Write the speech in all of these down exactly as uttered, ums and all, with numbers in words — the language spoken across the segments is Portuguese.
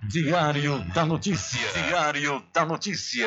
Diário da Notícia. Diário da Notícia.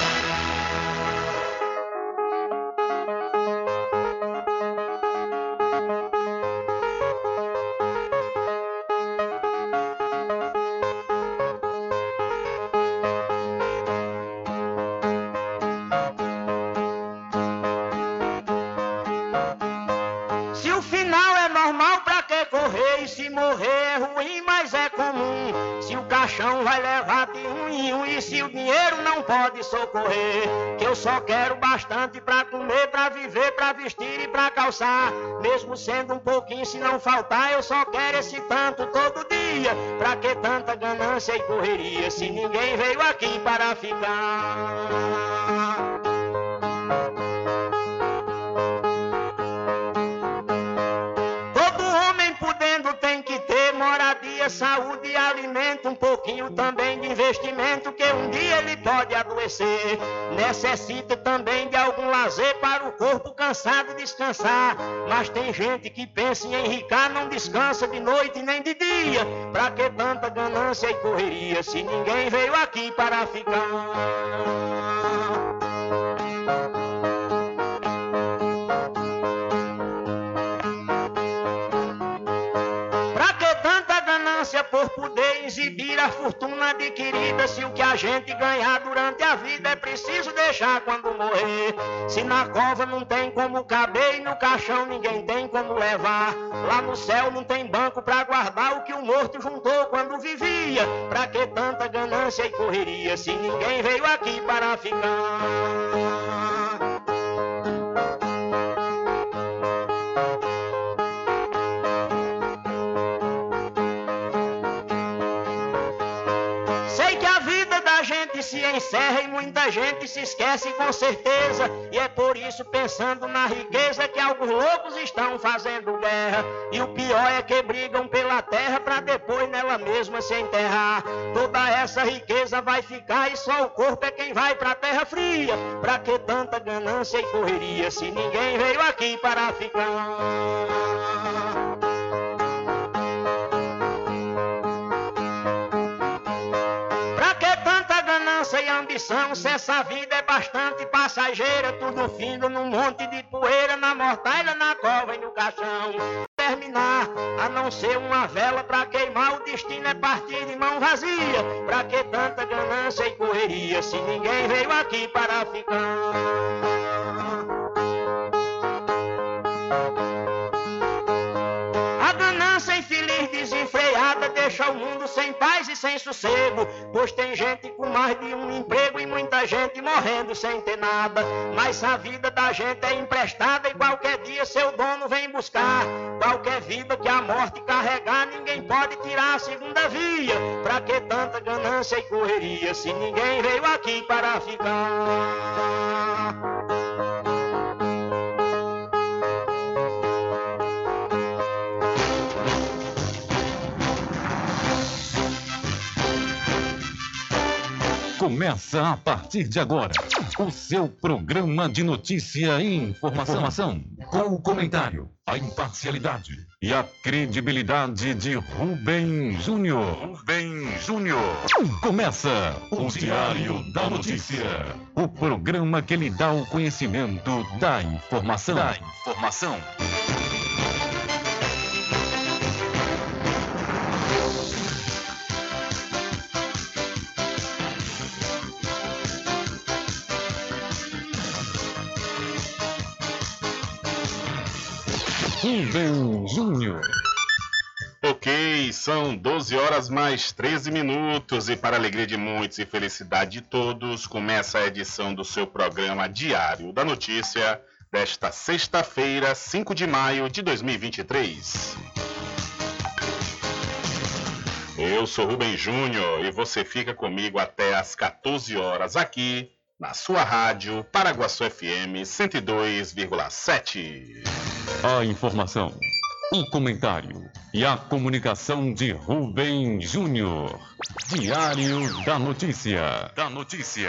Se o final é normal, pra que correr? E se morrer é ruim, mas é comum. Se o caixão vai levar de um em um, e se o dinheiro não pode socorrer, que eu só quero bastante pra comer, pra viver, pra vestir e pra calçar. Mesmo sendo um pouquinho, se não faltar, eu só quero esse tanto todo dia. Pra que tanta ganância e correria, se ninguém veio aqui para ficar? Moradia, saúde e alimento, um pouquinho também de investimento, que um dia ele pode adoecer. Necessita também de algum lazer para o corpo cansado descansar. Mas tem gente que pensa em enricar, não descansa de noite nem de dia. Pra que tanta ganância e correria, se ninguém veio aqui para ficar? Por poder exibir a fortuna adquirida, se o que a gente ganhar durante a vida é preciso deixar quando morrer. Se na cova não tem como caber e no caixão ninguém tem como levar, lá no céu não tem banco pra guardar o que o morto juntou quando vivia. Pra que tanta ganância e correria, se ninguém veio aqui para ficar? Se encerra e muita gente se esquece com certeza, e é por isso, pensando na riqueza, que alguns loucos estão fazendo guerra. E o pior é que brigam pela terra pra depois nela mesma se enterrar. Toda essa riqueza vai ficar e só o corpo é quem vai pra terra fria. Pra que tanta ganância e correria, se ninguém veio aqui para ficar? E ambição, se essa vida é bastante passageira, tudo findo num monte de poeira, na mortalha, na cova e no caixão. Terminar, a não ser uma vela pra queimar, o destino é partir de mão vazia. Pra que tanta ganância e correria, se ninguém veio aqui para ficar? A ganância infeliz desenfreada deixa o mundo sem paz e sem sossego, pois tem gente com mais de um emprego e muita gente morrendo sem ter nada. Mas a vida da gente é emprestada e qualquer dia seu dono vem buscar. Qualquer vida que a morte carregar, ninguém pode tirar a segunda via. Pra que tanta ganância e correria, se ninguém veio aqui para ficar? Começa a partir de agora o seu programa de notícia e informação, informação com o comentário, a imparcialidade e a credibilidade de Rubem Júnior. Rubem Júnior. Começa o Diário da Notícia, o programa que lhe dá o conhecimento da informação. Da informação. Rubem Júnior. Ok, são doze horas mais treze minutos e para a alegria de muitos e felicidade de todos, começa a edição do seu programa Diário da Notícia desta sexta-feira, cinco de maio de dois mil e vinte e três. Eu sou Rubem Júnior e você fica comigo até às quatorze horas aqui na sua rádio Paraguaçu F M cento e dois vírgula sete. A informação, o comentário e a comunicação de Rubem Júnior. Diário da Notícia. Da Notícia.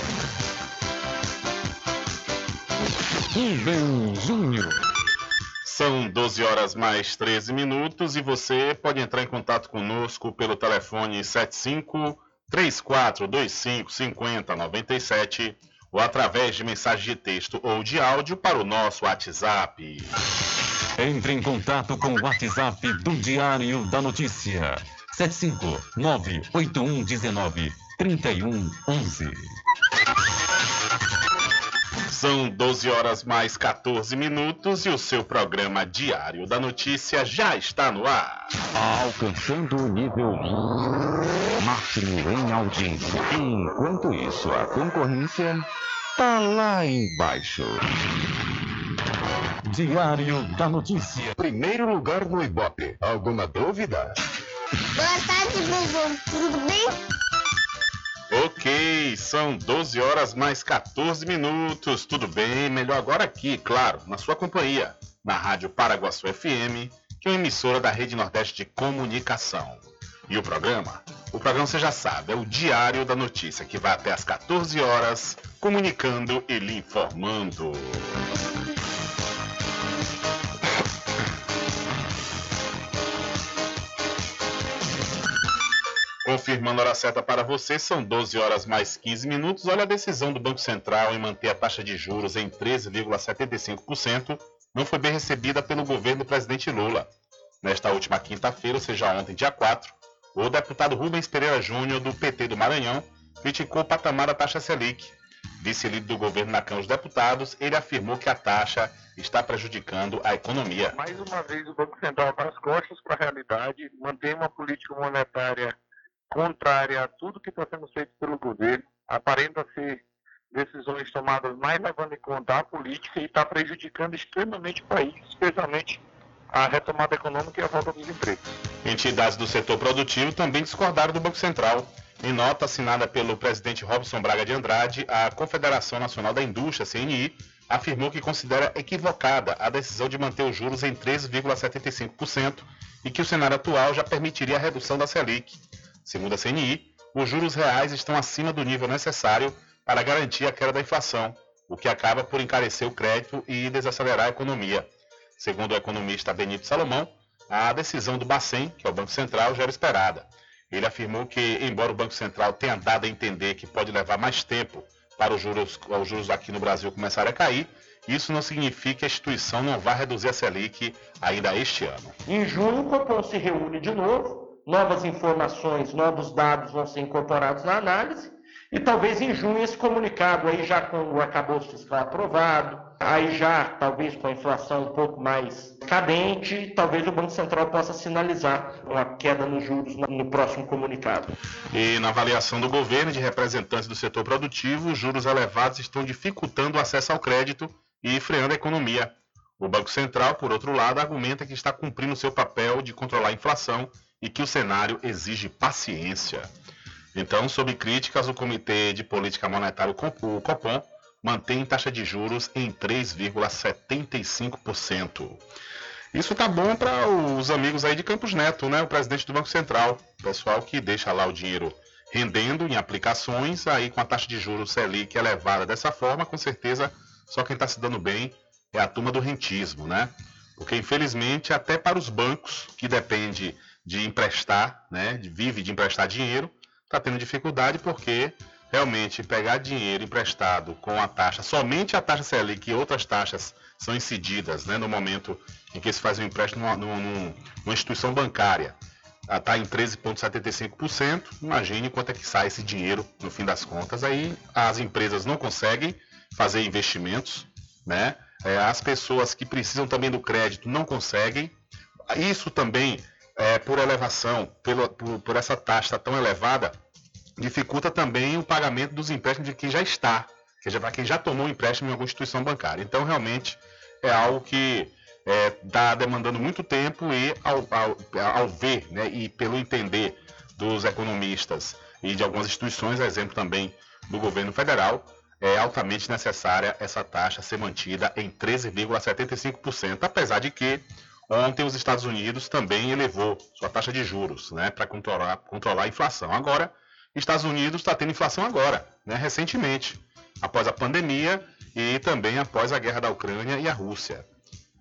Rubem Júnior. São doze horas mais treze minutos e você pode entrar em contato conosco pelo telefone sete cinco três quatro dois cinco cinco zero nove sete ou através de mensagem de texto ou de áudio para o nosso WhatsApp. Entre em contato com o WhatsApp do Diário da Notícia. sete cinco nove oito um um nove três um um um. São doze horas mais quatorze minutos e o seu programa Diário da Notícia já está no ar. Alcançando o nível máximo em audiência. Enquanto isso, a concorrência tá lá embaixo. Diário da Notícia. Primeiro lugar no Ibope. Alguma dúvida? Boa tarde, Bubu. Tudo bem? Ok, são doze horas mais quatorze minutos. Tudo bem? Melhor agora aqui, claro, na sua companhia, na Rádio Paraguaçu F M, que é uma emissora da Rede Nordeste de Comunicação. E o programa? O programa você já sabe, é o Diário da Notícia, que vai até às quatorze horas, comunicando e lhe informando. Confirmando a hora certa para você, são doze horas mais quinze minutos. Olha, a decisão do Banco Central em manter a taxa de juros em treze vírgula setenta e cinco por cento não foi bem recebida pelo governo do presidente Lula. Nesta última quinta-feira, ou seja, ontem, dia quatro, o deputado Rubens Pereira Júnior, do P T do Maranhão, criticou o patamar da taxa Selic. Vice-líder do governo na Câmara dos Deputados, ele afirmou que a taxa está prejudicando a economia. Mais uma vez, o Banco Central está às costas para a realidade, mantém uma política monetária contrária a tudo que está sendo feito pelo governo, aparenta ser decisões tomadas mais levando em conta a política e está prejudicando extremamente o país, especialmente a retomada econômica e a volta dos empregos. Entidades do setor produtivo também discordaram do Banco Central. Em nota assinada pelo presidente Robson Braga de Andrade, a Confederação Nacional da Indústria, C N I, afirmou que considera equivocada a decisão de manter os juros em treze vírgula setenta e cinco por cento e que o cenário atual já permitiria a redução da Selic. Segundo a C N I, os juros reais estão acima do nível necessário para garantir a queda da inflação, o que acaba por encarecer o crédito e desacelerar a economia. Segundo o economista Benito Salomão, a decisão do Bacen, que é o Banco Central, já era esperada. Ele afirmou que, embora o Banco Central tenha dado a entender que pode levar mais tempo para os juros, os juros aqui no Brasil começarem a cair, isso não significa que a instituição não vá reduzir a Selic ainda este ano. Em junho, o Copom se reúne de novo. Novas informações, novos dados vão ser incorporados na análise e talvez em junho esse comunicado aí já com o arcabouço fiscal aprovado, aí já talvez com a inflação um pouco mais cadente, talvez o Banco Central possa sinalizar uma queda nos juros no próximo comunicado. E na avaliação do governo e de representantes do setor produtivo, os juros elevados estão dificultando o acesso ao crédito e freando a economia. O Banco Central, por outro lado, argumenta que está cumprindo seu papel de controlar a inflação e que o cenário exige paciência. Então, sob críticas, o Comitê de Política Monetária, o Copom, mantém taxa de juros em três vírgula setenta e cinco por cento. Isso está bom para os amigos aí de Campos Neto, né? O presidente do Banco Central, pessoal que deixa lá o dinheiro rendendo em aplicações, aí com a taxa de juros Selic elevada dessa forma, com certeza só quem está se dando bem é a turma do rentismo, né? Porque, infelizmente, até para os bancos, que depende de emprestar, né, vive de emprestar dinheiro, está tendo dificuldade porque realmente pegar dinheiro emprestado com a taxa, somente a taxa Selic e outras taxas são incididas, né, no momento em que se faz um empréstimo numa, numa, numa instituição bancária, está em treze vírgula setenta e cinco por cento, imagine quanto é que sai esse dinheiro no fim das contas. Aí as empresas não conseguem fazer investimentos, né, é, as pessoas que precisam também do crédito não conseguem, isso também É, por elevação, pelo, por, por essa taxa tão elevada, dificulta também o pagamento dos empréstimos de quem já está, que já, para quem já tomou um empréstimo em alguma instituição bancária. Então, realmente, é algo que está é, demandando muito tempo e, ao, ao, ao ver, né, e pelo entender dos economistas e de algumas instituições, a exemplo também do governo federal, é altamente necessária essa taxa ser mantida em treze vírgula setenta e cinco por cento, apesar de que ontem os Estados Unidos também elevou sua taxa de juros, né, para controlar, controlar a inflação. Agora, Estados Unidos está tendo inflação agora, né, recentemente, após a pandemia e também após a guerra da Ucrânia e a Rússia.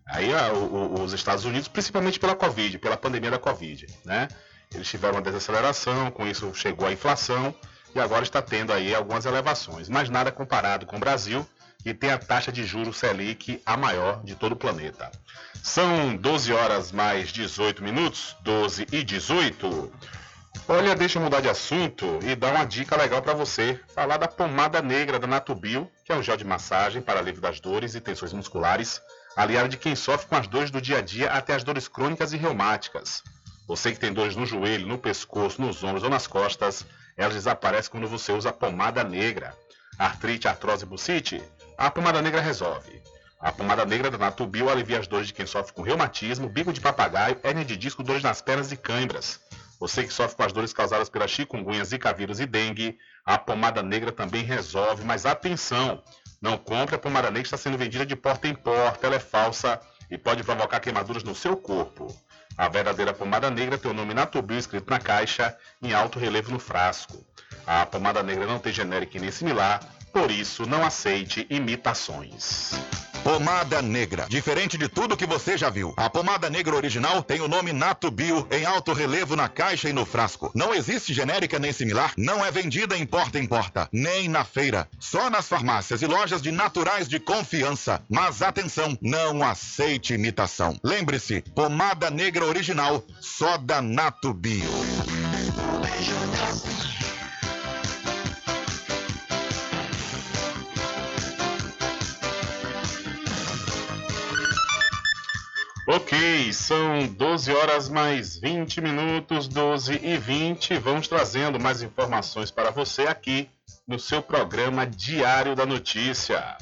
Aí a, o, os Estados Unidos, principalmente pela Covid, pela pandemia da Covid, né? Eles tiveram uma desaceleração, com isso chegou a inflação e agora está tendo aí algumas elevações, mas nada comparado com o Brasil, que tem a taxa de juros Selic a maior de todo o planeta. São doze horas mais dezoito minutos, doze e dezoito. Olha, deixa eu mudar de assunto e dar uma dica legal para você. Falar da pomada negra da Natubio, que é um gel de massagem para alívio das dores e tensões musculares, aliado de quem sofre com as dores do dia a dia até as dores crônicas e reumáticas. Você que tem dores no joelho, no pescoço, nos ombros ou nas costas, elas desaparecem quando você usa a pomada negra. Artrite, artrose e bursite? A pomada negra resolve. A pomada negra da Natubio alivia as dores de quem sofre com reumatismo, bico de papagaio, hérnia de disco, dores nas pernas e cãibras. Você que sofre com as dores causadas pela chikungunya, zika vírus e dengue, a pomada negra também resolve. Mas atenção, não compre a pomada negra que está sendo vendida de porta em porta, ela é falsa e pode provocar queimaduras no seu corpo. A verdadeira pomada negra tem o nome Natubio escrito na caixa, em alto relevo no frasco. A pomada negra não tem genérico nem similar, por isso não aceite imitações. Pomada negra. Diferente de tudo que você já viu. A pomada negra original tem o nome Natubio em alto relevo na caixa e no frasco. Não existe genérica nem similar. Não é vendida em porta em porta, nem na feira. Só nas farmácias e lojas de naturais de confiança. Mas atenção, não aceite imitação. Lembre-se, pomada negra original, só da Natubio. Ok, são doze horas mais vinte minutos, doze e vinte. Vamos trazendo mais informações para você aqui no seu programa Diário da Notícia.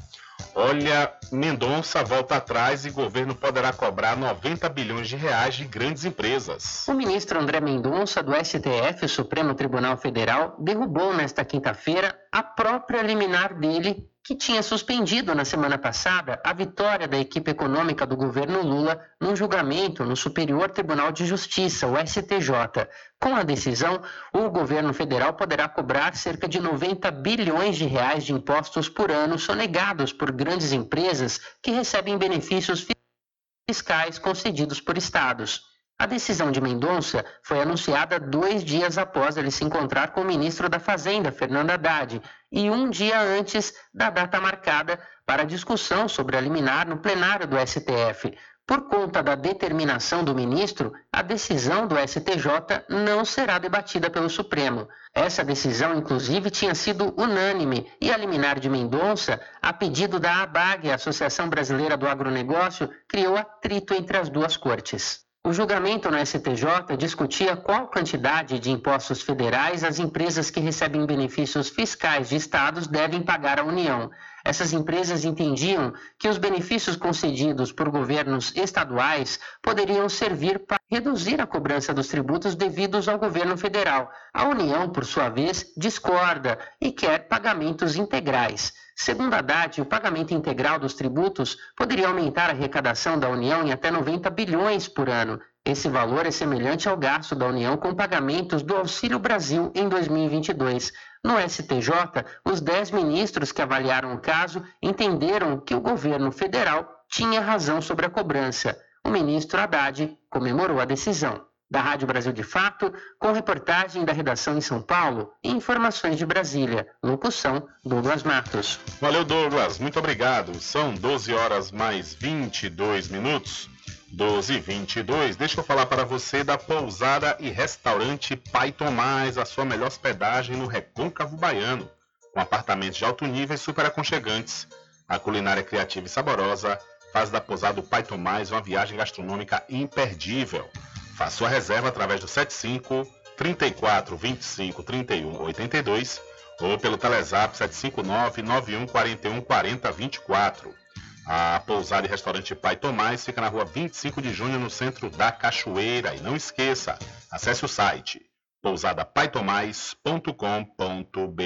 Olha, Mendonça volta atrás e governo poderá cobrar noventa bilhões de reais de grandes empresas. O ministro André Mendonça, do S T F, Supremo Tribunal Federal, derrubou nesta quinta-feira a própria liminar dele, que tinha suspendido na semana passada a vitória da equipe econômica do governo Lula num julgamento no Superior Tribunal de Justiça, o S T J. Com a decisão, o governo federal poderá cobrar cerca de noventa bilhões de reais de impostos por ano sonegados por grandes empresas que recebem benefícios fiscais concedidos por estados. A decisão de Mendonça foi anunciada dois dias após ele se encontrar com o ministro da Fazenda, Fernando Haddad, e um dia antes da data marcada para a discussão sobre a liminar no plenário do S T F. Por conta da determinação do ministro, a decisão do S T J não será debatida pelo Supremo. Essa decisão, inclusive, tinha sido unânime e a liminar de Mendonça, a pedido da ABAG, a Associação Brasileira do Agronegócio, criou atrito entre as duas cortes. O julgamento no S T J discutia qual quantidade de impostos federais as empresas que recebem benefícios fiscais de estados devem pagar à União. Essas empresas entendiam que os benefícios concedidos por governos estaduais poderiam servir para reduzir a cobrança dos tributos devidos ao governo federal. A União, por sua vez, discorda e quer pagamentos integrais. Segundo a Haddad, o pagamento integral dos tributos poderia aumentar a arrecadação da União em até noventa bilhões por ano. Esse valor é semelhante ao gasto da União com pagamentos do Auxílio Brasil em dois mil e vinte e dois. No S T J, os dez ministros que avaliaram o caso entenderam que o governo federal tinha razão sobre a cobrança. O ministro Haddad comemorou a decisão. Da Rádio Brasil de Fato, com reportagem da redação em São Paulo e informações de Brasília. Locução, Douglas Matos. Valeu, Douglas. Muito obrigado. São doze horas mais vinte e dois minutos. doze e vinte e dois. Deixa eu falar para você da pousada e restaurante Pai Tomás, a sua melhor hospedagem no Recôncavo Baiano, com apartamentos de alto nível e super aconchegantes. A culinária criativa e saborosa faz da pousada do Pai Tomás uma viagem gastronômica imperdível. Faça sua reserva através do setenta e cinco, trinta e quatro, vinte e cinco, trinta e um, oitenta e dois ou pelo Telezap sete cinco nove, nove um quatro um, quatro zero dois quatro. A pousada e restaurante Pai Tomás fica na rua vinte e cinco de junho, no centro da Cachoeira. E não esqueça, acesse o site pousada pai tomás ponto com ponto b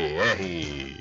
r.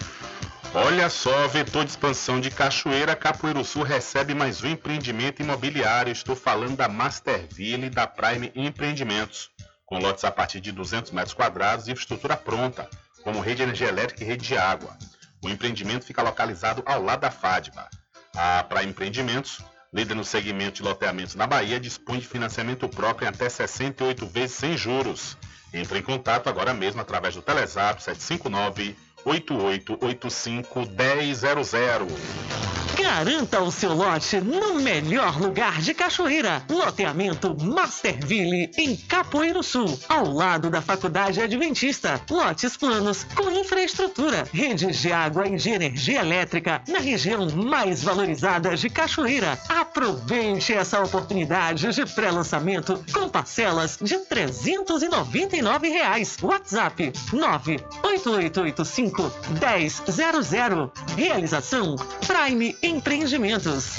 Olha só, vetor de expansão de Cachoeira, Capoeiro Sul recebe mais um empreendimento imobiliário. Estou falando da Masterville e da Prime Empreendimentos, com lotes a partir de duzentos metros quadrados e infraestrutura pronta, como rede de energia elétrica e rede de água. O empreendimento fica localizado ao lado da Fadma. A Prime Empreendimentos líder no segmento de loteamentos na Bahia, dispõe de financiamento próprio em até sessenta e oito vezes sem juros. Entre em contato agora mesmo através do Telezap sete cinco nove, oito oito oito cinco, um zero zero zero. Garanta o seu lote no melhor lugar de Cachoeira. Loteamento Masterville, em Capoeiro Sul, ao lado da Faculdade Adventista. Lotes planos com infraestrutura, redes de água e de energia elétrica na região mais valorizada de Cachoeira. Aproveite essa oportunidade de pré-lançamento com parcelas de trezentos e noventa e nove reais. WhatsApp nove oito oito oito cinco, um zero zero zero. Realização Prime Empreendimentos.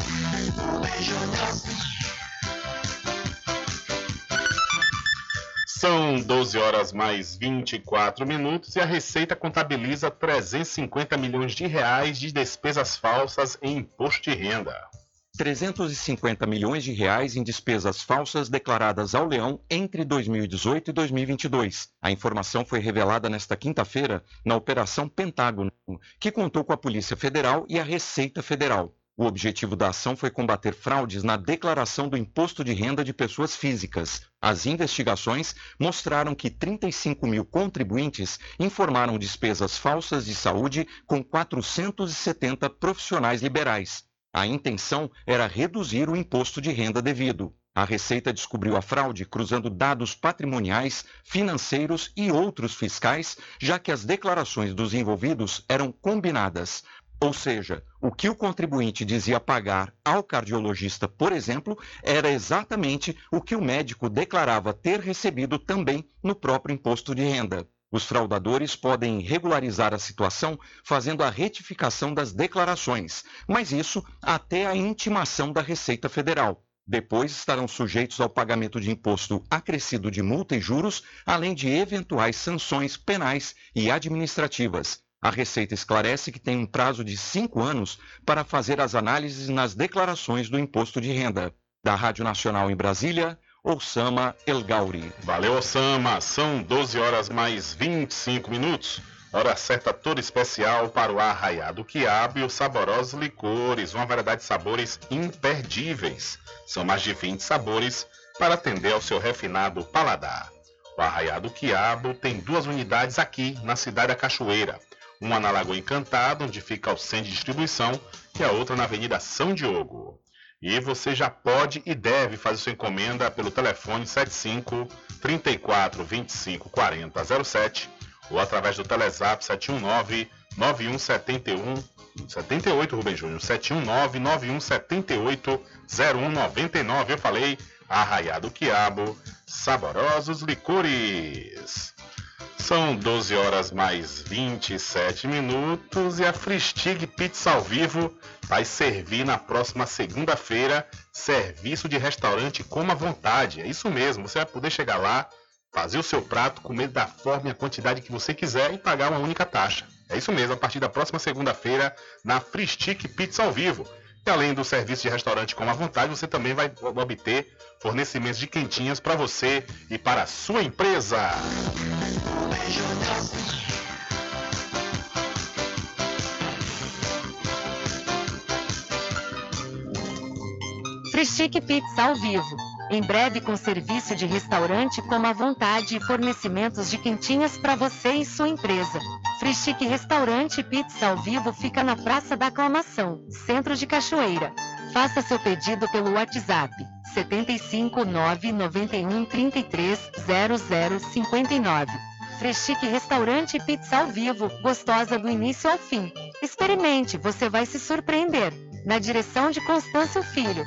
São doze horas mais vinte e quatro minutos e a Receita contabiliza trezentos e cinquenta milhões de reais de despesas falsas em imposto de renda. trezentos e cinquenta milhões de reais em despesas falsas declaradas ao Leão entre dois mil e dezoito e dois mil e vinte e dois. A informação foi revelada nesta quinta-feira na Operação Pentágono, que contou com a Polícia Federal e a Receita Federal. O objetivo da ação foi combater fraudes na declaração do imposto de renda de pessoas físicas. As investigações mostraram que trinta e cinco mil contribuintes informaram despesas falsas de saúde com quatrocentos e setenta profissionais liberais. A intenção era reduzir o imposto de renda devido. A Receita descobriu a fraude cruzando dados patrimoniais, financeiros e outros fiscais, já que as declarações dos envolvidos eram combinadas. Ou seja, o que o contribuinte dizia pagar ao cardiologista, por exemplo, era exatamente o que o médico declarava ter recebido também no próprio imposto de renda. Os fraudadores podem regularizar a situação fazendo a retificação das declarações, mas isso até a intimação da Receita Federal. Depois estarão sujeitos ao pagamento de imposto acrescido de multa e juros, além de eventuais sanções penais e administrativas. A Receita esclarece que tem um prazo de cinco anos para fazer as análises nas declarações do imposto de renda. Da Rádio Nacional em Brasília, Osama El Gauri. Valeu, Osama. São doze horas mais vinte e cinco minutos. Hora certa toda especial para o Arraiado Quiabo e os saborosos licores, uma variedade de sabores imperdíveis. São mais de vinte sabores para atender ao seu refinado paladar. O Arraiado Quiabo tem duas unidades aqui na cidade da Cachoeira. Uma na Lagoa Encantada, onde fica o centro de distribuição, e a outra na Avenida São Diogo. E você já pode e deve fazer sua encomenda pelo telefone sete cinco, três quatro, vinte e cinco, quarenta, zero sete ou através do Telezap sete um nove, nove um sete um, sete oito, Rubem Júnior, sete um nove, nove um sete oito, zero um nove nove. Eu falei, Arraiado Quiabo, saborosos licores. São doze horas mais vinte e sete minutos e a Fristig Pizza ao Vivo vai servir na próxima segunda-feira serviço de restaurante Coma à Vontade. É isso mesmo, você vai poder chegar lá, fazer o seu prato, comer da forma e a quantidade que você quiser e pagar uma única taxa. É isso mesmo, a partir da próxima segunda-feira na Fristig Pizza ao Vivo. E além do serviço de restaurante Coma à Vontade, você também vai obter fornecimentos de quentinhas para você e para a sua empresa. Fristig Pizza ao Vivo. Em breve com serviço de restaurante Coma à Vontade e fornecimentos de quentinhas para você e sua empresa. Fristig Restaurante Pizza ao Vivo fica na Praça da Aclamação, Centro de Cachoeira. Faça seu pedido pelo WhatsApp sete cinco nove, nove um, três três, zero zero cinco nove. Fristig Restaurante Pizza ao Vivo, gostosa do início ao fim. Experimente, você vai se surpreender. Na direção de Constâncio Filho.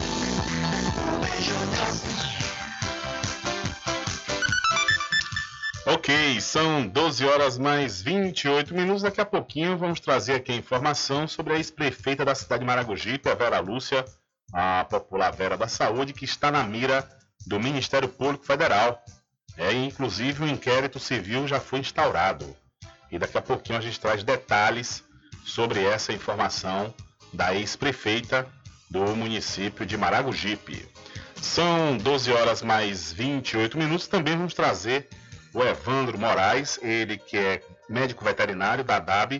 Ok, são doze horas mais vinte e oito minutos. Daqui a pouquinho vamos trazer aqui a informação sobre a ex-prefeita da cidade de Maragogipe, a Vera Lúcia, a popular Vera da Saúde, que está na mira do Ministério Público Federal. É, inclusive, o inquérito civil já foi instaurado. E daqui a pouquinho a gente traz detalhes sobre essa informação da ex-prefeita do município de Maragogipe. São doze horas mais vinte e oito minutos. Também vamos trazer o Evandro Moraes, ele que é médico veterinário da D A B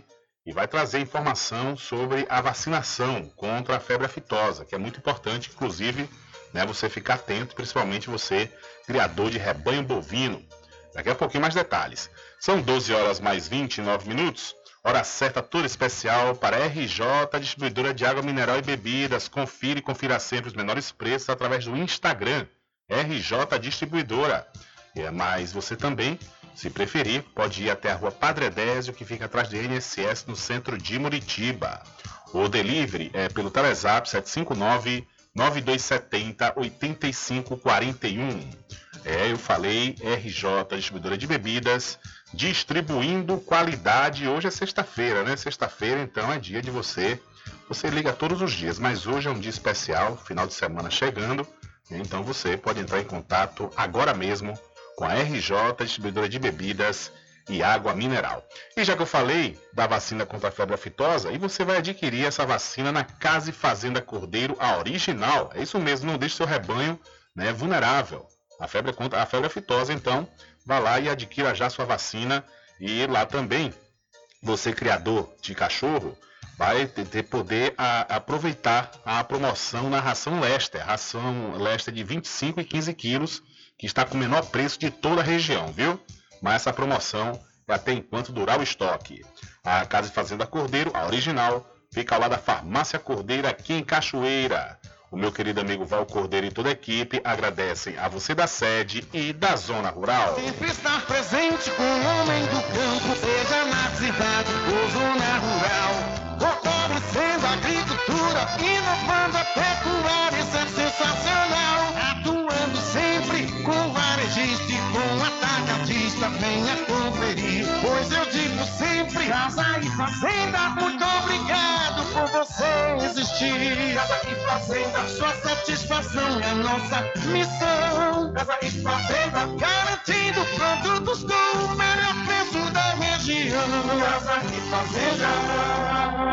e vai trazer informação sobre a vacinação contra a febre aftosa, que é muito importante, inclusive, né, você ficar atento, principalmente você, criador de rebanho bovino. Daqui a pouquinho mais detalhes. São doze horas mais vinte e nove minutos. Hora certa toda especial para a R J, distribuidora de água mineral e bebidas. Confira e confira sempre os menores preços através do Instagram, R J Distribuidora. Mas você também, se preferir, pode ir até a rua Padre Désio, que fica atrás do I N S S, no centro de Muritiba. O delivery é pelo Telezap sete cinco nove, nove dois sete zero, oito cinco quatro um. É, eu falei, R J Distribuidora de Bebidas, distribuindo qualidade. Hoje é sexta-feira, né? Sexta-feira, então, é dia de você. Você liga todos os dias, mas hoje é um dia especial, final de semana chegando. Então você pode entrar em contato agora mesmo com a R J Distribuidora de Bebidas e Água Mineral. E já que eu falei da vacina contra a febre aftosa, e você vai adquirir essa vacina na Casa e Fazenda Cordeiro, a original. É isso mesmo, não deixe seu rebanho, né, vulnerável. A febre contra a febre aftosa, então, vá lá e adquira já sua vacina. E lá também, você criador de cachorro, vai ter poder a, aproveitar a promoção na ração Lester. Ração Lester de vinte e cinco e quinze quilos, que está com o menor preço de toda a região, viu? Mas essa promoção é até enquanto durar o estoque. A Casa e Fazenda Cordeiro, a original, fica ao lado da Farmácia Cordeiro, aqui em Cachoeira. O meu querido amigo Val Cordeiro e toda a equipe agradecem a você da sede e da zona rural. Sempre estar presente com o homem do campo, seja na cidade ou zona rural. Fortalecendo a agricultura, inovando a pecuária, isso é sensacional. Atuando sempre com varejista e com atacadista, venha conferir. Pois eu digo sempre, Casa e Fazenda, muito obrigado por você existir. Casa e Fazenda, sua satisfação é nossa missão. Casa e Fazenda, garantindo produtos com o melhor preço da região. Casa e Fazenda.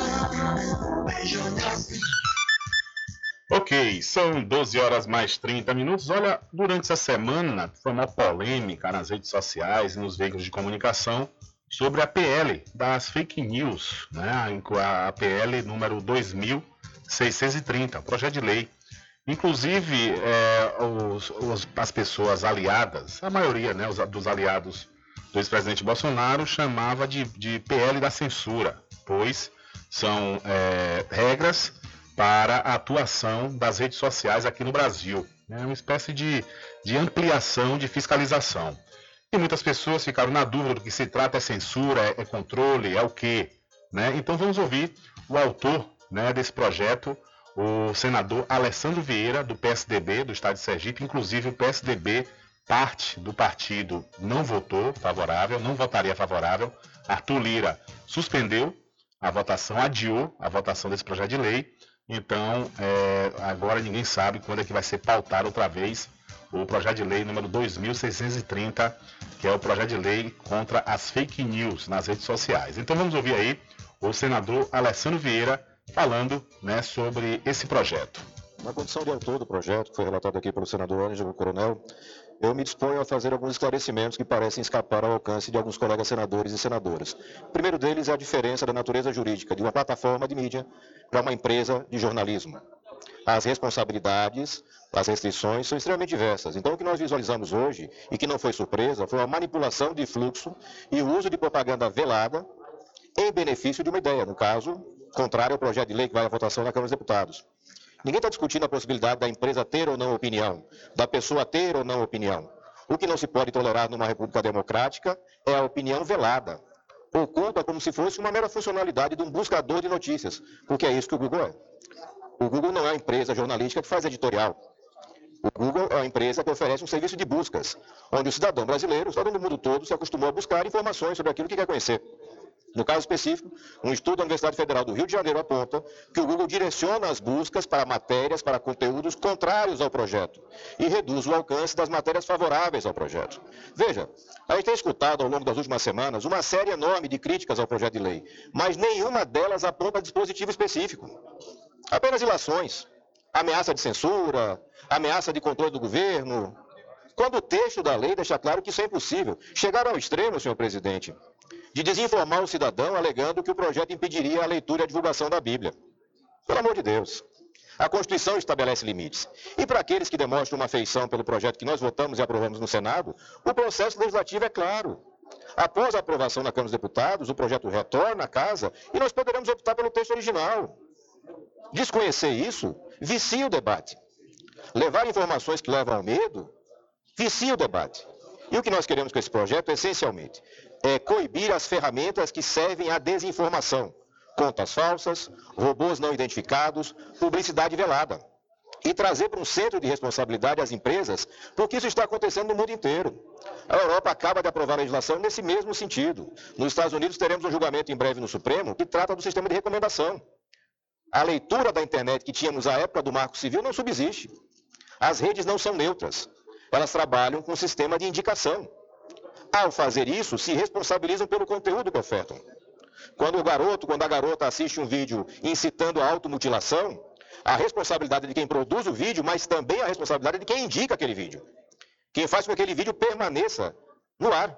Ok, são doze horas mais trinta minutos. Olha, durante essa semana foi uma polêmica nas redes sociais e nos veículos de comunicação sobre a P L das fake news, né? A P L número dois mil seiscentos e trinta, projeto de lei. Inclusive, é, os, os, as pessoas aliadas, a maioria, né, os, dos aliados do ex-presidente Bolsonaro, chamava de, de P L da censura, pois são é, regras para a atuação das redes sociais aqui no Brasil. É uma espécie de, de ampliação de fiscalização. E muitas pessoas ficaram na dúvida do que se trata, é censura, é, é controle, é o quê? Né? Então vamos ouvir o autor, né, desse projeto, o senador Alessandro Vieira, do P S D B, do estado de Sergipe. Inclusive o P S D B, parte do partido, não votou favorável, não votaria favorável. Arthur Lira suspendeu a votação, adiou a votação desse projeto de lei. Então, é, agora ninguém sabe quando é que vai ser pautado outra vez o projeto de lei número dois mil seiscentos e trinta, que é o projeto de lei contra as fake news nas redes sociais. Então vamos ouvir aí o senador Alessandro Vieira falando, né, sobre esse projeto. Na condição de autor do projeto, que foi relatado aqui pelo senador Ângelo Coronel, eu me disponho a fazer alguns esclarecimentos que parecem escapar ao alcance de alguns colegas senadores e senadoras. O primeiro deles é a diferença da natureza jurídica de uma plataforma de mídia para uma empresa de jornalismo. As responsabilidades, as restrições são extremamente diversas. Então, o que nós visualizamos hoje, e que não foi surpresa, foi uma manipulação de fluxo e o uso de propaganda velada em benefício de uma ideia, no caso, contrário ao projeto de lei que vai à votação na Câmara dos Deputados. Ninguém está discutindo a possibilidade da empresa ter ou não opinião, da pessoa ter ou não opinião. O que não se pode tolerar numa república democrática é a opinião velada, oculta como se fosse uma mera funcionalidade de um buscador de notícias, porque é isso que o Google é. O Google não é uma empresa jornalística que faz editorial. O Google é uma empresa que oferece um serviço de buscas, onde o cidadão brasileiro, o cidadão do mundo todo, se acostumou a buscar informações sobre aquilo que quer conhecer. No caso específico, um estudo da Universidade Federal do Rio de Janeiro aponta que o Google direciona as buscas para matérias, para conteúdos contrários ao projeto e reduz o alcance das matérias favoráveis ao projeto. Veja, a gente tem escutado ao longo das últimas semanas uma série enorme de críticas ao projeto de lei, mas nenhuma delas aponta dispositivo específico. Apenas ilações, ameaça de censura, ameaça de controle do governo, quando o texto da lei deixa claro que isso é impossível. Chegaram ao extremo, senhor presidente, de desinformar o cidadão alegando que o projeto impediria a leitura e a divulgação da Bíblia. Pelo amor de Deus. A Constituição estabelece limites. E para aqueles que demonstram uma afeição pelo projeto que nós votamos e aprovamos no Senado, o processo legislativo é claro. Após a aprovação na Câmara dos Deputados, o projeto retorna à Casa e nós poderemos optar pelo texto original. Desconhecer isso vicia o debate. Levar informações que levam ao medo vicia o debate. E o que nós queremos com esse projeto, essencialmente, é coibir as ferramentas que servem à desinformação. Contas falsas, robôs não identificados, publicidade velada. E trazer para um centro de responsabilidade as empresas, porque isso está acontecendo no mundo inteiro. A Europa acaba de aprovar a legislação nesse mesmo sentido. Nos Estados Unidos teremos um julgamento em breve no Supremo que trata do sistema de recomendação. A leitura da internet que tínhamos à época do Marco Civil não subsiste. As redes não são neutras. Elas trabalham com um sistema de indicação. Ao fazer isso, se responsabilizam pelo conteúdo que ofertam. Quando o garoto, quando a garota assiste um vídeo incitando a automutilação, a responsabilidade é de quem produz o vídeo, mas também a responsabilidade é de quem indica aquele vídeo. Quem faz com que aquele vídeo permaneça no ar.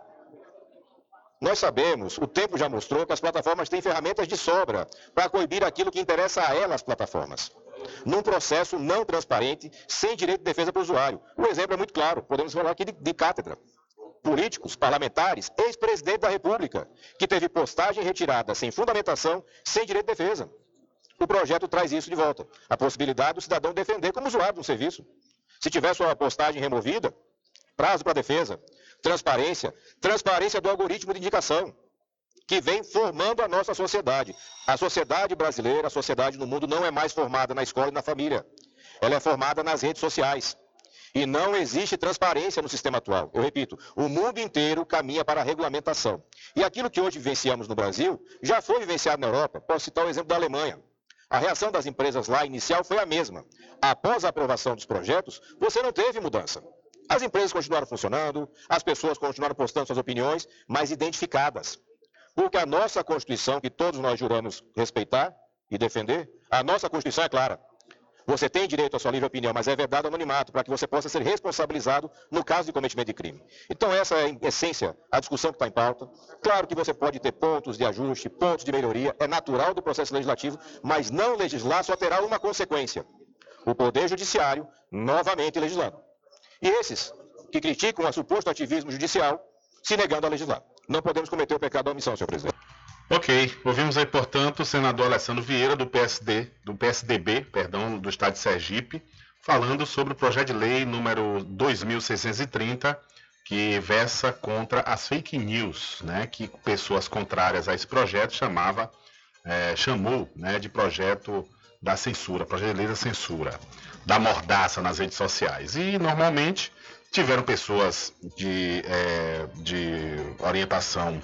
Nós sabemos, o tempo já mostrou que as plataformas têm ferramentas de sobra para coibir aquilo que interessa a elas, as plataformas. Num processo não transparente, sem direito de defesa para o usuário. O exemplo é muito claro, podemos falar aqui de, de cátedra. Políticos, parlamentares, ex-presidente da República, que teve postagem retirada sem fundamentação, sem direito de defesa. O projeto traz isso de volta, a possibilidade do cidadão defender como usuário do serviço. Se tiver sua postagem removida, prazo para defesa, transparência, transparência do algoritmo de indicação, que vem formando a nossa sociedade. A sociedade brasileira, a sociedade no mundo não é mais formada na escola e na família. Ela é formada nas redes sociais. E não existe transparência no sistema atual. Eu repito, o mundo inteiro caminha para a regulamentação. E aquilo que hoje vivenciamos no Brasil, já foi vivenciado na Europa. Posso citar o exemplo da Alemanha. A reação das empresas lá inicial foi a mesma. Após a aprovação dos projetos, você não teve mudança. As empresas continuaram funcionando, as pessoas continuaram postando suas opiniões, mas identificadas. Porque a nossa Constituição, que todos nós juramos respeitar e defender, a nossa Constituição é clara. Você tem direito à sua livre opinião, mas é vedado anonimato, para que você possa ser responsabilizado no caso de cometimento de crime. Então essa é, em essência, a discussão que está em pauta. Claro que você pode ter pontos de ajuste, pontos de melhoria, é natural do processo legislativo, mas não legislar só terá uma consequência. O Poder Judiciário novamente legislando. E esses que criticam o suposto ativismo judicial, se negando a legislar. Não podemos cometer o pecado da omissão, senhor presidente. Ok, ouvimos aí, portanto, o senador Alessandro Vieira, do P S D, do P S D B, perdão, do estado de Sergipe, falando sobre o projeto de lei número dois mil seiscentos e trinta, que versa contra as fake news, né, que pessoas contrárias a esse projeto chamava, é, chamou né, de projeto da censura, projeto de lei da censura, da mordaça nas redes sociais. E, normalmente, tiveram pessoas de, é, de orientação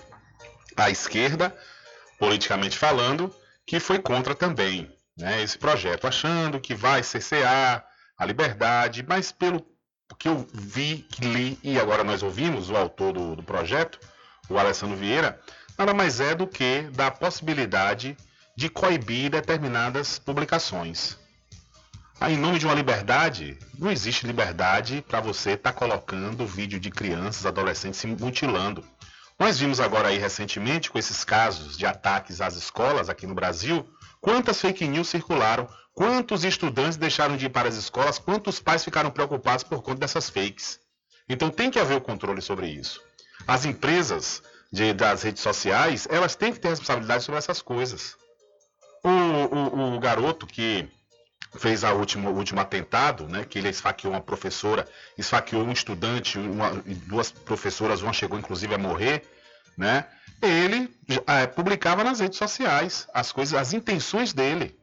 à esquerda, politicamente falando, que foi contra também, né, esse projeto, achando que vai cercear a liberdade, mas pelo que eu vi, que li, e agora nós ouvimos o autor do, do projeto, o Alessandro Vieira, nada mais é do que da possibilidade de coibir determinadas publicações. Aí, em nome de uma liberdade, não existe liberdade para você estar tá colocando vídeo de crianças, adolescentes se mutilando. Nós vimos agora aí recentemente, com esses casos de ataques às escolas aqui no Brasil, quantas fake news circularam, quantos estudantes deixaram de ir para as escolas, quantos pais ficaram preocupados por conta dessas fakes. Então tem que haver o controle sobre isso. As empresas de, das redes sociais, elas têm que ter responsabilidade sobre essas coisas. O, o, o garoto que fez a última, o último atentado, né, que ele esfaqueou uma professora, esfaqueou um estudante, uma, duas professoras, uma chegou inclusive a morrer, né, ele é, publicava nas redes sociais as coisas, as intenções dele.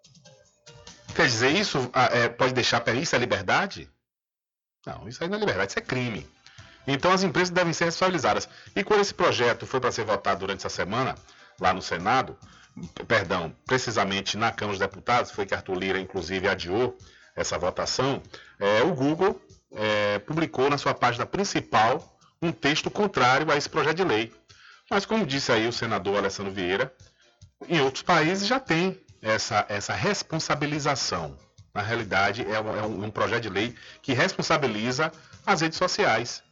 Quer dizer, isso é, pode deixar para isso é liberdade? Não, isso aí não é liberdade, isso é crime. Então as empresas devem ser responsabilizadas. E quando esse projeto foi para ser votado durante essa semana, lá no Senado, perdão, precisamente na Câmara dos Deputados, foi que Arthur Lira, inclusive, adiou essa votação, é, o Google é, publicou na sua página principal um texto contrário a esse projeto de lei. Mas, como disse aí o senador Alessandro Vieira, em outros países já tem essa, essa responsabilização. Na realidade, é um, é um projeto de lei que responsabiliza as redes sociais.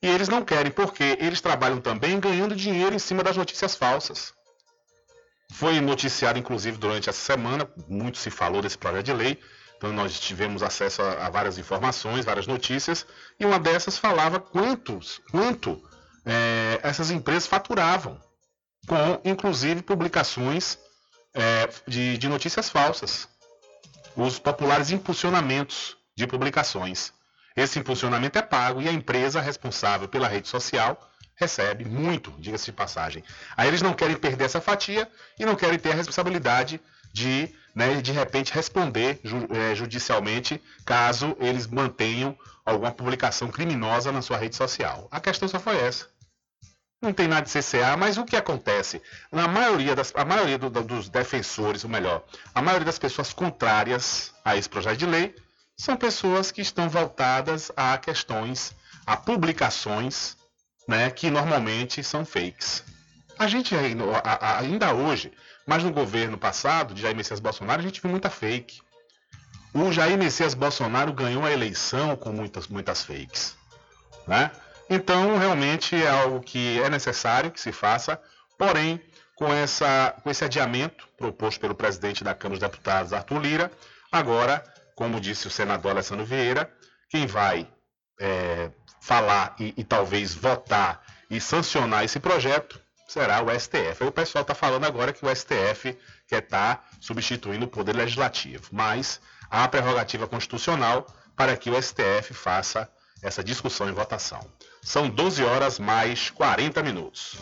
E eles não querem, porque eles trabalham também ganhando dinheiro em cima das notícias falsas. Foi noticiado, inclusive, durante essa semana, muito se falou desse projeto de lei, então nós tivemos acesso a, a várias informações, várias notícias, e uma dessas falava quantos, quanto é, essas empresas faturavam, com, inclusive, publicações é, de, de notícias falsas. Os populares impulsionamentos de publicações. Esse impulsionamento é pago e a empresa responsável pela rede social recebe muito, diga-se de passagem. Aí eles não querem perder essa fatia e não querem ter a responsabilidade de, né, de repente, responder ju- é, judicialmente caso eles mantenham alguma publicação criminosa na sua rede social. A questão só foi essa. Não tem nada de C C A, mas o que acontece? Na maioria, das, a maioria do, dos defensores, ou melhor, a maioria das pessoas contrárias a esse projeto de lei são pessoas que estão voltadas a questões, a publicações, né, que normalmente são fakes. A gente ainda hoje, mas no governo passado, de Jair Messias Bolsonaro, a gente viu muita fake. O Jair Messias Bolsonaro ganhou a eleição com muitas, muitas fakes, né? Então, realmente é algo que é necessário que se faça, porém, com, essa, com esse adiamento proposto pelo presidente da Câmara dos Deputados, Arthur Lira, agora, como disse o senador Alessandro Vieira, quem vai é, falar e, e talvez votar e sancionar esse projeto será o S T F. Aí o pessoal está falando agora que o S T F quer estar substituindo o Poder Legislativo, mas há prerrogativa constitucional para que o S T F faça essa discussão e votação. São doze horas mais quarenta minutos.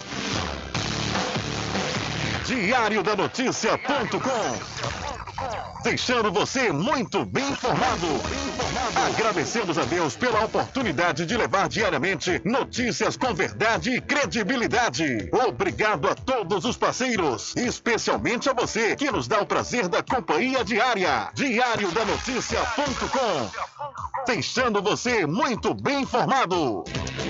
Diário da Notícia ponto com. Deixando você muito bem informado. Agradecemos a Deus pela oportunidade de levar diariamente notícias com verdade e credibilidade. Obrigado a todos os parceiros, especialmente a você que nos dá o prazer da companhia diária. Diário da Notícia ponto com. Deixando você muito bem informado.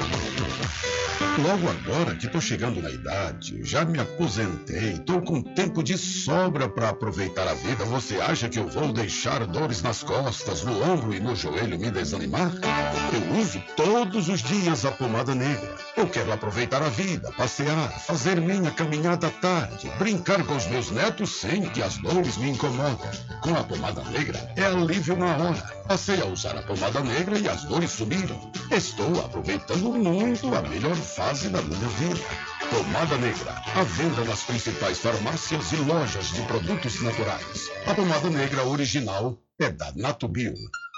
Logo agora que tô chegando na idade, já me aposentei, tô com tempo de sobra para aproveitar a vida. Você acha que eu vou deixar dores nas costas, no ombro e no joelho me desanimar? Eu uso todos os dias a pomada negra. Eu quero aproveitar a vida, passear, fazer minha caminhada à tarde, brincar com os meus netos sem que as dores me incomodem. Com a pomada negra é alívio na hora. Passei a usar a pomada negra e as dores sumiram. Estou aproveitando muito a melhor fase da minha vida. Pomada negra, à venda nas principais farmácias e lojas de produtos naturais. A pomada negra original é da Natubio.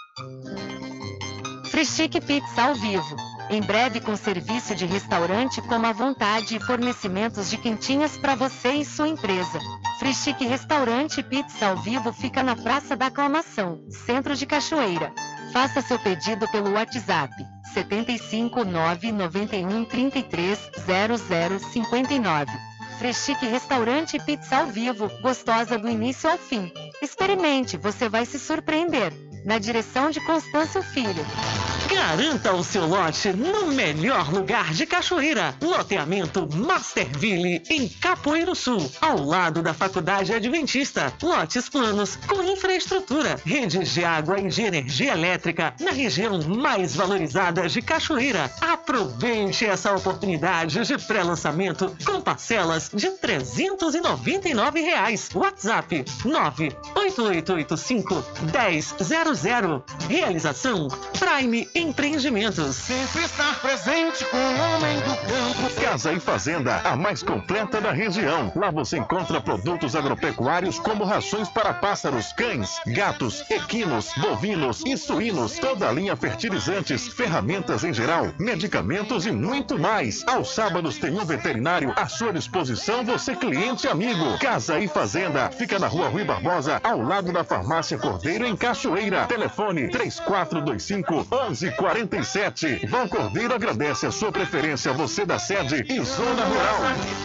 Frischique Pizza ao vivo. Em breve com serviço de restaurante como à vontade e fornecimentos de quentinhas para você e sua empresa. Frischique Restaurante Pizza ao vivo fica na Praça da Aclamação, Centro de Cachoeira. Faça seu pedido pelo WhatsApp sete cinco nove nove um três três zero zero cinco nove. Frischique Restaurante Pizza ao vivo, gostosa do início ao fim. Experimente, você vai se surpreender. Na direção de Constâncio Filho. Garanta o seu lote no melhor lugar de Cachoeira. Loteamento Masterville, em Capoeiro Sul, ao lado da Faculdade Adventista. Lotes planos com infraestrutura, redes de água e de energia elétrica na região mais valorizada de Cachoeira. Aproveite essa oportunidade de pré-lançamento com parcelas de trezentos e noventa e nove reais. WhatsApp nove oito oito oito cinco um zero zero zero. Realização Prime Empreendimentos. Sempre estar presente com o homem do campo. Casa e Fazenda, a mais completa da região. Lá você encontra produtos agropecuários como rações para pássaros, cães, gatos, equinos, bovinos e suínos. Toda a linha fertilizantes, ferramentas em geral, medicamentos e muito mais. Aos sábados tem um veterinário à sua disposição, você cliente amigo. Casa e Fazenda, fica na Rua Rui Barbosa, ao lado da Farmácia Cordeiro, em Cachoeira. Telefone três quatro dois cinco, um um quatro sete. Vão Cordeiro agradece a sua preferência, você da sede e Zona Rural.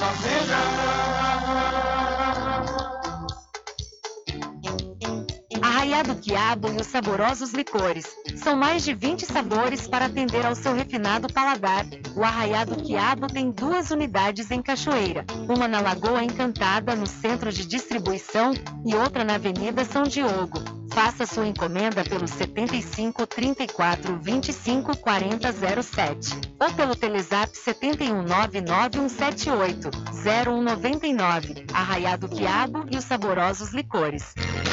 Arraiado Quiabo e os saborosos licores. São mais de vinte sabores para atender ao seu refinado paladar. O Arraiado Quiabo tem duas unidades em Cachoeira. Uma na Lagoa Encantada, no centro de distribuição, e outra na Avenida São Diogo. Faça sua encomenda pelo setenta e cinco, trinta e quatro, vinte e cinco, quarenta, zero sete ou pelo Telezap setenta e um, nove nove um sete oito, zero um nove nove. Arraiado Quiabo e os saborosos licores.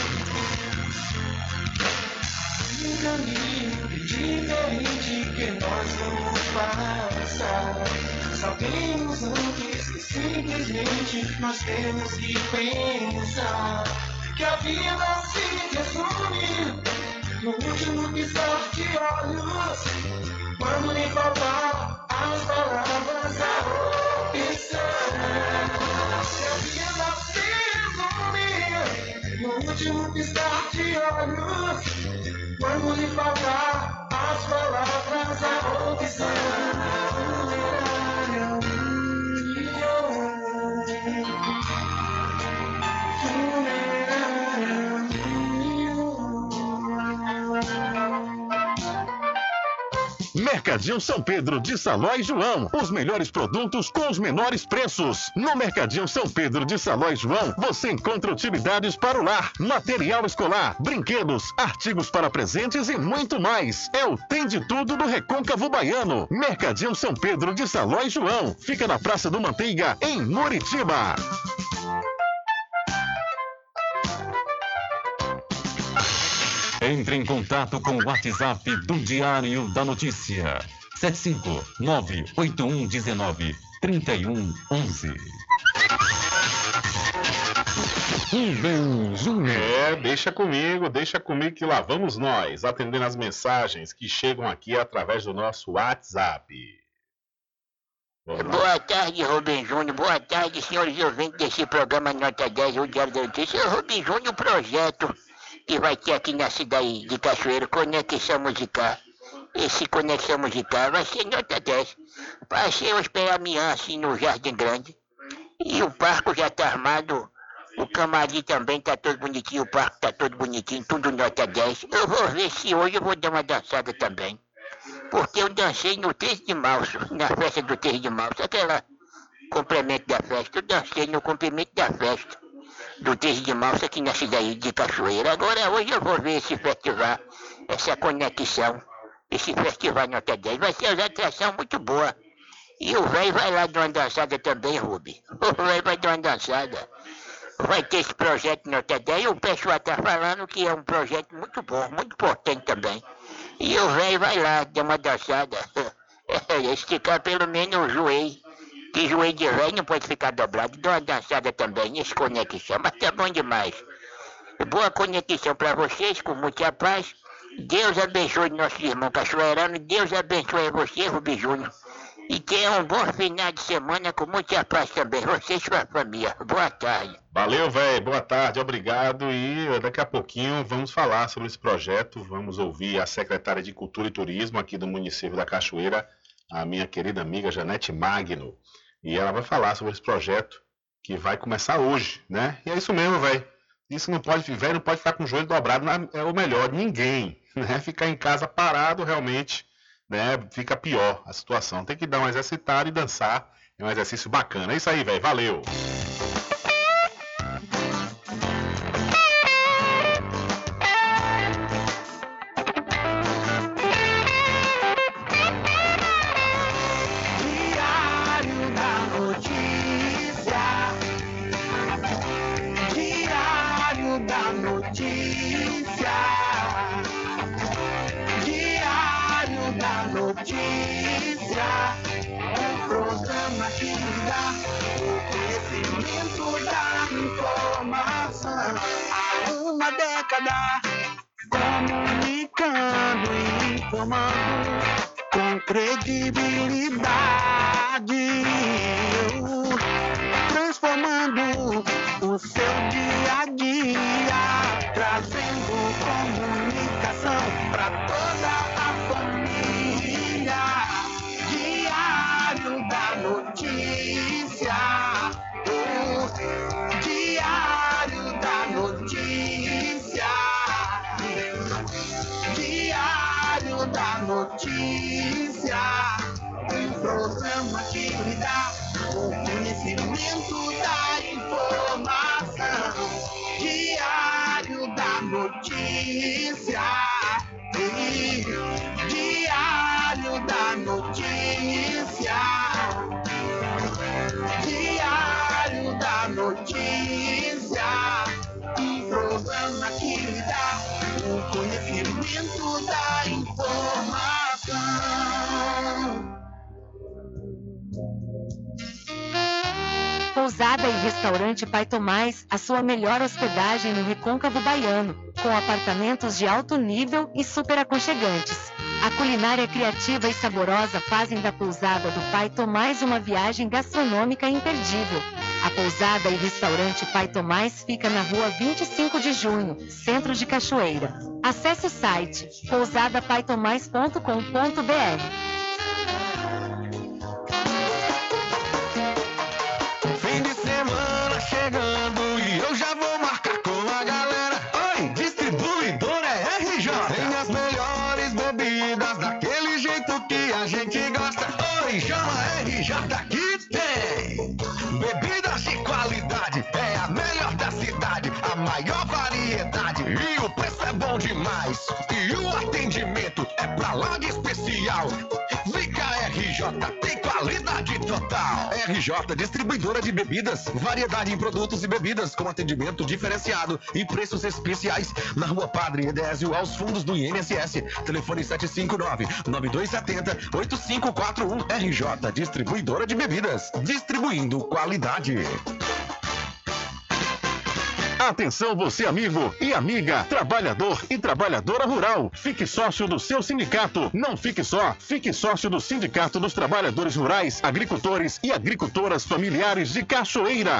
Um caminho diferente que nós vamos passar. Sabemos antes que simplesmente nós temos que pensar que a vida se resume no último piscar de olhos. Quando lhe faltar as palavras, a opção. Que a vida se resume no último piscar de olhos. Quando lhe faltar as palavras, a opção. Mercadinho São Pedro de Saló e João. Os melhores produtos com os menores preços. No Mercadinho São Pedro de Saló e João, você encontra utilidades para o lar, material escolar, brinquedos, artigos para presentes e muito mais. É o Tem de Tudo do Recôncavo Baiano. Mercadinho São Pedro de Saló e João. Fica na Praça do Manteiga, em Muritiba. Entre em contato com o WhatsApp do Diário da Notícia. sete cinco nove oito um um nove três um um um. Rubem Júnior. É, deixa comigo, deixa comigo que lá vamos nós, atendendo as mensagens que chegam aqui através do nosso WhatsApp. Boa tarde, Rubem Júnior. Boa tarde, senhores ouvintes desse programa Nota dez, o Diário da Notícia. Rubem Júnior, o projeto que vai ter aqui na cidade de Cachoeiro, Conexão Musical. Esse Conexão Musical vai ser nota dez. Vai ser os Peamiã, assim, no Jardim Grande. E o parque já tá armado. O camarim também tá todo bonitinho. O parque tá todo bonitinho, tudo nota dez. Eu vou ver se hoje eu vou dar uma dançada também. Porque eu dancei no três de março, na festa do três de março. Aquela complemento da festa. Eu dancei no complemento da festa do três de março aqui na cidade de Cachoeira. Agora hoje eu vou ver esse festival, essa conexão, esse festival nota dez. Vai ser uma atração muito boa. E o velho vai lá dar uma dançada também, Rubi. O velho vai dar uma dançada. Vai ter esse projeto nota dez e o pessoal está falando que é um projeto muito bom, muito importante também. E o velho vai lá dar uma dançada. Esticar pelo menos o joelho. Que joelho de velho não pode ficar dobrado. Dá uma dançada também nesse conexão, mas tá bom demais. Boa conexão para vocês, com muita paz. Deus abençoe nosso irmão cachoeirano. Deus abençoe você, Rubem Júnior. E tenha um bom final de semana com muita paz também. Você e sua família. Boa tarde. Valeu, velho. Boa tarde, obrigado. E daqui a pouquinho vamos falar sobre esse projeto. Vamos ouvir a secretária de Cultura e Turismo aqui do município da Cachoeira, a minha querida amiga Janete Magno. E ela vai falar sobre esse projeto que vai começar hoje, né? E é isso mesmo, velho. Isso não pode, velho, não pode ficar com o joelho dobrado, é o melhor, ninguém, né? Ficar em casa parado realmente, né? Fica pior a situação. Tem que dar um exercitar e dançar. É um exercício bacana. É isso aí, velho. Valeu. Comunicando e informando com credibilidade, transformando o seu dia a dia, trazendo comunicação para toda a família. Diário da Notícia, o Diário da Notícia. Diário da Notícia, um programa que lhe dá o conhecimento da informação. Diário da Notícia. notícia, um programa que lhe dá o conhecimento da informação. Pousada e Restaurante Pai Tomás, a sua melhor hospedagem no Recôncavo Baiano, com apartamentos de alto nível e super aconchegantes. A culinária criativa e saborosa fazem da Pousada do Pai Tomás uma viagem gastronômica imperdível. A Pousada e Restaurante Pai Tomás fica na rua vinte e cinco de junho, centro de Cachoeira. Acesse o site pousada pai tomás ponto com ponto b r. Fim de semana chegando e eu já vou marcar com a galera. Oi, distribuidora é R J. Tem as melhores bebidas daquele jeito que a gente gosta. Oi, chama R J que tem bebidas de qualidade. É a melhor da cidade, a maior variedade. E o preço é bom demais. E o atendimento é pra lá de especial. Fica R J, tem qualidade total. R J, distribuidora de bebidas, variedade em produtos e bebidas com atendimento diferenciado e preços especiais na Rua Padre Edésio, aos fundos do I N S S. Telefone sete cinco nove, nove dois sete zero, oito cinco quatro um. R J, distribuidora de bebidas, distribuindo qualidade. Atenção você amigo e amiga, trabalhador e trabalhadora rural. Fique sócio do seu sindicato. Não fique só, fique sócio do Sindicato dos Trabalhadores Rurais, Agricultores e Agricultoras Familiares de Cachoeira.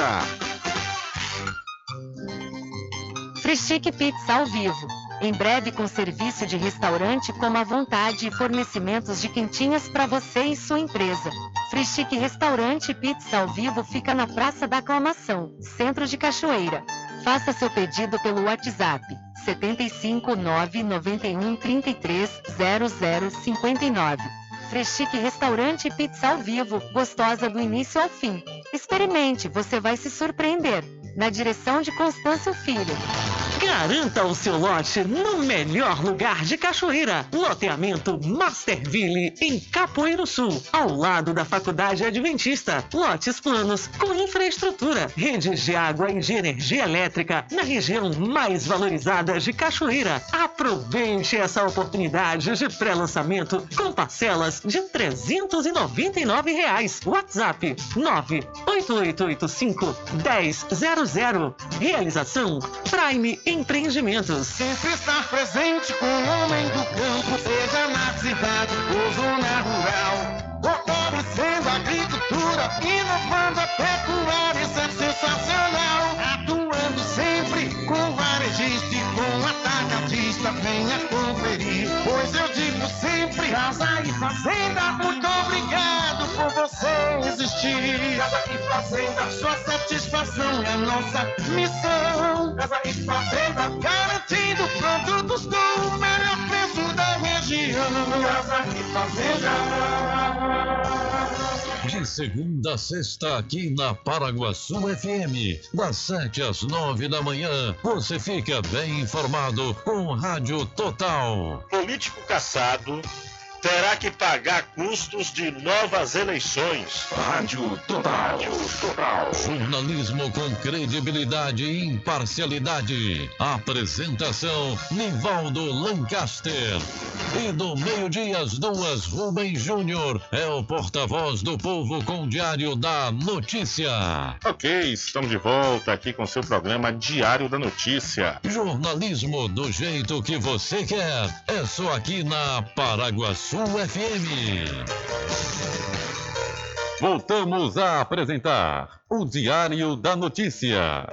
Frischique Pizza ao vivo. Em breve com serviço de restaurante como à vontade e fornecimentos de quentinhas para você e sua empresa. Frischique Restaurante Pizza ao vivo fica na Praça da Aclamação, centro de Cachoeira. Faça seu pedido pelo WhatsApp sete cinco nove nove um três três zero zero cinco nove. Frischique Restaurante Pizza ao vivo, gostosa do início ao fim. Experimente, você vai se surpreender. Na direção de Constâncio Filho. Garanta o seu lote no melhor lugar de Cachoeira. Loteamento Masterville, em Capoeiro Sul, ao lado da Faculdade Adventista. Lotes planos com infraestrutura, redes de água e de energia elétrica na região mais valorizada de Cachoeira. Aproveite essa oportunidade de pré-lançamento com parcelas de trezentos e noventa e nove reais. WhatsApp nove oito oito oito cinco um zero zero zero. Realização Prime Empreendimentos. Sempre estar presente com o homem do campo, seja na cidade ou zona rural. Fortalecendo a agricultura, inovando a pecuária, isso é sensacional. Atuando sempre com varejista e com atacadista, venha conferir. Pois eu digo sempre, Casa e Fazenda, muito obrigado por você existir. Casa e Fazenda, sua satisfação é nossa missão. Casa e Fazenda, garantindo produtos com o melhor preço da região. Casa e Fazenda. De segunda a sexta, aqui na Paraguaçu F M, das sete às nove da manhã, você fica bem informado com Rádio Total. Político cassado terá que pagar custos de novas eleições. Rádio Total. Total. Jornalismo com credibilidade e imparcialidade. Apresentação, Nivaldo Lancaster. E do meio-dia às duas, Rubem Júnior é o porta-voz do povo com o Diário da Notícia. Ok, estamos de volta aqui com seu programa Diário da Notícia. Jornalismo do jeito que você quer. É só aqui na Paraguaçu F M. Voltamos a apresentar o Diário da Notícia.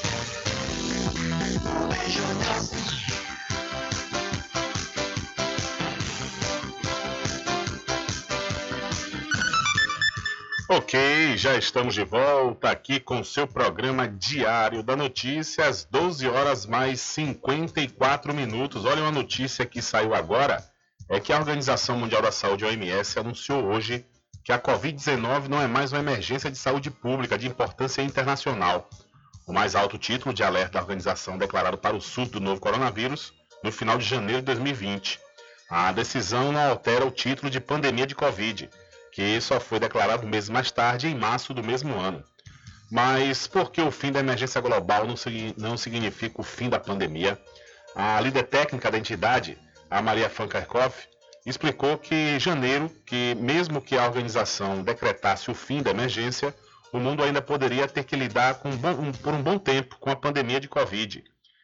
Ok, já estamos de volta aqui com seu programa Diário da Notícia, às doze horas mais cinquenta e quatro minutos. Olha, uma notícia que saiu agora, é que a Organização Mundial da Saúde, a O M S, anunciou hoje que a covid dezenove não é mais uma emergência de saúde pública de importância internacional. O mais alto título de alerta da organização declarado para o surto do novo coronavírus no final de janeiro de dois mil e vinte. A decisão não altera o título de pandemia de Covid, que só foi declarado um mês mais tarde, em março do mesmo ano. Mas por que o fim da emergência global não, não significa o fim da pandemia? A líder técnica da entidade, a Maria van Kerkhoff, explicou que em janeiro, que mesmo que a organização decretasse o fim da emergência, o mundo ainda poderia ter que lidar com um bom, um, por um bom tempo com a pandemia de Covid.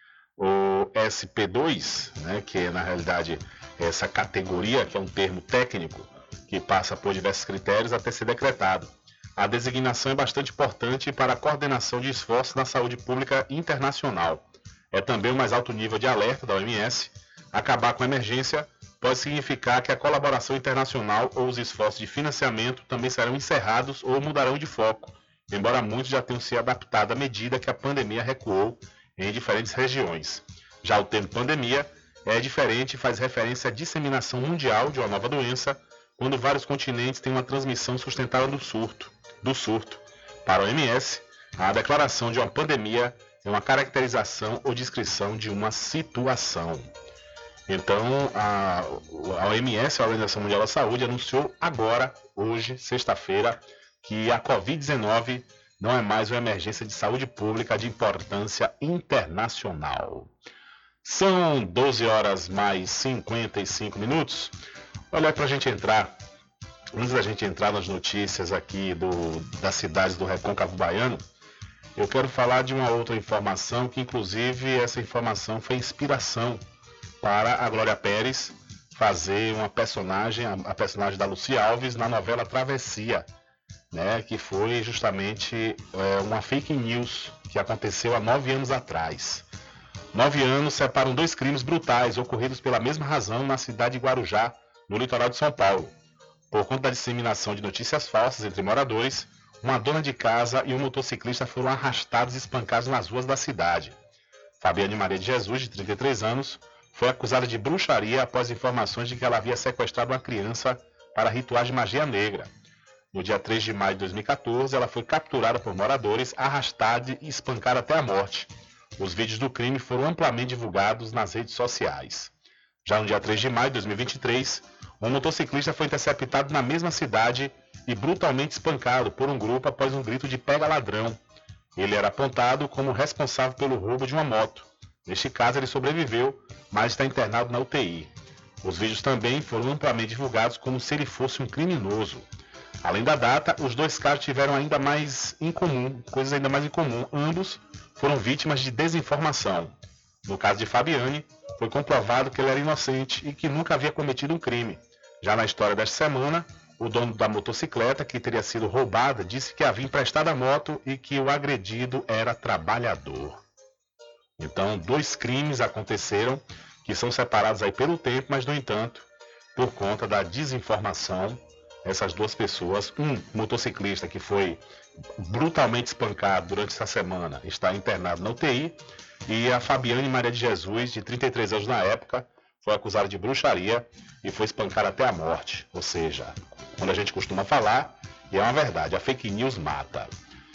O S P dois, né, que é na realidade essa categoria, que é um termo técnico, que passa por diversos critérios até ser decretado. A designação é bastante importante para a coordenação de esforços na saúde pública internacional. É também o mais alto nível de alerta da O M S. Acabar com a emergência pode significar que a colaboração internacional ou os esforços de financiamento também serão encerrados ou mudarão de foco, embora muitos já tenham se adaptado à medida que a pandemia recuou em diferentes regiões. Já o termo pandemia é diferente e faz referência à disseminação mundial de uma nova doença, quando vários continentes têm uma transmissão sustentada do surto. Do surto. Para a O M S, a declaração de uma pandemia é uma caracterização ou descrição de uma situação. Então, a, a O M S, a Organização Mundial da Saúde, anunciou agora, hoje, sexta-feira, que a covid dezenove não é mais uma emergência de saúde pública de importância internacional. São doze horas mais cinquenta e cinco minutos. Olha, para a gente entrar, antes da gente entrar nas notícias aqui do, das cidades do Recôncavo Baiano, eu quero falar de uma outra informação, que inclusive essa informação foi inspiração para a Glória Pérez fazer uma personagem, a personagem da Lucy Alves, na novela Travessia, né, que foi justamente é, uma fake news que aconteceu há nove anos atrás. Nove anos separam dois crimes brutais ocorridos pela mesma razão na cidade de Guarujá, no litoral de São Paulo. Por conta da disseminação de notícias falsas entre moradores, uma dona de casa e um motociclista foram arrastados e espancados nas ruas da cidade. Fabiane Maria de Jesus, de trinta e três anos, foi acusada de bruxaria após informações de que ela havia sequestrado uma criança para rituais de magia negra. No dia três de maio de dois mil e quatorze, ela foi capturada por moradores, arrastada e espancada até a morte. Os vídeos do crime foram amplamente divulgados nas redes sociais. Já no dia três de maio de dois mil e vinte e três, um motociclista foi interceptado na mesma cidade e brutalmente espancado por um grupo após um grito de pega ladrão. Ele era apontado como responsável pelo roubo de uma moto. Neste caso, ele sobreviveu, mas está internado na U T I. Os vídeos também foram amplamente divulgados como se ele fosse um criminoso. Além da data, os dois casos tiveram ainda mais em comum, coisas ainda mais em comum. Ambos foram vítimas de desinformação. No caso de Fabiane, foi comprovado que ele era inocente e que nunca havia cometido um crime. Já na história desta semana, o dono da motocicleta, que teria sido roubada, disse que havia emprestado a moto e que o agredido era trabalhador. Então, dois crimes aconteceram, que são separados aí pelo tempo, mas, no entanto, por conta da desinformação, essas duas pessoas, um motociclista que foi brutalmente espancado durante essa semana, está internado na U T I, e a Fabiane Maria de Jesus, de trinta e três anos na época, foi acusada de bruxaria e foi espancada até a morte. Ou seja, quando a gente costuma falar, e é uma verdade, a fake news mata.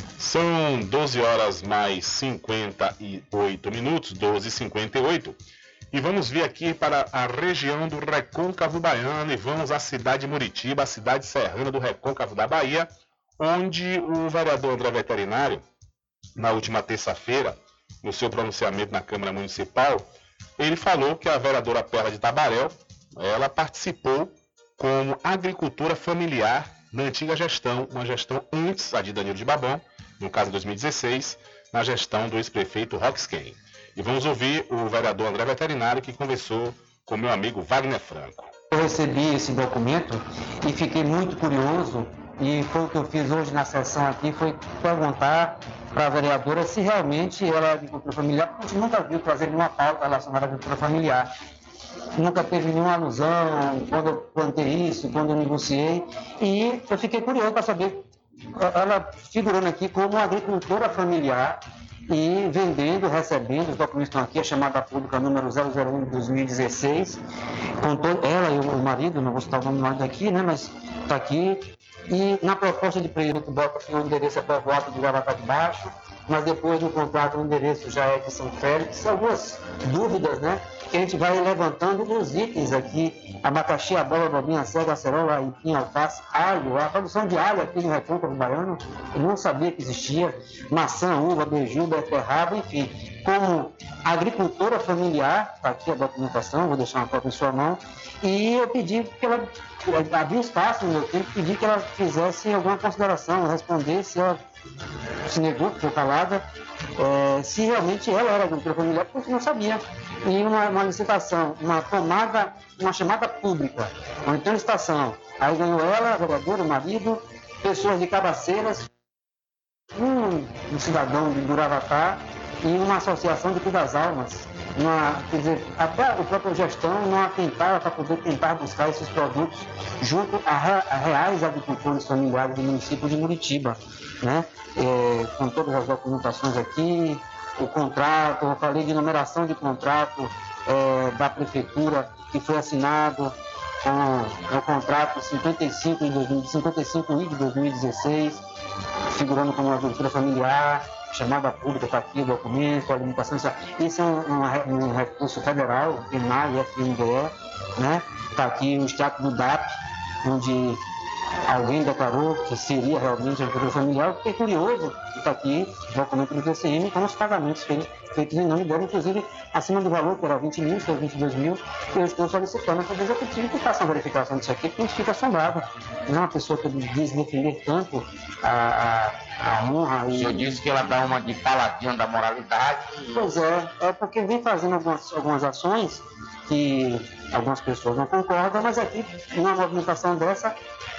São doze horas mais cinquenta e oito minutos, doze e cinquenta e oito, e vamos vir aqui para a região do Recôncavo Baiano e vamos à cidade de Muritiba, a cidade serrana do Recôncavo da Bahia, onde o vereador André Veterinário, na última terça-feira, no seu pronunciamento na Câmara Municipal, ele falou que a vereadora Perla de Tabaréu, ela participou como agricultora familiar na antiga gestão, uma gestão antes a de Danilo de Babão, no caso de dois mil e dezesseis, na gestão do ex-prefeito Roxken. E vamos ouvir o vereador André Veterinário, que conversou com meu amigo Wagner Franco. Eu recebi esse documento e fiquei muito curioso, e foi o que eu fiz hoje na sessão aqui, foi perguntar para a vereadora se realmente ela é agricultura familiar, porque a gente nunca viu trazer nenhuma pauta relacionada à agricultura familiar. Nunca teve nenhuma alusão quando eu plantei isso, quando eu negociei, e eu fiquei curioso para saber, ela figurando aqui como agricultora familiar, e vendendo, recebendo, os documentos estão aqui, a chamada pública número zero zero um de dois mil e dezesseis, com todo, ela e o marido, não vou citar o nome mais daqui, né, mas está aqui, e na proposta de preço bota que o endereço é povoado de Gravatá de Baixo, mas depois do contrato o endereço já é de São Félix, algumas dúvidas, né, que a gente vai levantando os itens aqui, abacaxi, abola, bobinha, cega, acerola, aipim, alface, alho, a produção de alho aqui no Recôncavo Baiano, eu não sabia que existia, maçã, uva, beiju, beterraba, enfim. Como agricultora familiar, está aqui a documentação, vou deixar uma cópia em sua mão, e eu pedi que ela, havia espaço no meu tempo, pedi que ela fizesse alguma consideração, respondesse, ela se negou, ficou calada, é, se realmente ela era agricultora familiar, porque não sabia. E uma, uma licitação, uma tomada, uma chamada pública, uma então licitação. Aí ganhou ela, a vereadora, o marido, pessoas de Cabaceiras, um, um cidadão de Duravatá e uma associação de Cuidas Almas. Uma, quer dizer, até a própria gestão não atentava para poder tentar buscar esses produtos junto a, re, a reais agricultores familiares do município de Muritiba, né? É, com todas as documentações aqui, o contrato, eu falei de numeração de contrato é, da prefeitura que foi assinado com o contrato cinquenta e cinco de dois mil e dezesseis, figurando como agricultura familiar, chamada pública, está aqui o documento, a limitação. Esse é um, um, um recurso federal, E N A e F N D E, né? Está aqui o extrato do D A P, onde alguém declarou que seria realmente a agricultura familiar. Fiquei curioso, está aqui o documento do T C M com os pagamentos feitos, feitos em nome dela, inclusive acima do valor, que era vinte mil, foi vinte e dois mil, eu estou solicitando para o executivo que faça uma verificação disso aqui, porque a gente fica assombrado. Não é uma pessoa que diz defender tanto a, a, a honra. O senhor disse que ela dá uma de paladino da moralidade. Pois é, é porque vem fazendo algumas, algumas ações que algumas pessoas não concordam, mas aqui, numa movimentação dessa,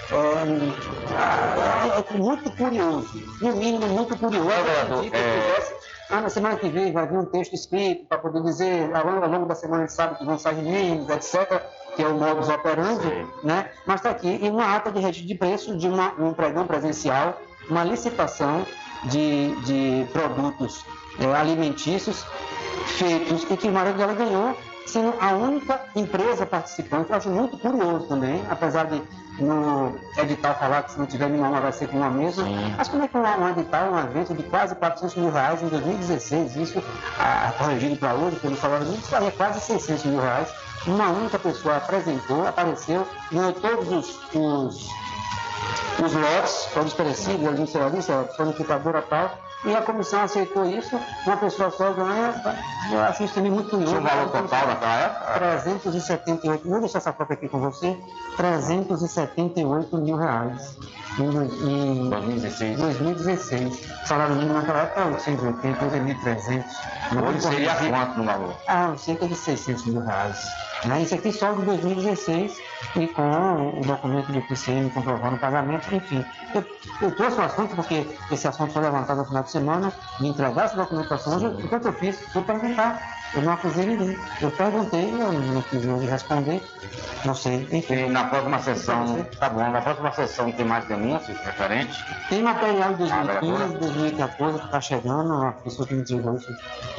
é, é, é muito curioso, no mínimo muito curioso. É, que tivesse, ah, na semana que vem vai vir um texto escrito para poder dizer, ao longo, ao longo da semana a gente sabe que vão sair memes, etcétera, que é o modus operandi, né? Mas está aqui, e uma ata de registro de preço de uma, um pregão presencial, uma licitação de, de produtos é, alimentícios feitos e que o marido dela ganhou, sendo a única empresa participante. Eu acho muito curioso também, apesar de no edital falar que se não tiver nenhuma vai ser com uma mesa. Sim. Mas como é que um, um edital, um evento de quase quatrocentos mil reais em dois mil e dezesseis, isso a, corrigido para hoje, pelo salário mínimo, isso é quase seiscentos mil reais. Uma única pessoa apresentou, apareceu, ganhou todos os, os, os lotes, todos perecíveis, a licenciadora, planificadora tal, e a comissão aceitou isso, uma pessoa só ganha, eu acho isso também muito curioso. O valor total daquela época? trezentos e setenta e oito, vou deixar essa cópia aqui com você, trezentos e setenta e oito mil reais. Em, em dois mil e dezesseis. dois mil e dezesseis. O salário mínimo naquela época era oitocentos e oitenta, hoje é mil e trezentos. Hoje seria quanto no valor? Ah, cerca de seiscentos mil reais. Né? Isso aqui só de dois mil e dezesseis e com o documento do P C M comprovando o pagamento, enfim. Eu, eu trouxe o assunto porque esse assunto foi levantado no final de semana, me entregar essa documentação, hoje, o que eu fiz? Fui perguntar. Eu não acusei ninguém. Eu perguntei, eu não quis responder, não sei. Enfim. E na próxima sessão, tá bom, na próxima sessão tem mais denúncias referentes? Tem material de dois mil e quinze, dois mil e quatorze que está chegando, a pessoa que me entregou isso.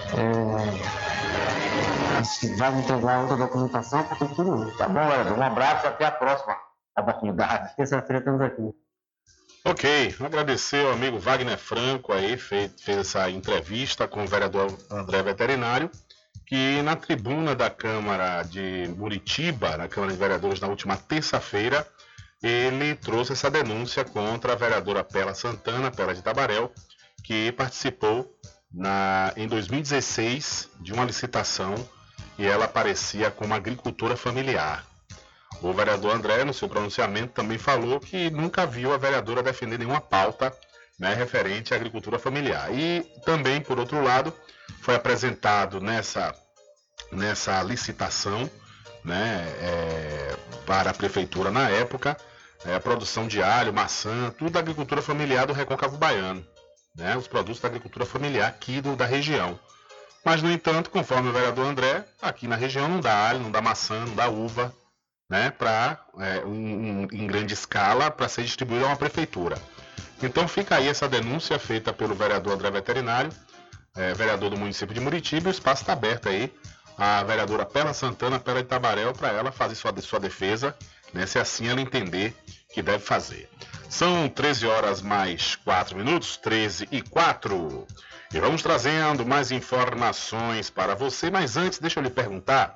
É... vai me entregar outra documentação, porque tudo curioso. Tá bom, Edson, um abraço e até a próxima oportunidade. Terça-feira estamos aqui. Ok, agradecer ao amigo Wagner Franco aí, fez, fez essa entrevista com o vereador André Veterinário, que na tribuna da Câmara de Muritiba, na Câmara de Vereadores, na última terça-feira, ele trouxe essa denúncia contra a vereadora Pela Santana, Pela de Tabaréu, que participou na, em dois mil e dezesseis de uma licitação e ela aparecia como agricultora familiar. O vereador André, no seu pronunciamento, também falou que nunca viu a vereadora defender nenhuma pauta, né, referente à agricultura familiar. E também, por outro lado, foi apresentado nessa, nessa licitação, né, é, para a prefeitura na época, é, a produção de alho, maçã, tudo da agricultura familiar do Recôncavo Baiano, né, os produtos da agricultura familiar aqui do, da região. Mas, no entanto, conforme o vereador André, aqui na região não dá alho, não dá maçã, não dá uva, né, pra, é, um, um, em grande escala para ser distribuído a uma prefeitura. Então fica aí essa denúncia feita pelo vereador André Veterinário, é, vereador do município de Muritiba, e o espaço está aberto aí a vereadora Pela Santana, Pela de Tabaréu, para ela fazer sua, sua defesa, né, se assim ela entender que deve fazer. São treze horas mais quatro minutos, treze e quatro. E vamos trazendo mais informações para você, mas antes deixa eu lhe perguntar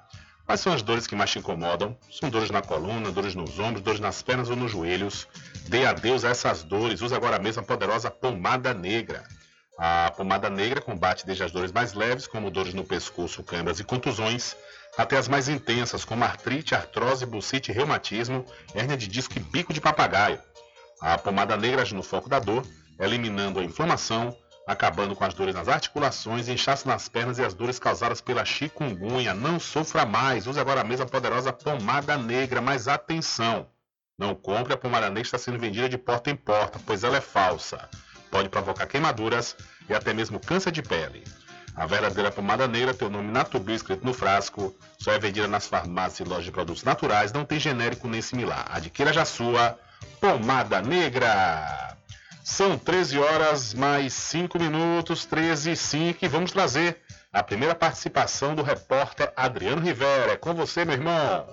Quais são as dores que mais te incomodam? São dores na coluna, dores nos ombros, dores nas pernas ou nos joelhos? Dê adeus a essas dores. Use agora mesmo a poderosa pomada negra. A pomada negra combate desde as dores mais leves, como dores no pescoço, câimbras e contusões, até as mais intensas, como artrite, artrose, bursite, reumatismo, hérnia de disco e bico de papagaio. A pomada negra age no foco da dor, eliminando a inflamação, acabando com as dores nas articulações, inchaço nas pernas e as dores causadas pela chikungunya. Não sofra mais. Use agora mesmo a poderosa pomada negra. Mas atenção, não compre a pomada negra que está sendo vendida de porta em porta, pois ela é falsa. Pode provocar queimaduras e até mesmo câncer de pele. A verdadeira pomada negra tem o nome Natubio escrito no frasco, só é vendida nas farmácias e lojas de produtos naturais, não tem genérico nem similar. Adquira já sua pomada negra. São treze horas mais cinco minutos, treze e cinco, e vamos trazer a primeira participação do repórter Adriano Rivera. É com você, meu irmão.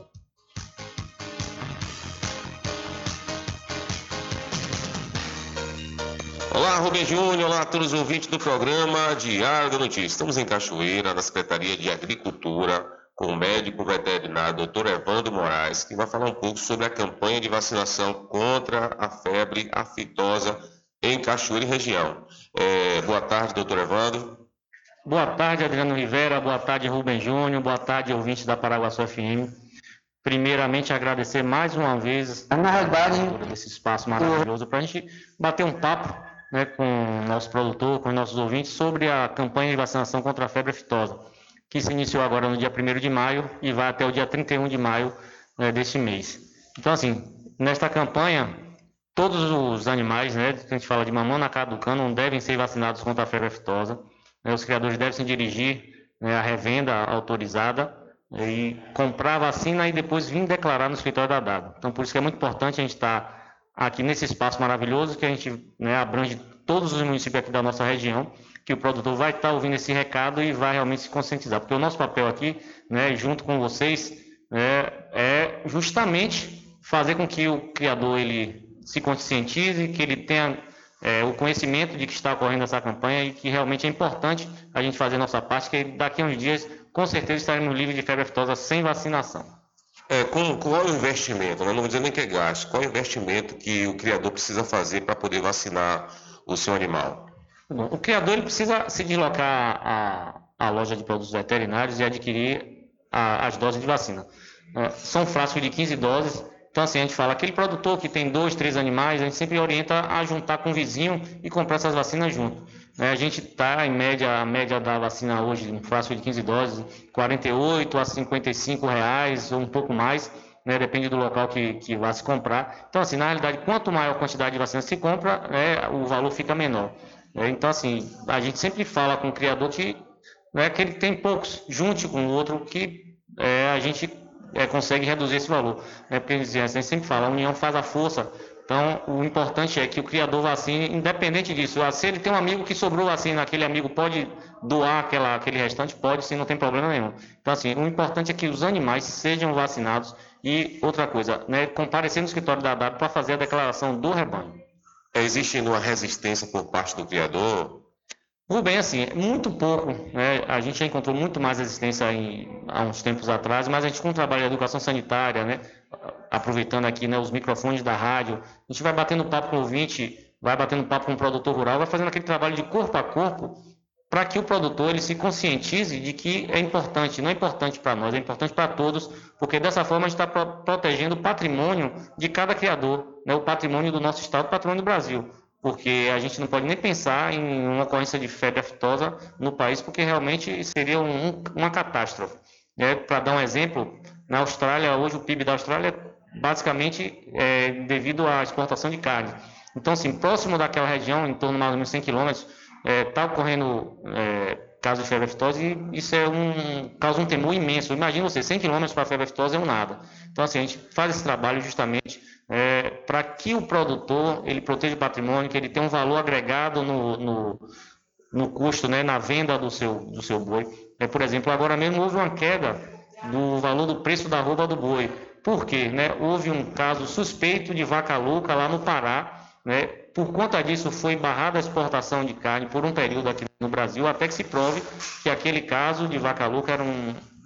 Olá, Rubem Júnior, olá a todos os ouvintes do programa Diário da Notícia. Estamos em Cachoeira, na Secretaria de Agricultura, com o médico veterinário doutor Evandro Moraes, que vai falar um pouco sobre a campanha de vacinação contra a febre aftosa em Cachoeira e região. É, boa tarde, doutor Evandro. Boa tarde, Adriano Rivera. Boa tarde, Rubem Júnior. Boa tarde, ouvintes da Paraguaçu F M. Primeiramente, agradecer mais uma vez a narrativa desse espaço maravilhoso para a gente bater um papo, né, com o nosso produtor, com os nossos ouvintes, sobre a campanha de vacinação contra a febre aftosa, que se iniciou agora no dia primeiro de maio e vai até o dia trinta e um de maio, né, deste mês. Então, assim, nesta campanha, todos os animais, né, que a gente fala de mamão na cara do cano, devem ser vacinados contra a febre aftosa. Né, os criadores devem se dirigir, né, à revenda autorizada e comprar a vacina e depois vir declarar no escritório da D A B. Então, por isso que é muito importante a gente estar aqui nesse espaço maravilhoso, que a gente, né, abrange todos os municípios aqui da nossa região, que o produtor vai estar ouvindo esse recado e vai realmente se conscientizar. Porque o nosso papel aqui, né, junto com vocês, né, é justamente fazer com que o criador ele se conscientize, que ele tenha é, o conhecimento de que está ocorrendo essa campanha e que realmente é importante a gente fazer a nossa parte, que daqui a uns dias, com certeza, estaremos livres de febre aftosa sem vacinação. É, com, qual é o investimento? Né? Não vou dizer nem que é gasto. Qual é o investimento que o criador precisa fazer para poder vacinar o seu animal? Bom, o criador ele precisa se deslocar à, à loja de produtos veterinários e adquirir a, as doses de vacina. É, são frascos de quinze doses. Então, assim, a gente fala, aquele produtor que tem dois, três animais, a gente sempre orienta a juntar com o vizinho e comprar essas vacinas junto. É, a gente está, em média, a média da vacina hoje, um frasco de quinze doses, quarenta e oito a cinquenta e cinco reais ou um pouco mais, né, depende do local que, que vai se comprar. Então, assim, na realidade, quanto maior a quantidade de vacina se compra, é, o valor fica menor. É, então, assim, a gente sempre fala com o criador que, né, que ele tem poucos, junte com o outro, que é, a gente é, consegue reduzir esse valor. É, porque a gente sempre fala, a união faz a força. Então, o importante é que o criador vacine, independente disso. Se ele tem um amigo que sobrou vacina, aquele amigo pode doar aquela, aquele restante? Pode, sim, não tem problema nenhum. Então, assim, o importante é que os animais sejam vacinados e, outra coisa, né, comparecer no escritório da D A B para fazer a declaração do rebanho. Existe uma resistência por parte do criador? Rubem, assim, muito pouco, né? A gente já encontrou muito mais resistência em, há uns tempos atrás, mas a gente, com o trabalho de educação sanitária, né, aproveitando aqui, né, os microfones da rádio, a gente vai batendo papo com o ouvinte, vai batendo papo com o produtor rural, vai fazendo aquele trabalho de corpo a corpo, para que o produtor ele se conscientize de que é importante, não é importante para nós, é importante para todos, porque dessa forma a gente está pro- protegendo o patrimônio de cada criador, né, o patrimônio do nosso estado, o patrimônio do Brasil. Porque a gente não pode nem pensar em uma ocorrência de febre aftosa no país, porque realmente seria um, uma catástrofe. É, para dar um exemplo, na Austrália, hoje o P I B da Austrália basicamente é devido à exportação de carne. Então, assim, próximo daquela região, em torno de mais ou menos cem quilômetros, está é, ocorrendo é, casos de febre aftosa e isso é um, causa um temor imenso. Imagina você, cem quilômetros para a febre aftosa é um nada. Então, assim, a gente faz esse trabalho justamente É, para que o produtor ele proteja o patrimônio, que ele tenha um valor agregado no, no, no custo, né, na venda do seu, do seu boi. É, por exemplo, agora mesmo houve uma queda do valor do preço da arroba do boi. Por quê? Né? Houve um caso suspeito de vaca louca lá no Pará. Né? Por conta disso foi barrada a exportação de carne por um período aqui no Brasil, até que se prove que aquele caso de vaca louca era um,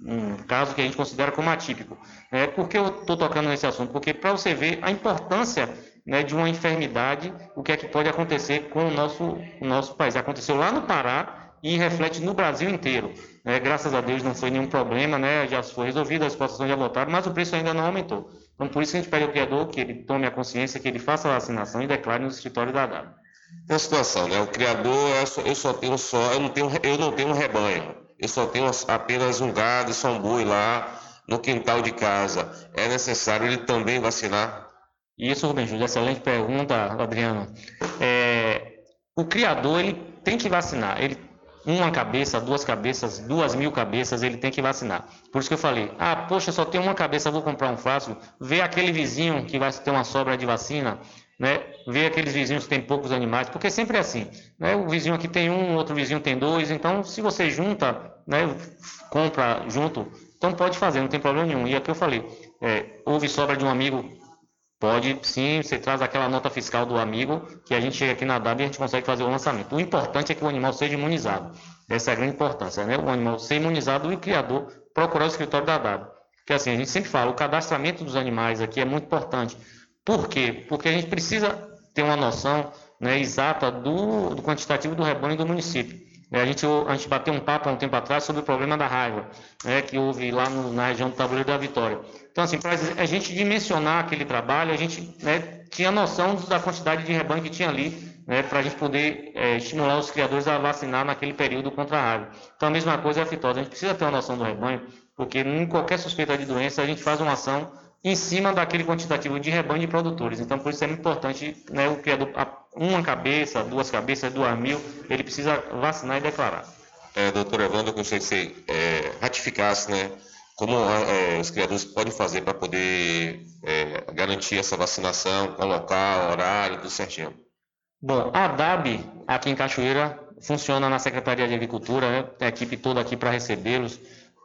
um caso que a gente considera como atípico. É, por que eu estou tocando nesse assunto? Porque para você ver a importância, né, de uma enfermidade, o que é que pode acontecer com o nosso, o nosso país. Aconteceu lá no Pará e reflete no Brasil inteiro. É, graças a Deus não foi nenhum problema, né, já foi resolvida, a exportação já voltaram, mas o preço ainda não aumentou. Então, por isso que a gente pede ao criador que ele tome a consciência, que ele faça a vacinação e declare no escritório da A W. Tem uma situação, né? O criador, eu só, eu só tenho só, eu não tenho, eu não tenho um rebanho. Eu só tenho apenas um gado, só um boi lá no quintal de casa. É necessário ele também vacinar? Isso, Rubem Júlio, excelente pergunta, Adriano. É, o criador, ele tem que vacinar. Ele, uma cabeça, duas cabeças, duas mil cabeças, ele tem que vacinar. Por isso que eu falei, ah, poxa, só tem uma cabeça, vou comprar um frasco. Vê aquele vizinho que vai ter uma sobra de vacina, né? Vê aqueles vizinhos que tem poucos animais, porque sempre é assim, né? O vizinho aqui tem um, outro vizinho tem dois, então se você junta, né, compra junto, então pode fazer, não tem problema nenhum. E é o que eu falei, é, houve sobra de um amigo, pode sim, você traz aquela nota fiscal do amigo, que a gente chega aqui na W e a gente consegue fazer o lançamento. O importante é que o animal seja imunizado, essa é a grande importância, né? O animal ser imunizado e o criador procurar o escritório da W. Porque assim, a gente sempre fala, o cadastramento dos animais aqui é muito importante. Por quê? Porque a gente precisa ter uma noção, né, exata do, do quantitativo do rebanho do município. A gente, a gente bateu um papo há um tempo atrás sobre o problema da raiva, né, que houve lá no, na região do Tabuleiro da Vitória. Então, assim, para a gente dimensionar aquele trabalho, a gente, né, tinha noção da quantidade de rebanho que tinha ali, né, para a gente poder é, estimular os criadores a vacinar naquele período contra a raiva. Então, a mesma coisa é a fitose. A gente precisa ter uma noção do rebanho, porque em qualquer suspeita de doença, a gente faz uma ação em cima daquele quantitativo de rebanho de produtores. Então, por isso é muito importante, né, o criador, uma cabeça, duas cabeças, duas mil, ele precisa vacinar e declarar. É, doutor Evandro, eu gostaria que você é, ratificasse, né, como é, os criadores podem fazer para poder é, garantir essa vacinação, com local, horário, tudo certinho. Bom, a D A B, aqui em Cachoeira, funciona na Secretaria de Agricultura, né, tem a equipe toda aqui para recebê-los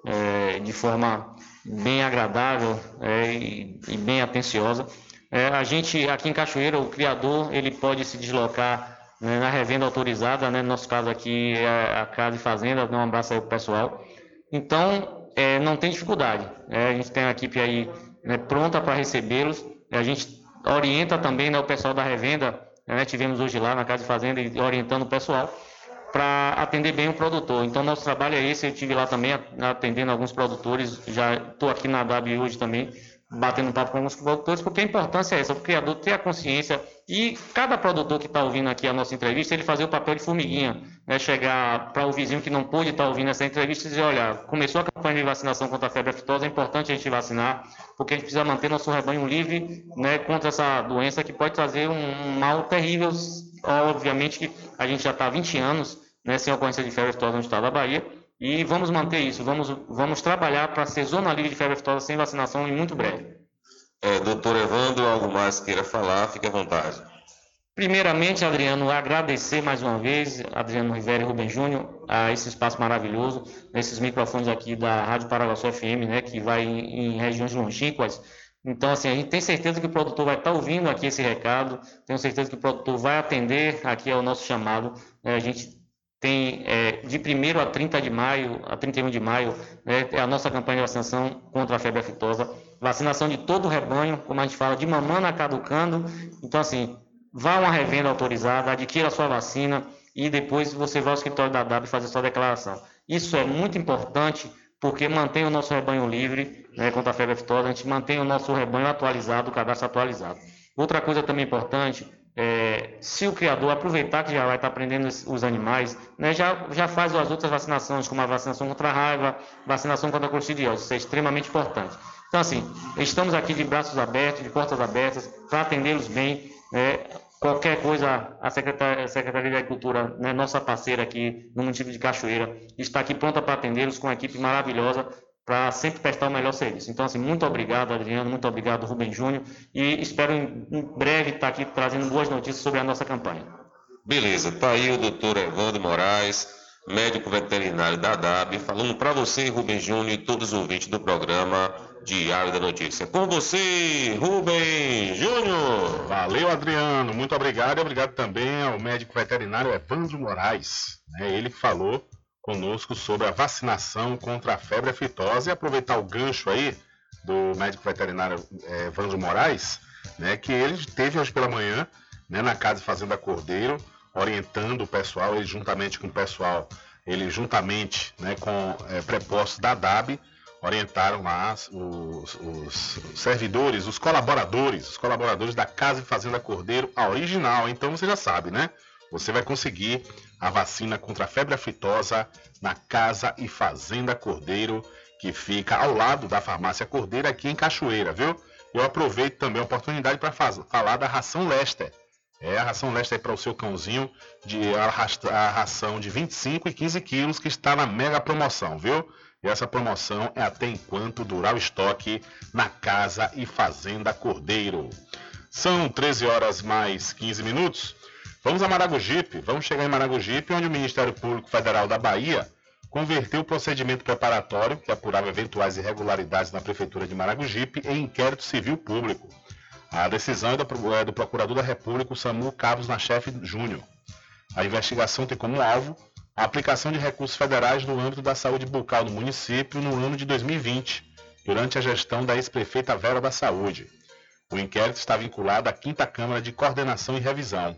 é, de forma bem agradável é, e, e bem atenciosa. É, a gente, aqui em Cachoeira, o criador, ele pode se deslocar, né, na revenda autorizada, né, no nosso caso aqui é a Casa e Fazenda, dá um abraço aí pro pessoal. Então, é, não tem dificuldade. É, a gente tem a equipe aí, né, pronta para recebê-los. A gente orienta também, né, o pessoal da revenda, né, tivemos hoje lá na Casa e Fazenda e orientando o pessoal para atender bem o produtor. Então, nosso trabalho é esse. Eu estive lá também atendendo alguns produtores, já estou aqui na W hoje também, batendo papo com alguns produtores, porque a importância é essa, o criador ter a consciência e cada produtor que está ouvindo aqui a nossa entrevista, ele fazer o papel de formiguinha, né, chegar para o vizinho que não pôde estar tá ouvindo essa entrevista e dizer, olha, começou a campanha de vacinação contra a febre aftosa, é importante a gente vacinar, porque a gente precisa manter nosso rebanho livre, né, contra essa doença que pode trazer um mal terrível. Obviamente que a gente já está há vinte anos, né, sem ocorrência de febre aftosa no estado da Bahia, e vamos manter isso, vamos, vamos trabalhar para ser zona livre de febre aftosa sem vacinação em muito breve. É, doutor Evandro, algo mais queira falar, fique à vontade. Primeiramente, Adriano, agradecer mais uma vez, Adriano Rivera e Rubem Júnior, a esse espaço maravilhoso, nesses microfones aqui da Rádio Paraguaçu F M, né, que vai em, em regiões longínquas. Então, assim, a gente tem certeza que o produtor vai estar ouvindo aqui esse recado, tenho certeza que o produtor vai atender aqui ao nosso chamado. É, a gente tem é, de primeiro a trinta de maio, a trinta e um de maio, né, é a nossa campanha de vacinação contra a febre aftosa, vacinação de todo o rebanho, como a gente fala, de mamando a caducando. Então, assim, vá a uma revenda autorizada, adquira a sua vacina e depois você vai ao escritório da W fazer sua declaração. Isso é muito importante, porque mantém o nosso rebanho livre, né, contra a febre aftosa, a gente mantém o nosso rebanho atualizado, o cadastro atualizado. Outra coisa também importante, é, se o criador aproveitar que já vai estar aprendendo os animais, né, já, já faz as outras vacinações, como a vacinação contra a raiva, vacinação contra a coccidiose, isso é extremamente importante. Então, assim, estamos aqui de braços abertos, de portas abertas, para atendê-los bem, né. Qualquer coisa, a Secretaria, a Secretaria de Agricultura, né, nossa parceira aqui no município de Cachoeira, está aqui pronta para atendê-los com uma equipe maravilhosa, para sempre prestar o melhor serviço. Então, assim, muito obrigado, Adriano, muito obrigado, Rubem Júnior, e espero em, em breve estar aqui trazendo boas notícias sobre a nossa campanha. Beleza, está aí o doutor Evandro Moraes, médico veterinário da D A B, falando para você, Rubem Júnior, e todos os ouvintes do programa Diário da Notícia. Com você, Rubem Júnior. Valeu, Adriano, muito obrigado, e obrigado também ao médico veterinário Evandro Moraes, né, ele que falou conosco sobre a vacinação contra a febre aftosa e aproveitar o gancho aí do médico veterinário é, Evandro Moraes, né, que ele esteve hoje pela manhã, né, na Casa e Fazenda Cordeiro, orientando o pessoal, ele juntamente com o pessoal, ele juntamente, né, com é, prepostos da D A B, orientaram lá os, os, os servidores, os colaboradores, os colaboradores da Casa e Fazenda Cordeiro, a original. Então você já sabe, né? Você vai conseguir a vacina contra a febre aftosa na Casa e Fazenda Cordeiro, que fica ao lado da Farmácia Cordeiro, aqui em Cachoeira, viu? Eu aproveito também a oportunidade para falar da ração Lester. É a ração Lester para o seu cãozinho, de, a, a ração de vinte e cinco e quinze quilos, que está na mega promoção, viu? E essa promoção é até enquanto durar o estoque na Casa e Fazenda Cordeiro. São treze horas mais quinze minutos. Vamos a Maragogipe, vamos chegar em Maragogipe, onde o Ministério Público Federal da Bahia converteu o procedimento preparatório, que apurava eventuais irregularidades na Prefeitura de Maragogipe, em inquérito civil público. A decisão é do, é do Procurador da República, o Samu Carlos Nachefe Júnior. A investigação tem como alvo a aplicação de recursos federais no âmbito da saúde bucal do município no ano de dois mil e vinte, durante a gestão da ex-prefeita Vera da Saúde. O inquérito está vinculado à quinta Câmara de Coordenação e Revisão.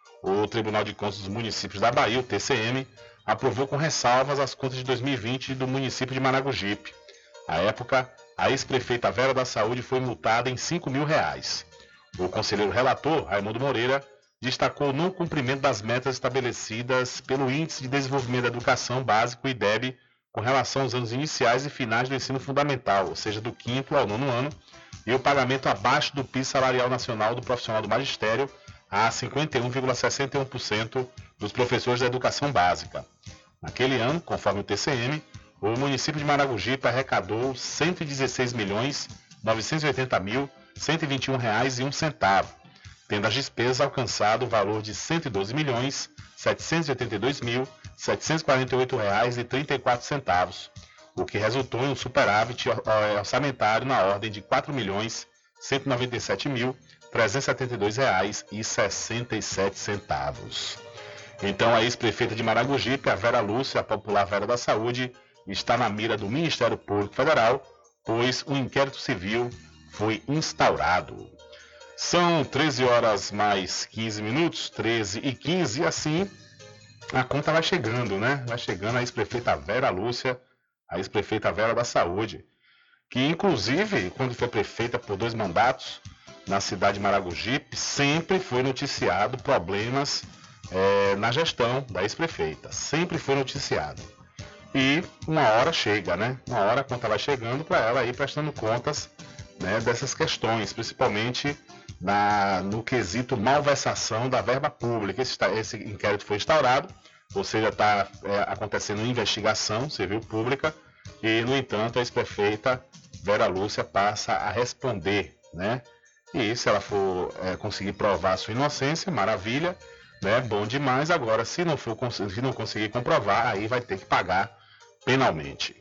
O Tribunal de Contas dos Municípios da Bahia, o T C M, aprovou com ressalvas as contas de dois mil e vinte do município de Maragogipe. À época, a ex-prefeita Vera da Saúde foi multada em cinco mil reais. O conselheiro relator, Raimundo Moreira, destacou o não cumprimento das metas estabelecidas pelo Índice de Desenvolvimento da Educação Básico, I D E B, com relação aos anos iniciais e finais do ensino fundamental, ou seja, do quinto ao nono ano, e o pagamento abaixo do piso salarial nacional do profissional do magistério a cinquenta e um vírgula sessenta e um por cento dos professores da educação básica. Naquele ano, conforme o T C M, o município de Maragogipe arrecadou cento e dezesseis milhões novecentos e oitenta mil cento e vinte e um reais e um centavo, tendo as despesas alcançado o valor de cento e doze milhões setecentos e oitenta e dois mil setecentos e quarenta e oito reais e trinta e quatro centavos, o que resultou em um superávit orçamentário na ordem de quatro milhões cento e noventa e sete mil trezentos e setenta e dois reais e sessenta e sete centavos. Então a ex-prefeita de Maragogipe, a Vera Lúcia, a popular Vera da Saúde, está na mira do Ministério Público Federal, pois um inquérito civil foi instaurado. São treze horas mais quinze minutos, treze e quinze, e assim a conta vai chegando, né? Vai chegando a ex-prefeita Vera Lúcia, a ex-prefeita Vera da Saúde, que inclusive, quando foi prefeita por dois mandatos na cidade de Maragogipe, sempre foi noticiado problemas é, na gestão da ex-prefeita. Sempre foi noticiado. E uma hora chega, né? Uma hora a conta vai chegando para ela ir prestando contas, né, dessas questões, principalmente na, no quesito malversação da verba pública. Esse, esse inquérito foi instaurado, ou seja, está é, acontecendo uma investigação civil pública e, no entanto, a ex-prefeita Vera Lúcia passa a responder, né? E se ela for é, conseguir provar a sua inocência, maravilha, né? Bom demais. Agora, se não, for, se não conseguir comprovar, aí vai ter que pagar penalmente.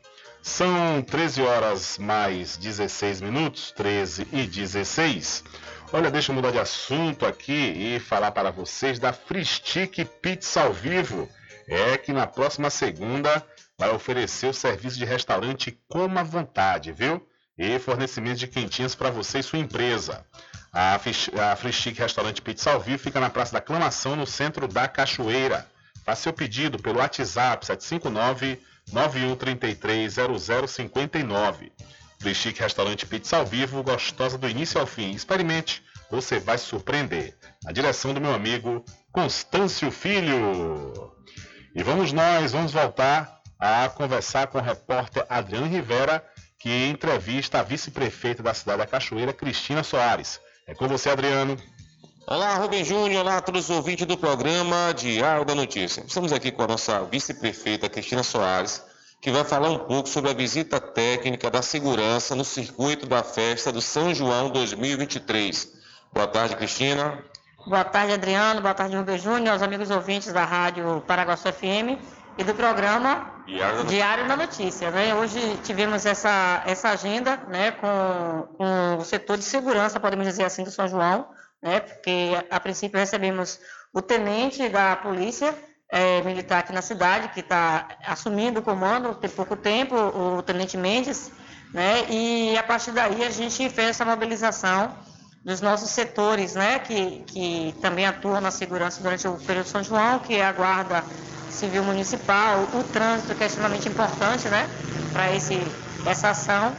São treze horas mais dezesseis minutos, treze e dezesseis. Olha, deixa eu mudar de assunto aqui e falar para vocês da Fristic Pizza ao Vivo. É que na próxima segunda vai oferecer o serviço de restaurante Coma à Vontade, viu? E fornecimento de quentinhas para você e sua empresa. A, a Fristic Restaurante Pizza ao Vivo fica na Praça da Aclamação, no centro da Cachoeira. Faça seu pedido pelo WhatsApp sete cinco nove, nove um três três, zero zero cinco nove. Fristic Restaurante Pizza ao Vivo, gostosa do início ao fim. Experimente, você vai se surpreender. Na direção do meu amigo Constâncio Filho. E vamos nós, vamos voltar a conversar com o repórter Adriano Rivera, que entrevista a vice-prefeita da cidade da Cachoeira, Cristina Soares. É com você, Adriano. Olá, Rubem Júnior, olá a todos os ouvintes do programa Diário da Notícia. Estamos aqui com a nossa vice-prefeita, Cristina Soares, que vai falar um pouco sobre a visita técnica da segurança no circuito da festa do São João dois mil e vinte e três. Boa tarde, Cristina. Boa tarde, Adriano. Boa tarde, Rubem Júnior, aos amigos ouvintes da Rádio Paraguaçu F M e do programa Diário, Diário da Notícia. Né? Hoje tivemos essa, essa agenda, né, com, com o setor de segurança, podemos dizer assim, do São João, né, porque a princípio recebemos o tenente da polícia, é, militar aqui na cidade, que está assumindo o comando tem pouco tempo, o Tenente Mendes, né? E a partir daí a gente fez essa mobilização dos nossos setores, né? Que, que também atuam na segurança durante o período de São João, que é a Guarda Civil Municipal, o trânsito, que é extremamente importante, né? Para esse essa ação.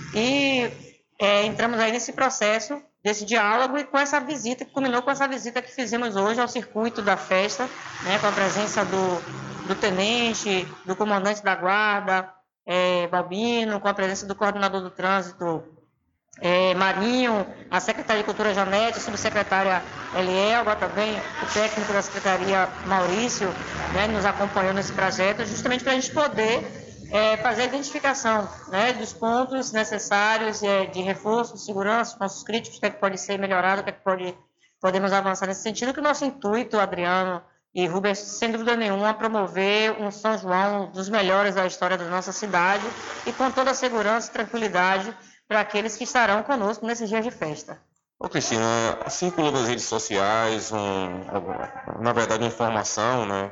E é, entramos aí nesse processo desse diálogo e com essa visita, que culminou com essa visita que fizemos hoje ao circuito da festa, né, com a presença do, do tenente, do comandante da guarda, é, Balbino, com a presença do coordenador do trânsito, é, Marinho, a secretária de Cultura Janete, a subsecretária Elielba, também o técnico da secretaria Maurício, né, nos acompanhou nesse projeto, justamente para a gente poder É, fazer a identificação, né, dos pontos necessários é, de reforço, de segurança, pontos críticos, o que, é que pode ser melhorado, o que, é que pode, podemos avançar nesse sentido, que o nosso intuito, Adriano e Rubens, sem dúvida nenhuma, promover um São João dos melhores da história da nossa cidade e com toda a segurança e tranquilidade para aqueles que estarão conosco nesses dias de festa. Ô Cristina, circulou nas redes sociais, um, na verdade, uma informação, né,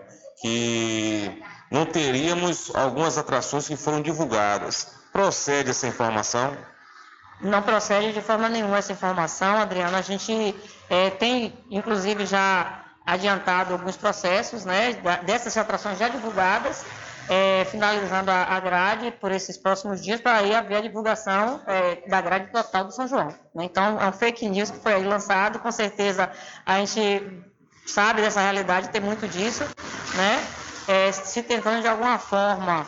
que não teríamos algumas atrações que foram divulgadas. Procede essa informação? Não procede de forma nenhuma essa informação, Adriano. A gente é, tem, inclusive, já adiantado alguns processos, né, dessas atrações já divulgadas, é, finalizando a, a grade por esses próximos dias, para aí haver a divulgação é, da grade total do São João. Né? Então, é um fake news que foi aí lançado, com certeza a gente sabe dessa realidade, tem muito disso, né? É, se tentando de alguma forma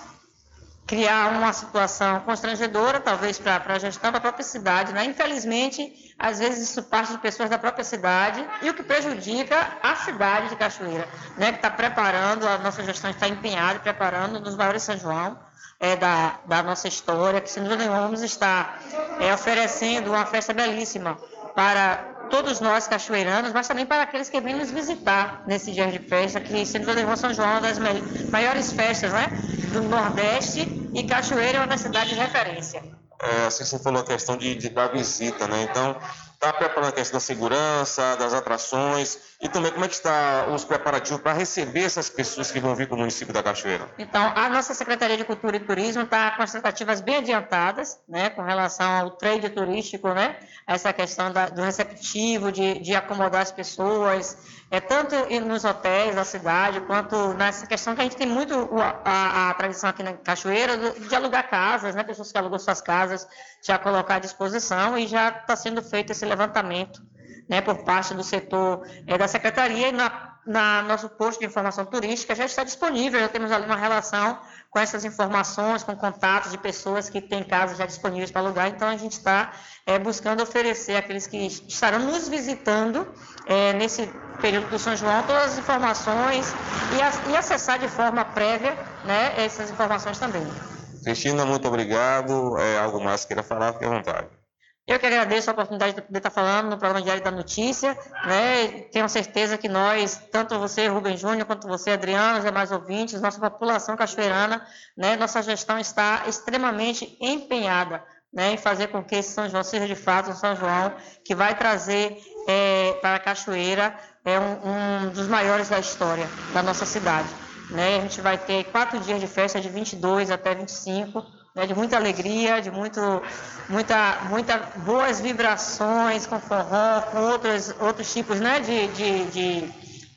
criar uma situação constrangedora, talvez para a gestão da própria cidade, né? Infelizmente, às vezes isso parte de pessoas da própria cidade e o que prejudica a cidade de Cachoeira, né? Que está preparando, a nossa gestão está empenhada, preparando um dos maiores São João é, da, da nossa história, que sem dúvida nenhuma vamos estar é, oferecendo uma festa belíssima para todos nós cachoeiranos, mas também para aqueles que vêm nos visitar nesse dia de festa, que sem dúvida nenhuma São João é uma das maiores festas, né, do Nordeste, e Cachoeira é uma das cidades de referência. É, assim você falou a questão de, de da visita, né? Então, está preparando a questão da segurança, das atrações, e também como é que está os preparativos para receber essas pessoas que vão vir para o município da Cachoeira? Então, a nossa Secretaria de Cultura e Turismo está com as tratativas bem adiantadas, né, com relação ao trade turístico, né, essa questão da, do receptivo, de, de acomodar as pessoas, é, tanto nos hotéis da cidade, quanto nessa questão que a gente tem muito a, a, a tradição aqui na Cachoeira de, de alugar casas, né, pessoas que alugam suas casas, já colocar à disposição, e já está sendo feito esse levantamento, né, por parte do setor é, da Secretaria, e na, na nosso posto de informação turística já está disponível, já temos ali uma relação com essas informações, com contatos de pessoas que têm casas já disponíveis para alugar, então a gente está é, buscando oferecer àqueles que estarão nos visitando é, nesse período do São João todas as informações e, a, e acessar de forma prévia, né, essas informações também. Cristina, muito obrigado. É, algo mais que queira falar, fique à vontade. Eu que agradeço a oportunidade de estar falando no programa Diário da Notícia, né? Tenho certeza que nós, tanto você, Rubem Júnior, quanto você, Adriano, os demais ouvintes, nossa população cachoeirana, né? Nossa gestão está extremamente empenhada, né, em fazer com que esse São João seja de fato um São João que vai trazer é, para a Cachoeira é, um, um dos maiores da história da nossa cidade. Né? A gente vai ter quatro dias de festa, de vinte e dois até vinte e cinco, né, de muita alegria, de muito, muita, muita boas vibrações com forró, com outros, outros tipos, né, de, de, de,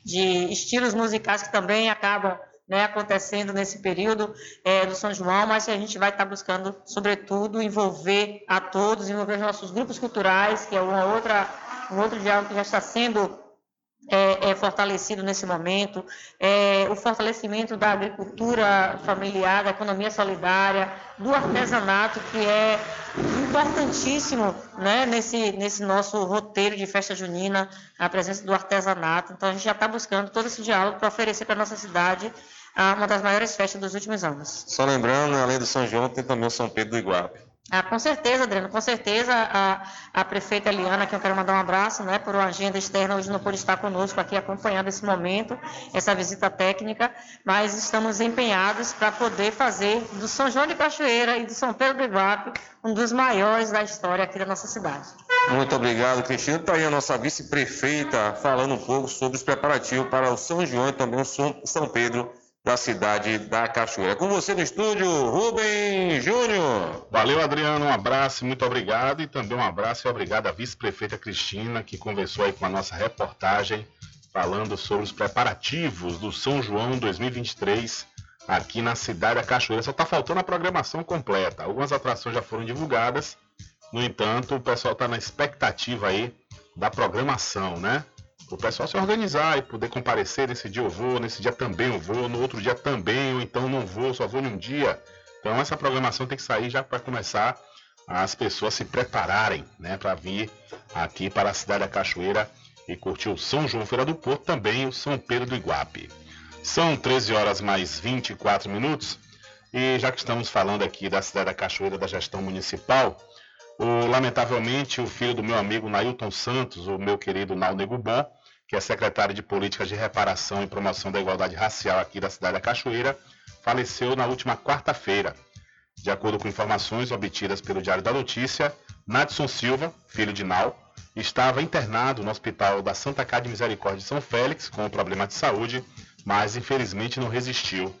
de estilos musicais que também acabam, né, acontecendo nesse período é, do São João, mas a gente vai estar buscando, sobretudo, envolver a todos, envolver os nossos grupos culturais, que é uma outra, um outro diálogo que já está sendo É, é fortalecido nesse momento, é, o fortalecimento da agricultura familiar, da economia solidária, do artesanato, que é importantíssimo, né, nesse, nesse nosso roteiro de festa junina, a presença do artesanato. Então a gente já está buscando todo esse diálogo para oferecer para a nossa cidade uma das maiores festas dos últimos anos. Só lembrando, além do São João, tem também o São Pedro do Iguape. Ah, com certeza, Adriano, com certeza a, a prefeita Eliana, que eu quero mandar um abraço, né, por uma agenda externa, hoje não pôde estar conosco aqui acompanhando esse momento, essa visita técnica, mas estamos empenhados para poder fazer do São João de Cachoeira e do São Pedro do Iguape um dos maiores da história aqui da nossa cidade. Muito obrigado, Cristina. Está aí a nossa vice-prefeita falando um pouco sobre os preparativos para o São João e também o São Pedro da cidade da Cachoeira. Com você no estúdio, Rubem Júnior. Valeu, Adriano. Um abraço, muito obrigado. E também um abraço e obrigado à vice-prefeita Cristina, que conversou aí com a nossa reportagem, falando sobre os preparativos do São João dois mil e vinte e três aqui na cidade da Cachoeira. Só está faltando a programação completa. Algumas atrações já foram divulgadas. No entanto, o pessoal está na expectativa aí da programação, né? O pessoal se organizar e poder comparecer. Nesse dia eu vou, nesse dia também eu vou, no outro dia também, ou então não vou, só vou em um dia. Então essa programação tem que sair já para começar as pessoas se prepararem, né, para vir aqui para a cidade da Cachoeira e curtir o São João Feira do Porto, também o São Pedro do Iguape. São treze horas mais vinte e quatro minutos e já que estamos falando aqui da cidade da Cachoeira, da gestão municipal, o, lamentavelmente o filho do meu amigo Nailton Santos, o meu querido Nau Nego Bom, que é secretário de Políticas de Reparação e Promoção da Igualdade Racial aqui da cidade da Cachoeira, faleceu na última quarta-feira. De acordo com informações obtidas pelo Diário da Notícia, Nadson Silva, filho de Nau, estava internado no Hospital da Santa Casa de Misericórdia de São Félix com um problema de saúde, mas infelizmente não resistiu.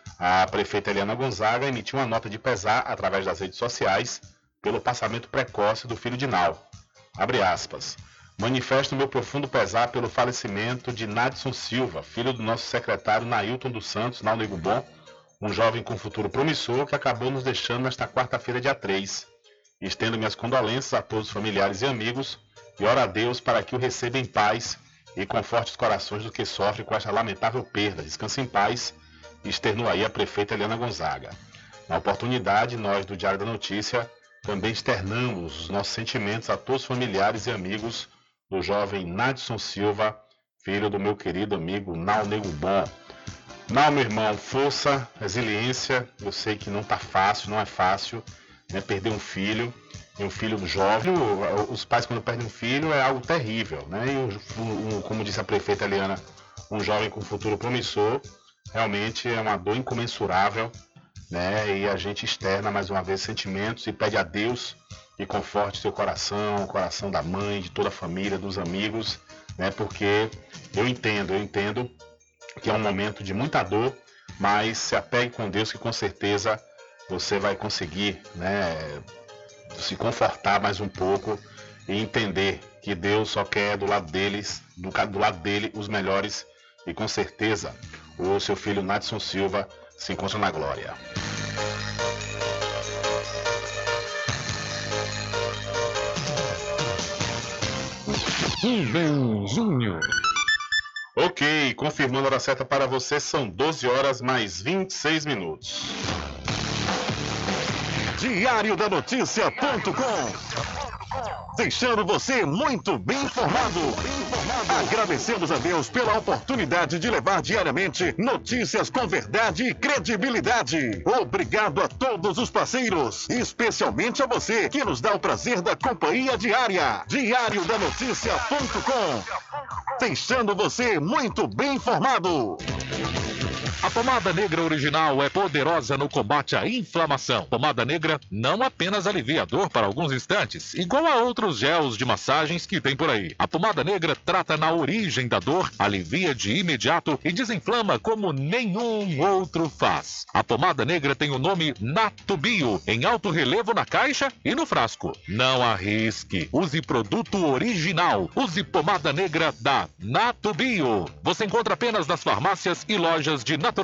A prefeita Eliana Gonzaga emitiu uma nota de pesar através das redes sociais pelo passamento precoce do filho de Nau. Abre aspas. Manifesto meu profundo pesar pelo falecimento de Nadson Silva, filho do nosso secretário Nailton dos Santos, Nau Nego Bom, um jovem com futuro promissor que acabou nos deixando nesta quarta-feira, dia três. Estendo minhas condolências a todos os familiares e amigos e oro a Deus para que o receba em paz e com fortes corações do que sofre com esta lamentável perda. Descanse em paz, externou aí a prefeita Eliana Gonzaga. Na oportunidade, nós do Diário da Notícia também externamos os nossos sentimentos a todos os familiares e amigos do jovem Nadson Silva, filho do meu querido amigo Nau Nego Bom. Nau, meu irmão, força, resiliência. Eu sei que não está fácil, não é fácil, né, perder um filho, e um filho jovem. Os pais, quando perdem um filho, é algo terrível, né? E, um, um, como disse a prefeita Eliana, um jovem com futuro promissor, realmente é uma dor incomensurável, né? E a gente externa mais uma vez sentimentos e pede a Deus que conforte seu coração, o coração da mãe, de toda a família, dos amigos, né? Porque eu entendo, eu entendo que é um momento de muita dor, mas se apegue com Deus que com certeza você vai conseguir, né, se confortar mais um pouco e entender que Deus só quer do lado deles, do, do lado dele, os melhores, e com certeza o seu filho Nadson Silva se encontra na glória. Rubem Júnior. Ok, confirmando a hora certa para você, são doze horas mais vinte e seis minutos. Diário da Notícia ponto com. Deixando você muito bem informado. Agradecemos a Deus pela oportunidade de levar diariamente notícias com verdade e credibilidade. Obrigado a todos os parceiros, especialmente a você que nos dá o prazer da companhia diária. Diário da Notícia ponto com. Deixando você muito bem informado. A pomada negra original é poderosa no combate à inflamação. Pomada negra não apenas alivia a dor para alguns instantes, igual a outros gels de massagens que tem por aí. A pomada negra trata na origem da dor, alivia de imediato e desinflama como nenhum outro faz. A pomada negra tem o nome Natubio, em alto relevo na caixa e no frasco. Não arrisque. Use produto original. Use pomada negra da Natubio. Você encontra apenas nas farmácias e lojas de naturais.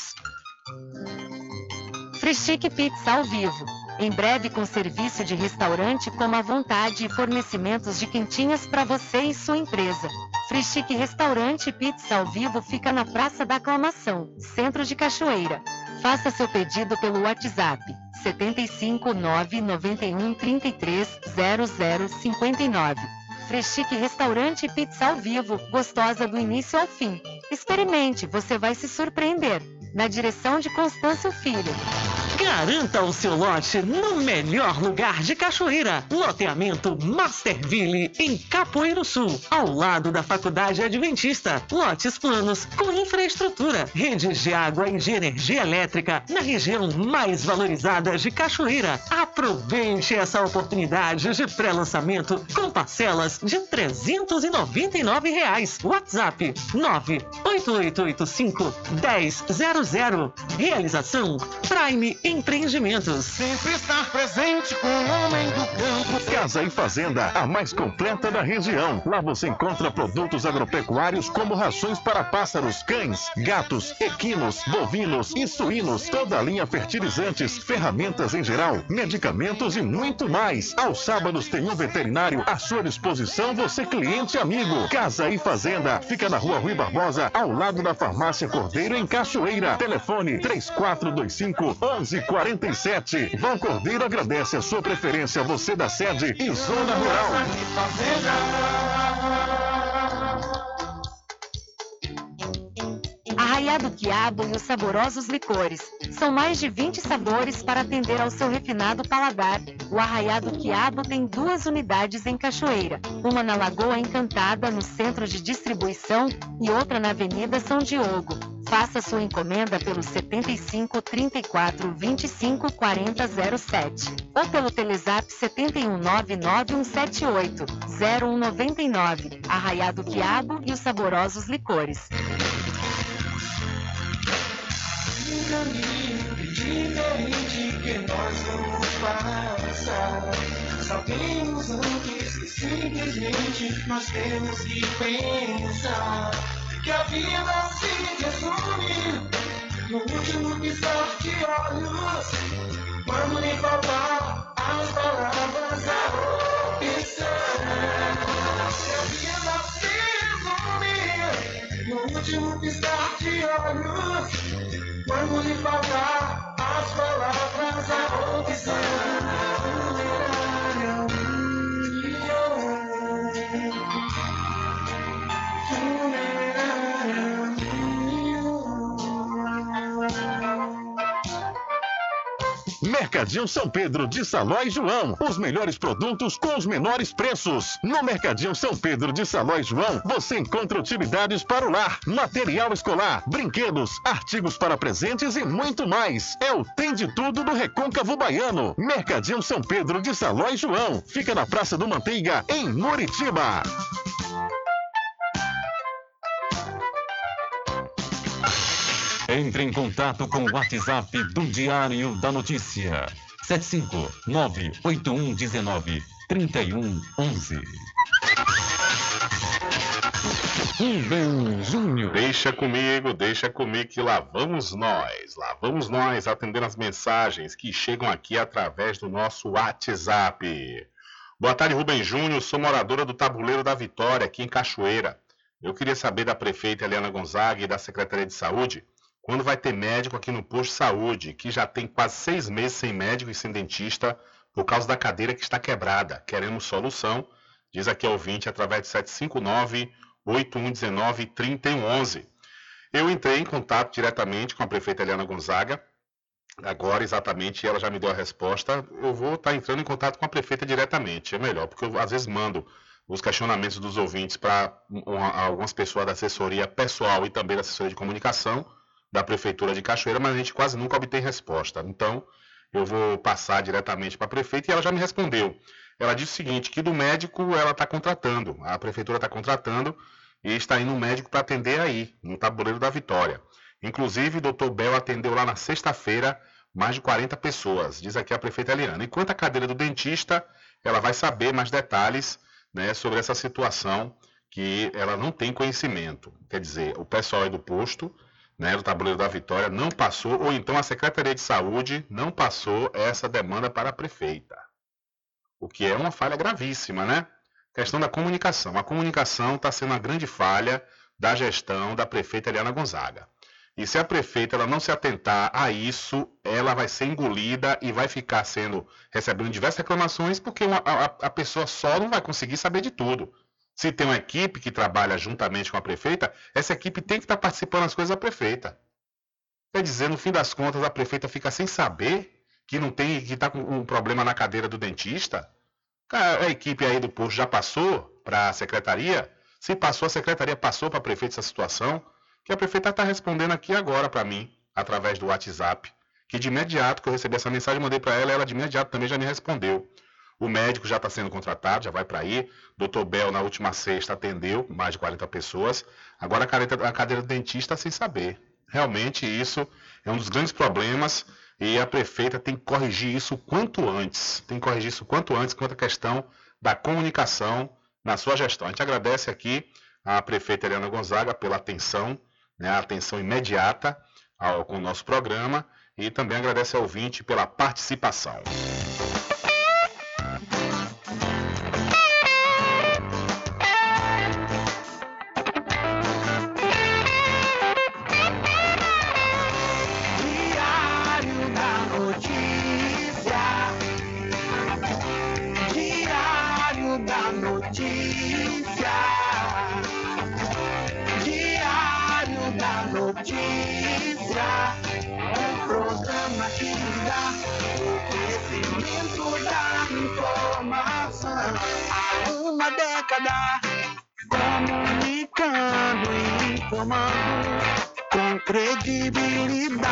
Frischique Pizza ao vivo. Em breve com serviço de restaurante como à vontade e fornecimentos de quentinhas para você e sua empresa. Frischique Restaurante Pizza ao vivo fica na Praça da Aclamação, Centro de Cachoeira. Faça seu pedido pelo WhatsApp sete cinco nove nove um três três zero zero cinco nove. Frischique Restaurante Pizza ao vivo, gostosa do início ao fim. Experimente, você vai se surpreender. Na direção de Constâncio Filho. Garanta o seu lote no melhor lugar de Cachoeira. Loteamento Masterville, em Capoeiro Sul, ao lado da Faculdade Adventista. Lotes planos com infraestrutura, redes de água e de energia elétrica na região mais valorizada de Cachoeira. Aproveite essa oportunidade de pré-lançamento com parcelas de trezentos e noventa e nove reais. WhatsApp nove oito oito oito cinco um zero zero zero. Realização Prime Empreendimentos. Sempre estar presente com o homem do campo. Casa e Fazenda, a mais completa da região. Lá você encontra produtos agropecuários como rações para pássaros, cães, gatos, equinos, bovinos e suínos. Toda a linha fertilizantes, ferramentas em geral, medicamentos e muito mais. Aos sábados tem um veterinário à sua disposição, você cliente amigo. Casa e Fazenda, fica na rua Rui Barbosa, ao lado da Farmácia Cordeiro, em Cachoeira. Telefone três quatro dois cinco, onze quarenta e sete. Vão Cordeiro agradece a sua preferência, você da sede e Zona Rural. Arraiado Quiabo e os saborosos licores. São mais de vinte sabores para atender ao seu refinado paladar. O Arraiado Quiabo tem duas unidades em Cachoeira. Uma na Lagoa Encantada, no centro de distribuição, e outra na Avenida São Diogo. Faça sua encomenda pelo setenta e cinco, trinta e quatro, vinte e cinco, quarenta, zero sete ou pelo Telezap setenta e um, nove nove um sete oito, zero um nove nove. Arraiado Quiabo e os saborosos licores. Um caminho diferente que nós vamos passar. Sabemos antes que simplesmente nós temos que pensar que a vida se resume no último piscar de olhos. Quando lhe faltar as palavras, a opção. Que a vida se resume no último piscar de olhos. Quando lhe faltar as palavras, a opção. Mercadinho São Pedro de Saló e João. Os melhores produtos com os menores preços. No Mercadinho São Pedro de Saló e João, você encontra utilidades para o lar, material escolar, brinquedos, artigos para presentes e muito mais. É o Tem de Tudo do Recôncavo Baiano. Mercadinho São Pedro de Saló e João. Fica na Praça do Manteiga, em Muritiba. Entre em contato com o WhatsApp do Diário da Notícia. sete cinco nove oito um um nove três um um um. Rubem Júnior. Deixa comigo, deixa comigo que lá vamos nós. Lá vamos nós atendendo as mensagens que chegam aqui através do nosso WhatsApp. Boa tarde, Rubem Júnior. Sou moradora do Tabuleiro da Vitória, aqui em Cachoeira. Eu queria saber da prefeita Eliana Gonzaga e da Secretaria de Saúde quando vai ter médico aqui no posto de saúde, que já tem quase seis meses sem médico e sem dentista por causa da cadeira que está quebrada. Queremos solução, diz aqui ao ouvinte, através de sete cinco nove, oito um um nove, três um um um. Eu entrei em contato diretamente com a prefeita Eliana Gonzaga. Agora, exatamente, ela já me deu a resposta. Eu vou estar entrando em contato com a prefeita diretamente, é melhor, porque eu às vezes mando os questionamentos dos ouvintes para algumas pessoas da assessoria pessoal e também da assessoria de comunicação da Prefeitura de Cachoeira, mas a gente quase nunca obtém resposta. Então, eu vou passar diretamente para a prefeita e ela já me respondeu. Ela disse o seguinte, que do médico ela está contratando, a Prefeitura está contratando e está indo um médico para atender aí, no Tabuleiro da Vitória. Inclusive, o doutor Bel atendeu lá na sexta-feira mais de quarenta pessoas, diz aqui a prefeita Eliana. Enquanto a cadeira do dentista, ela vai saber mais detalhes, né, sobre essa situação que ela não tem conhecimento. Quer dizer, o pessoal aí do posto, né, do Tabuleiro da Vitória, não passou, ou então a Secretaria de Saúde não passou essa demanda para a prefeita. O que é uma falha gravíssima, né? Questão da comunicação. A comunicação está sendo a grande falha da gestão da prefeita Eliana Gonzaga. E se a prefeita ela não se atentar a isso, ela vai ser engolida e vai ficar sendo, recebendo diversas reclamações, porque uma, a, a pessoa só não vai conseguir saber de tudo. Se tem uma equipe que trabalha juntamente com a prefeita, essa equipe tem que estar participando das coisas da prefeita. quer dizer, no fim das contas, a prefeita fica sem saber que não tem, que está com um problema na cadeira do dentista? A equipe aí do posto já passou para a secretaria? Se passou, a secretaria passou para a prefeita essa situação? Que a prefeita está respondendo aqui agora para mim, através do WhatsApp. Que de imediato que eu recebi essa mensagem, mandei para ela, ela de imediato também já me respondeu. O médico já está sendo contratado, já vai para aí. doutor Bel, na última sexta, atendeu mais de quarenta pessoas. Agora a cadeira do dentista sem saber. Realmente isso é um dos grandes problemas e a prefeita tem que corrigir isso quanto antes. Tem que corrigir isso quanto antes quanto à questão da comunicação na sua gestão. A gente agradece aqui a prefeita Eliana Gonzaga pela atenção, né, a atenção imediata ao, com o nosso programa e também agradece ao ouvinte pela participação. Há uma década, comunicando e informando com credibilidade,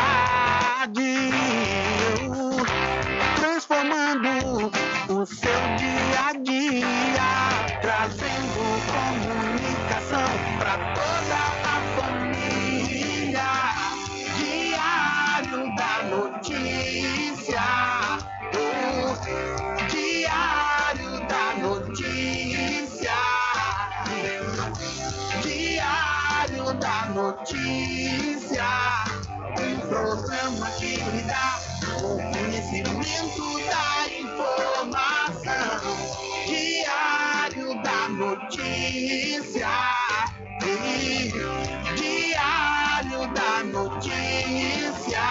transformando o seu dia a dia, trazendo comunicação para toda a família. Diário da Notícia. Diário da Notícia. Diário da Notícia. Um programa que lhe dá o conhecimento da informação. Diário da Notícia. Diário da Notícia.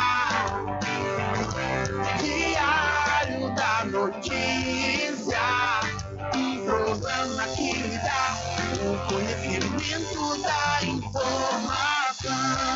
Diário da Notícia, um programa que lhe dá o conhecimento da informação.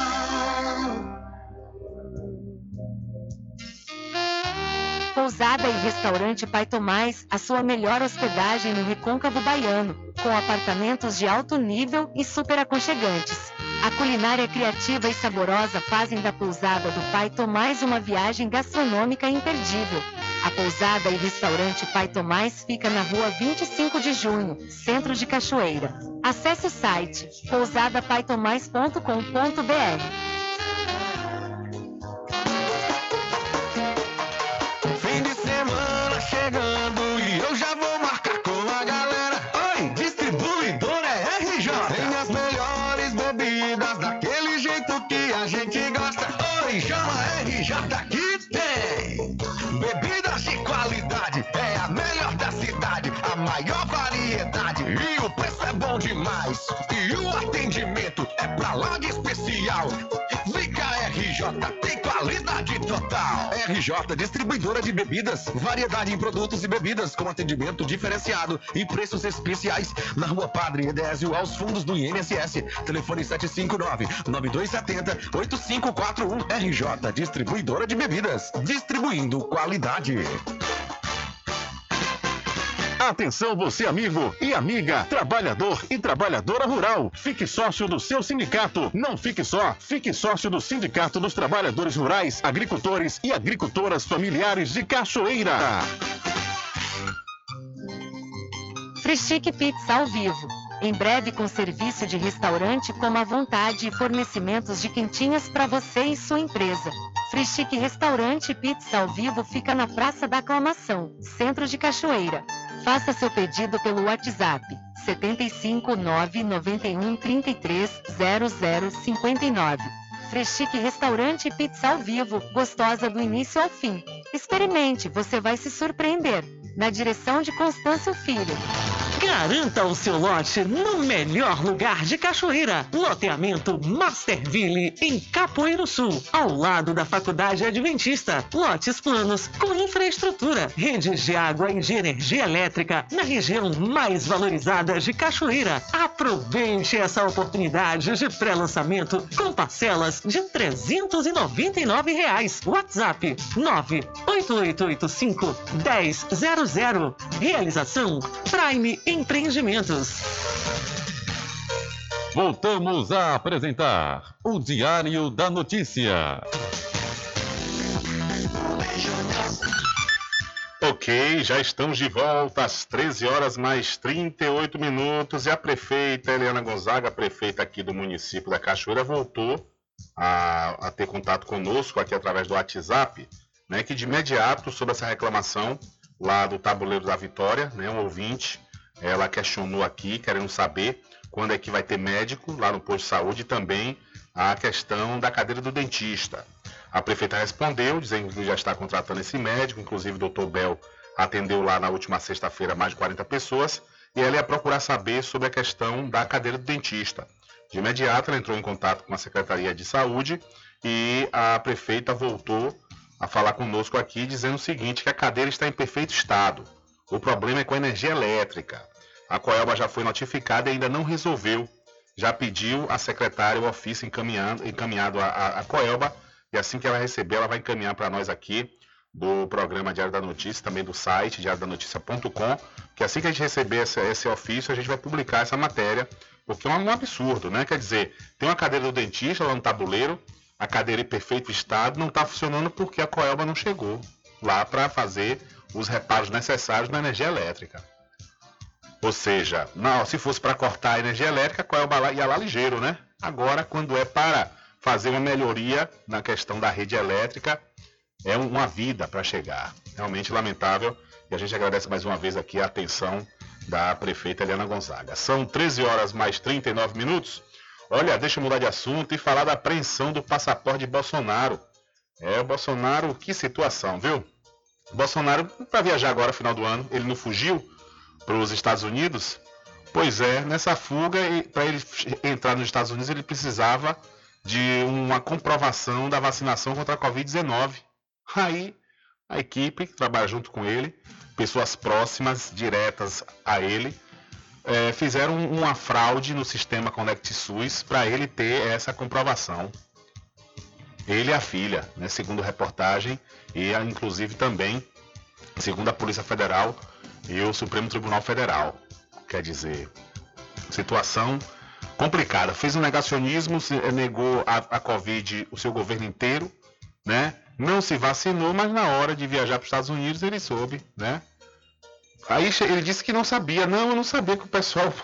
Pousada e Restaurante Pai Tomás, a sua melhor hospedagem no Recôncavo Baiano, com apartamentos de alto nível e super aconchegantes. A culinária criativa e saborosa fazem da Pousada do Pai Tomás uma viagem gastronômica imperdível. A Pousada e Restaurante Pai Tomás fica na rua vinte e cinco de junho, centro de Cachoeira. Acesse o site pousada pai tomás ponto com ponto b r. Fim de semana chegando e eu já vou marcar com a galera. Oi, distribuidora é R J. Tem as melhores bebidas daquele jeito que a gente gosta. Oi, chama R J que tem. Bebidas de qualidade, é a melhor da cidade, a maior variedade e o preço é bom demais. E o atendimento é pra lá de especial. Vem cá, R J, tem qualidade total. R J, distribuidora de bebidas, variedade em produtos e bebidas com atendimento diferenciado e preços especiais na Rua Padre Edésio, aos fundos do I N S S. Telefone sete cinco nove, nove dois sete zero, oito cinco quatro um. R J, distribuidora de bebidas, distribuindo qualidade. Atenção você amigo e amiga, trabalhador e trabalhadora rural. Fique sócio do seu sindicato. Não fique só, fique sócio do Sindicato dos Trabalhadores Rurais, Agricultores e Agricultoras Familiares de Cachoeira. Frischique Pizza ao vivo. Em breve com serviço de restaurante como à vontade e fornecimentos de quentinhas para você e sua empresa. Frischique Restaurante Pizza ao vivo fica na Praça da Aclamação, centro de Cachoeira. Faça seu pedido pelo WhatsApp sete cinco nove nove um três três zero zero cinco nove. Frischique Restaurante Pizza ao vivo, gostosa do início ao fim. Experimente, você vai se surpreender. Na direção de Constâncio Filho. Garanta o seu lote no melhor lugar de Cachoeira. Loteamento Masterville, em Capoeiro Sul, ao lado da Faculdade Adventista. Lotes planos com infraestrutura, redes de água e de energia elétrica na região mais valorizada de Cachoeira. Aproveite essa oportunidade de pré-lançamento com parcelas de trezentos e noventa e nove reais. WhatsApp nove oito oito oito cinco um zero zero zero. Realização Prime Empreendimentos. Voltamos a apresentar o Diário da Notícia. Ok, já estamos de volta às treze horas mais trinta e oito minutos e a prefeita Eliana Gonzaga, prefeita aqui do município da Cachoeira, voltou a, a ter contato conosco aqui através do WhatsApp, né, que de imediato sobre essa reclamação lá do Tabuleiro da Vitória, né, um ouvinte, ela questionou aqui, querendo saber quando é que vai ter médico lá no posto de saúde e também a questão da cadeira do dentista. A prefeita respondeu, dizendo que já está contratando esse médico, inclusive o doutor Bel atendeu lá na última sexta-feira mais de quarenta pessoas, e ela ia procurar saber sobre a questão da cadeira do dentista. De imediato, ela entrou em contato com a Secretaria de Saúde e a prefeita voltou a falar conosco aqui, dizendo o seguinte, que a cadeira está em perfeito estado. O problema é com a energia elétrica. A Coelba já foi notificada e ainda não resolveu. Já pediu a secretária o ofício encaminhado, encaminhado a, a Coelba, e assim que ela receber, ela vai encaminhar para nós aqui do programa Diário da Notícia, também do site diário da notícia ponto com, que assim que a gente receber esse, esse ofício, a gente vai publicar essa matéria, porque é um absurdo, né? Quer dizer, tem uma cadeira do dentista lá no tabuleiro, a cadeira em perfeito estado não está funcionando porque a Coelba não chegou lá para fazer os reparos necessários na energia elétrica. Ou seja, não, se fosse para cortar a energia elétrica, a Coelba ia lá ligeiro, né? Agora, quando é para fazer uma melhoria na questão da rede elétrica, é uma vida para chegar. Realmente lamentável. E a gente agradece mais uma vez aqui a atenção da prefeita Eliana Gonzaga. São treze horas mais trinta e nove minutos. Olha, deixa eu mudar de assunto e falar da apreensão do passaporte de Bolsonaro. É, o Bolsonaro, que situação, viu? O Bolsonaro, para viajar agora, final do ano, ele não fugiu para os Estados Unidos? Pois é, nessa fuga, para ele entrar nos Estados Unidos, ele precisava de uma comprovação da vacinação contra a covid dezenove. Aí, a equipe que trabalha junto com ele, pessoas próximas, diretas a ele, é, fizeram uma fraude no sistema Conect SUS para ele ter essa comprovação. Ele e a filha, né, segundo reportagem, e inclusive também, segundo a Polícia Federal e o Supremo Tribunal Federal. Quer dizer, situação complicada. Fez um negacionismo, negou a, a Covid o seu governo inteiro, né? Não se vacinou, mas na hora de viajar para os Estados Unidos ele soube, né? Aí ele disse que não sabia. Não, eu não sabia que o pessoal...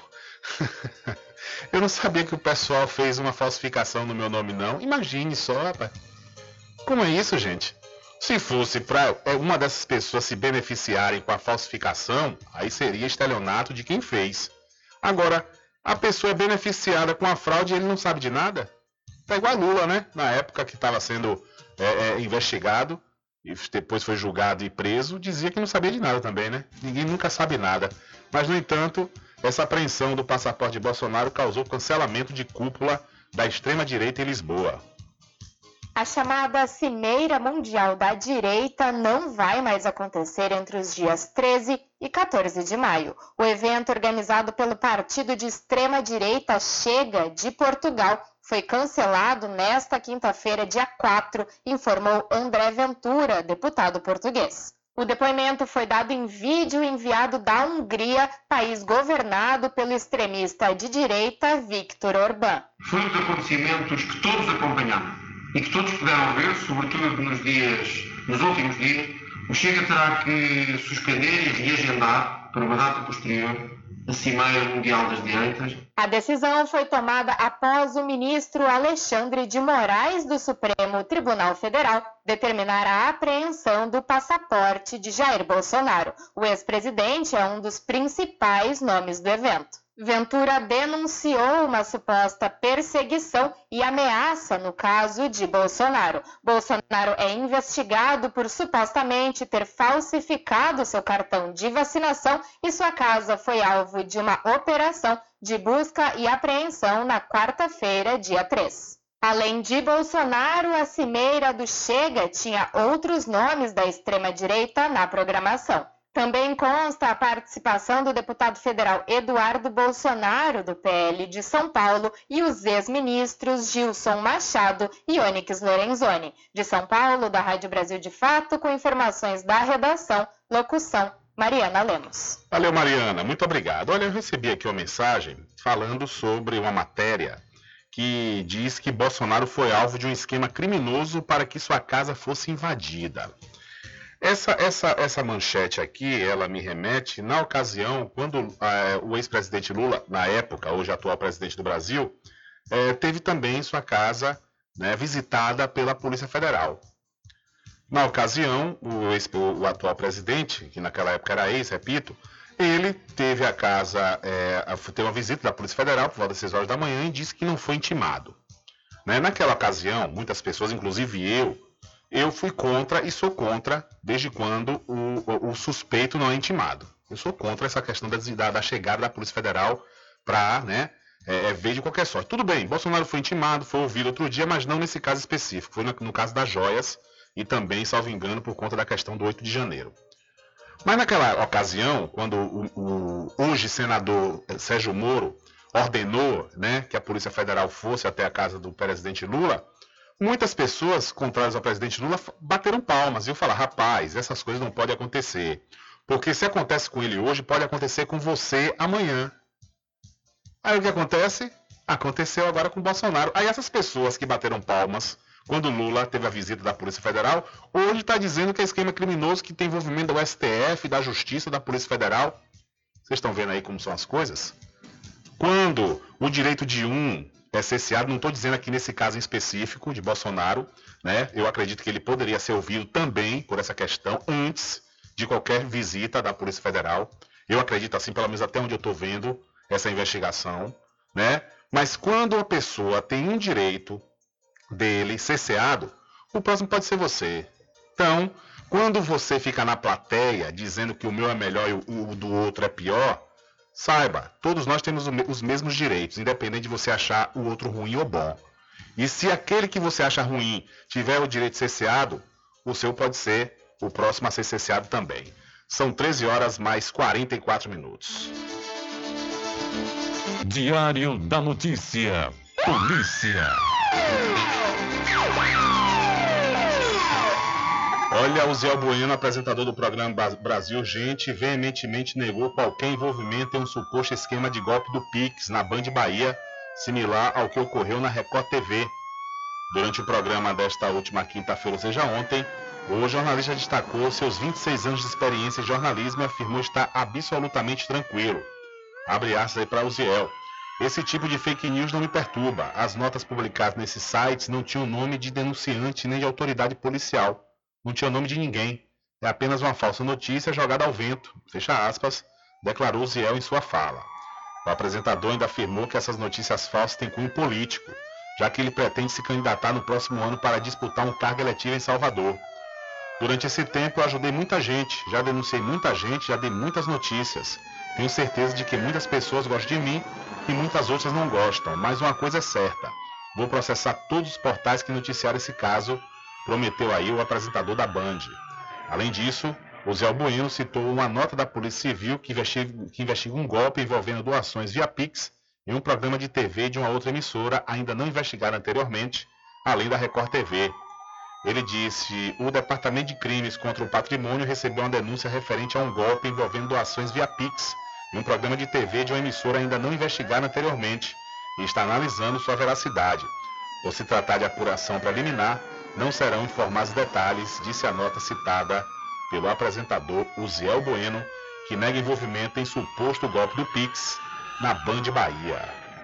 eu não sabia que o pessoal fez uma falsificação no meu nome, não. Imagine só, rapaz. Como é isso, gente? Se fosse para uma dessas pessoas se beneficiarem com a falsificação, aí seria estelionato de quem fez. Agora, a pessoa é beneficiada com a fraude e ele não sabe de nada? Tá igual a Lula, né? Na época que estava sendo é, é, investigado e depois foi julgado e preso, dizia que não sabia de nada também, né? Ninguém nunca sabe nada. Mas, no entanto, essa apreensão do passaporte de Bolsonaro causou cancelamento de cúpula da extrema-direita em Lisboa. A chamada Cimeira Mundial da Direita não vai mais acontecer entre os dias treze e quatorze de maio. O evento, organizado pelo partido de extrema-direita Chega de Portugal, foi cancelado nesta quinta-feira, dia quatro, informou André Ventura, deputado português. O depoimento foi dado em vídeo enviado da Hungria, país governado pelo extremista de direita Viktor Orbán. Foi um dos acontecimentos que todos acompanhamos e que todos puderam ver, sobretudo nos dias, nos últimos dias. O Chega terá que suspender e reagendar para uma data posterior a Cimeira Mundial das Direitas. A decisão foi tomada após o ministro Alexandre de Moraes do Supremo Tribunal Federal determinar a apreensão do passaporte de Jair Bolsonaro. O ex-presidente é um dos principais nomes do evento. Ventura denunciou uma suposta perseguição e ameaça no caso de Bolsonaro. Bolsonaro é investigado por supostamente ter falsificado seu cartão de vacinação e sua casa foi alvo de uma operação de busca e apreensão na quarta-feira, dia três. Além de Bolsonaro, a cimeira do Chega tinha outros nomes da extrema-direita na programação. Também consta a participação do deputado federal Eduardo Bolsonaro, do P L de São Paulo, e os ex-ministros Gilson Machado e Onyx Lorenzoni. De São Paulo, da Rádio Brasil de Fato, com informações da redação, locução, Mariana Lemos. Valeu, Mariana, muito obrigado. Olha, eu recebi aqui uma mensagem falando sobre uma matéria que diz que Bolsonaro foi alvo de um esquema criminoso para que sua casa fosse invadida. Essa, essa, essa manchete aqui, ela me remete na ocasião quando uh, o ex-presidente Lula, na época, hoje atual presidente do Brasil, uh, teve também sua casa, né, visitada pela Polícia Federal. Na ocasião, o, ex, o, o atual presidente, que naquela época era ex, repito, ele teve a casa, é, teve uma visita da Polícia Federal por volta das seis horas da manhã e disse que não foi intimado. Né? Naquela ocasião, muitas pessoas, inclusive eu, eu fui contra e sou contra desde quando o, o, o suspeito não é intimado. Eu sou contra essa questão da, da chegada da Polícia Federal para, né, é, é, ver de qualquer sorte. Tudo bem, Bolsonaro foi intimado, foi ouvido outro dia, mas não nesse caso específico. Foi no, no caso das joias e também, salvo engano, por conta da questão do oito de janeiro. Mas naquela ocasião, quando o, o hoje senador Sérgio Moro ordenou, né, que a Polícia Federal fosse até a casa do presidente Lula, muitas pessoas contrárias ao presidente Lula bateram palmas e eu falo, rapaz, essas coisas não podem acontecer. Porque se acontece com ele hoje, pode acontecer com você amanhã. Aí o que acontece? Aconteceu agora com o Bolsonaro. Aí essas pessoas que bateram palmas quando Lula teve a visita da Polícia Federal, hoje está dizendo que é esquema criminoso que tem envolvimento do S T F, da Justiça, da Polícia Federal. Vocês estão vendo aí como são as coisas? Quando o direito de um é cerceado, não estou dizendo aqui nesse caso em específico de Bolsonaro, né? Eu acredito que ele poderia ser ouvido também por essa questão antes de qualquer visita da Polícia Federal. Eu acredito assim, pelo menos até onde eu estou vendo essa investigação, né? Mas quando a pessoa tem um direito dele cerceado, o próximo pode ser você. Então, quando você fica na plateia dizendo que o meu é melhor e o do outro é pior, saiba, todos nós temos os mesmos direitos, independente de você achar o outro ruim ou bom. E se aquele que você acha ruim tiver o direito cerceado, o seu pode ser o próximo a ser cerceado também. São treze horas mais quarenta e quatro minutos. Diário da Notícia. Polícia. Olha, o Zé Bueno, apresentador do programa Brasil Urgente, veementemente negou qualquer envolvimento em um suposto esquema de golpe do Pix na Band Bahia, similar ao que ocorreu na Record T V. Durante o programa desta última quinta-feira, ou seja, ontem, o jornalista destacou seus vinte e seis anos de experiência em jornalismo e afirmou estar absolutamente tranquilo. Abre aspas aí para o Ziel. Esse tipo de fake news não me perturba. As notas publicadas nesses sites não tinham nome de denunciante nem de autoridade policial. Não tinha nome de ninguém. É apenas uma falsa notícia jogada ao vento. Fecha aspas, declarou Ziel em sua fala. O apresentador ainda afirmou que essas notícias falsas têm cunho político, já que ele pretende se candidatar no próximo ano para disputar um cargo eletivo em Salvador. Durante esse tempo eu ajudei muita gente, já denunciei muita gente, já dei muitas notícias. Tenho certeza de que muitas pessoas gostam de mim e muitas outras não gostam, mas uma coisa é certa, vou processar todos os portais que noticiaram esse caso, prometeu aí o apresentador da Band. Além disso, o Zé Bueno citou uma nota da Polícia Civil que investiga, que investiga um golpe envolvendo doações via Pix em um programa de T V de uma outra emissora ainda não investigada anteriormente, além da Record T V. Ele disse: o Departamento de Crimes contra o Patrimônio recebeu uma denúncia referente a um golpe envolvendo doações via Pix em um programa de T V de uma emissora ainda não investigada anteriormente e está analisando sua veracidade. Por se tratar de apuração preliminar, não serão informados detalhes, disse a nota citada pelo apresentador Uziel Bueno, que nega envolvimento em suposto golpe do Pix na Band Bahia.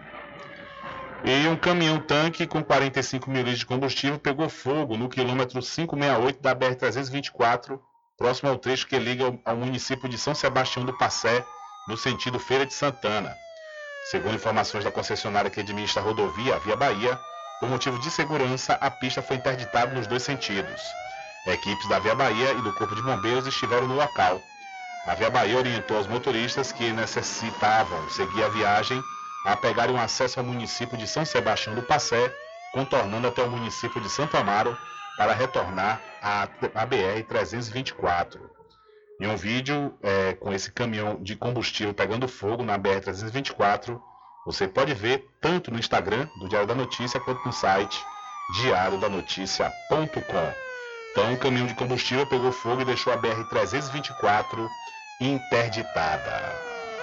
E um caminhão-tanque com quarenta e cinco mil litros de combustível pegou fogo no quilômetro quinhentos e sessenta e oito da B R trezentos e vinte e quatro, próximo ao trecho que liga ao município de São Sebastião do Passé, no sentido Feira de Santana. Segundo informações da concessionária que administra a rodovia Via Bahia, por motivo de segurança, a pista foi interditada nos dois sentidos. Equipes da Via Bahia e do Corpo de Bombeiros estiveram no local. A Via Bahia orientou aos motoristas que necessitavam seguir a viagem a pegarem um acesso ao município de São Sebastião do Passé, contornando até o município de Santo Amaro para retornar à B R trezentos e vinte e quatro. Em um vídeo é, com esse caminhão de combustível pegando fogo na B R trezentos e vinte e quatro, você pode ver tanto no Instagram do Diário da Notícia quanto no site diário da notícia ponto com. Então, o caminhão de combustível pegou fogo e deixou a B R trezentos e vinte e quatro interditada.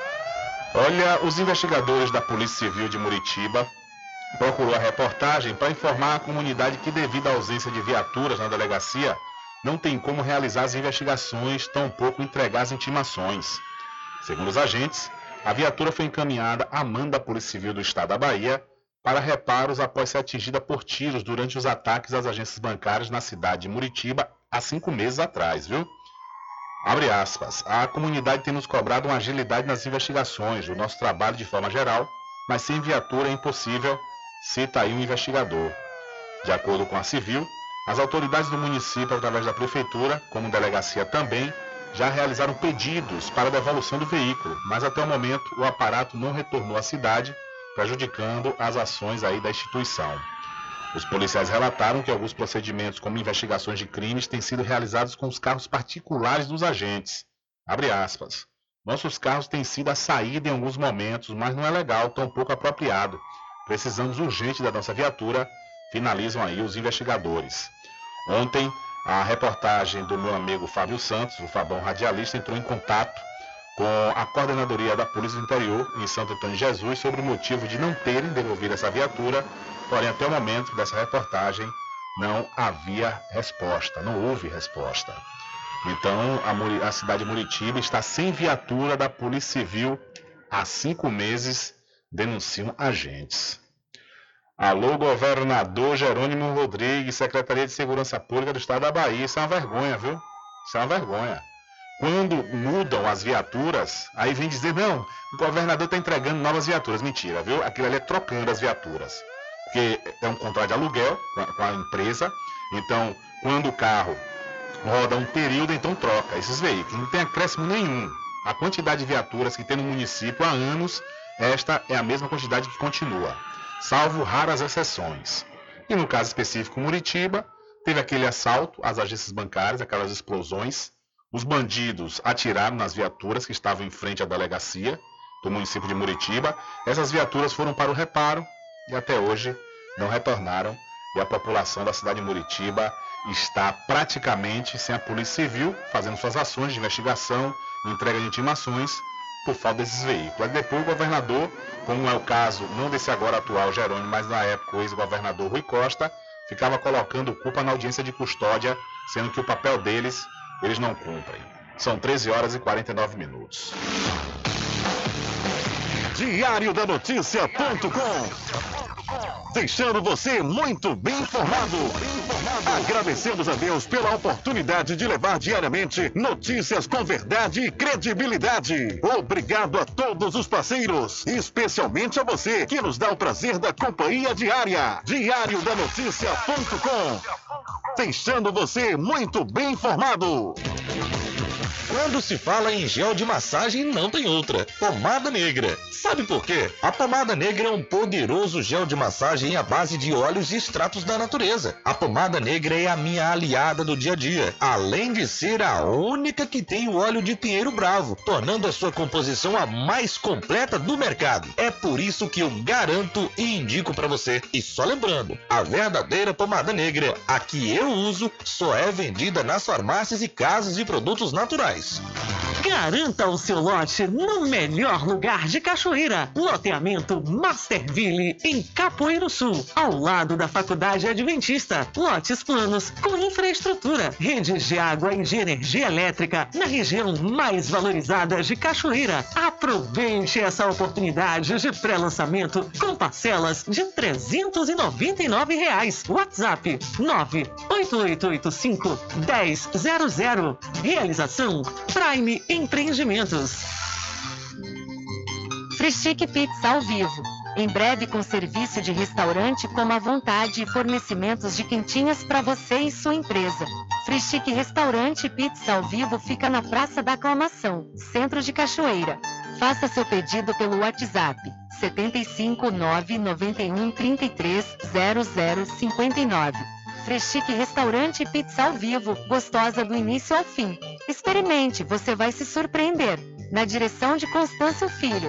Olha, os investigadores da Polícia Civil de Muritiba procurou a reportagem para informar a comunidade que, devido à ausência de viaturas na delegacia, não tem como realizar as investigações, tampouco entregar as intimações. Segundo os agentes, a viatura foi encaminhada a mando da Polícia Civil do Estado da Bahia para reparos após ser atingida por tiros durante os ataques às agências bancárias na cidade de Muritiba há cinco meses atrás, viu? Abre aspas. A comunidade tem nos cobrado uma agilidade nas investigações, o nosso trabalho de forma geral, mas sem viatura é impossível, cita aí um investigador. De acordo com a Civil, as autoridades do município, através da prefeitura, como delegacia também, já realizaram pedidos para a devolução do veículo, mas até o momento o aparato não retornou à cidade, prejudicando as ações aí da instituição. Os policiais relataram que alguns procedimentos, como investigações de crimes, têm sido realizados com os carros particulares dos agentes. Abre aspas. Nossos carros têm sido a saída em alguns momentos, mas não é legal, tampouco apropriado. Precisamos urgente da nossa viatura, finalizam aí os investigadores. Ontem, a reportagem do meu amigo Fábio Santos, o Fabão radialista, entrou em contato com a coordenadoria da Polícia do Interior em Santo Antônio de Jesus sobre o motivo de não terem devolvido essa viatura, porém até o momento dessa reportagem não havia resposta, não houve resposta. Então a, Muri, a cidade de Muritiba está sem viatura da Polícia Civil há cinco meses, denunciam agentes. Alô, governador Jerônimo Rodrigues, Secretaria de Segurança Pública do Estado da Bahia. Isso é uma vergonha, viu? Isso é uma vergonha. Quando mudam as viaturas, aí vem dizer, não, o governador está entregando novas viaturas. Mentira, viu? Aquilo ali é trocando as viaturas. Porque é um contrato de aluguel com a empresa. Então, quando o carro roda um período, então troca esses veículos. Não tem acréscimo nenhum. A quantidade de viaturas que tem no município há anos, esta é a mesma quantidade que continua, salvo raras exceções. E no caso específico, Muritiba, teve aquele assalto às agências bancárias, aquelas explosões. Os bandidos atiraram nas viaturas que estavam em frente à delegacia do município de Muritiba. Essas viaturas foram para o reparo e até hoje não retornaram. E a população da cidade de Muritiba está praticamente sem a Polícia Civil fazendo suas ações de investigação, entrega de intimações por falta desses veículos. Aí depois o governador, como é o caso não desse agora atual Jerônimo, mas na época o ex-governador Rui Costa, ficava colocando culpa na audiência de custódia, sendo que o papel deles eles não cumprem. São treze horas e quarenta e nove minutos. Diário da Notícia ponto com, deixando você muito bem informado. Agradecemos a Deus pela oportunidade de levar diariamente notícias com verdade e credibilidade. Obrigado a todos os parceiros, especialmente a você que nos dá o prazer da companhia diária. Diário da Notícia ponto com, deixando você muito bem informado. Quando se fala em gel de massagem, não tem outra. Pomada Negra. Sabe por quê? A Pomada Negra é um poderoso gel de massagem à base de óleos e extratos da natureza. A Pomada Negra é a minha aliada do dia a dia, além de ser a única que tem o óleo de pinheiro bravo, tornando a sua composição a mais completa do mercado. É por isso que eu garanto e indico para você. E só lembrando, a verdadeira Pomada Negra, a que eu uso, só é vendida nas farmácias e casas de produtos naturais. Garanta o seu lote no melhor lugar de Cachoeira. Loteamento Masterville, em Capoeiro Sul, ao lado da Faculdade Adventista. Lotes planos com infraestrutura, redes de água e de energia elétrica na região mais valorizada de Cachoeira. Aproveite essa oportunidade de pré-lançamento com parcelas de trezentos e noventa e nove reais. WhatsApp nove oito oito oito cinco um zero zero zero. Realização Prime Empreendimentos. Frischique Pizza ao vivo. Em breve com serviço de restaurante como à vontade e fornecimentos de quentinhas para você e sua empresa. Frischique Restaurante Pizza ao vivo fica na Praça da Aclamação, Centro de Cachoeira. Faça seu pedido pelo WhatsApp sete cinco nove nove um três três zero zero cinco nove. Frischique Restaurante Pizza ao vivo, gostosa do início ao fim. Experimente, você vai se surpreender. Na direção de Constâncio Filho.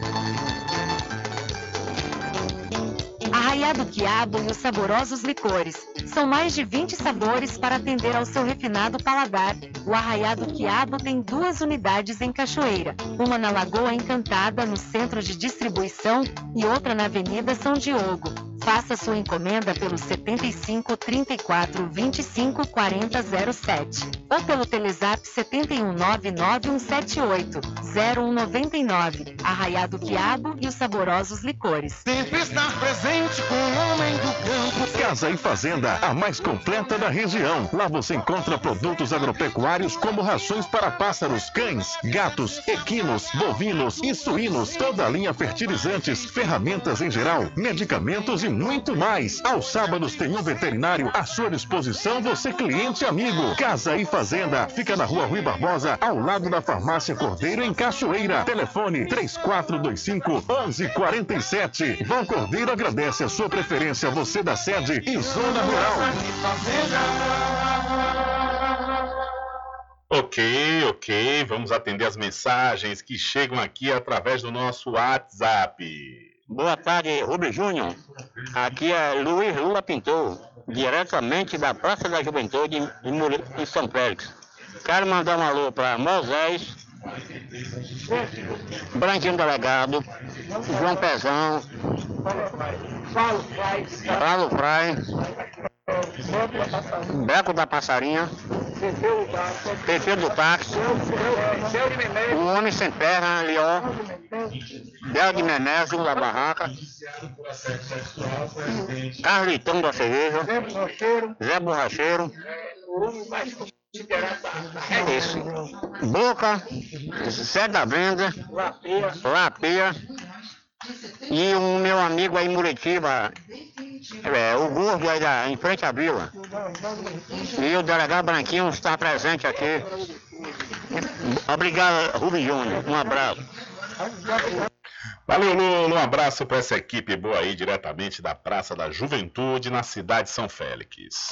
Arraiado Quiabo e os saborosos licores. São mais de vinte sabores para atender ao seu refinado paladar. O Arraiado Quiabo tem duas unidades em Cachoeira. Uma na Lagoa Encantada, no centro de distribuição, e outra na Avenida São Diogo. Faça sua encomenda pelo sete cinco três quatro vinte e cinco quarenta zero sete ou pelo Telezap sete um nove nove um sete oito zero um nove nove. Arraiado Quiabo e os saborosos licores. Sempre estar presente com o homem do campo. Casa e Fazenda, a mais completa da região. Lá você encontra produtos agropecuários como rações para pássaros, cães, gatos, equinos, bovinos e suínos, toda a linha fertilizantes, ferramentas em geral, medicamentos e muito mais. Aos sábados tem um veterinário à sua disposição, você cliente amigo. Casa e Fazenda, fica na Rua Rui Barbosa, ao lado da Farmácia Cordeiro, em Cachoeira. Telefone três quatro dois cinco, onze quarenta e sete. Vão Cordeiro agradece a sua preferência, você da sede e Zona Rural. Ok, ok, vamos atender as mensagens que chegam aqui através do nosso WhatsApp. Boa tarde, Rubem Júnior. Aqui é Luiz Lula Pintor, diretamente da Praça da Juventude em, Mure... em São Félix. Quero mandar um alô para Moisés, Branquinho Delegado, João Pezão, Paulo Frai, Beco da Passarinha, Perfil do Táxi, O Homem Sem Perna, Leó, Bel de Menezes da Barraca, Carlitão da Cerveja, Zé Borracheiro, é isso. Boca, Zé da Venda, Lapia e o meu amigo aí em Muritiba, é, o Gordo aí da, em frente à vila. E o delegado Branquinho está presente aqui. Obrigado, Rubem Júnior. Um abraço. Valeu, Lula. Um abraço para essa equipe boa aí, diretamente da Praça da Juventude, na cidade de São Félix.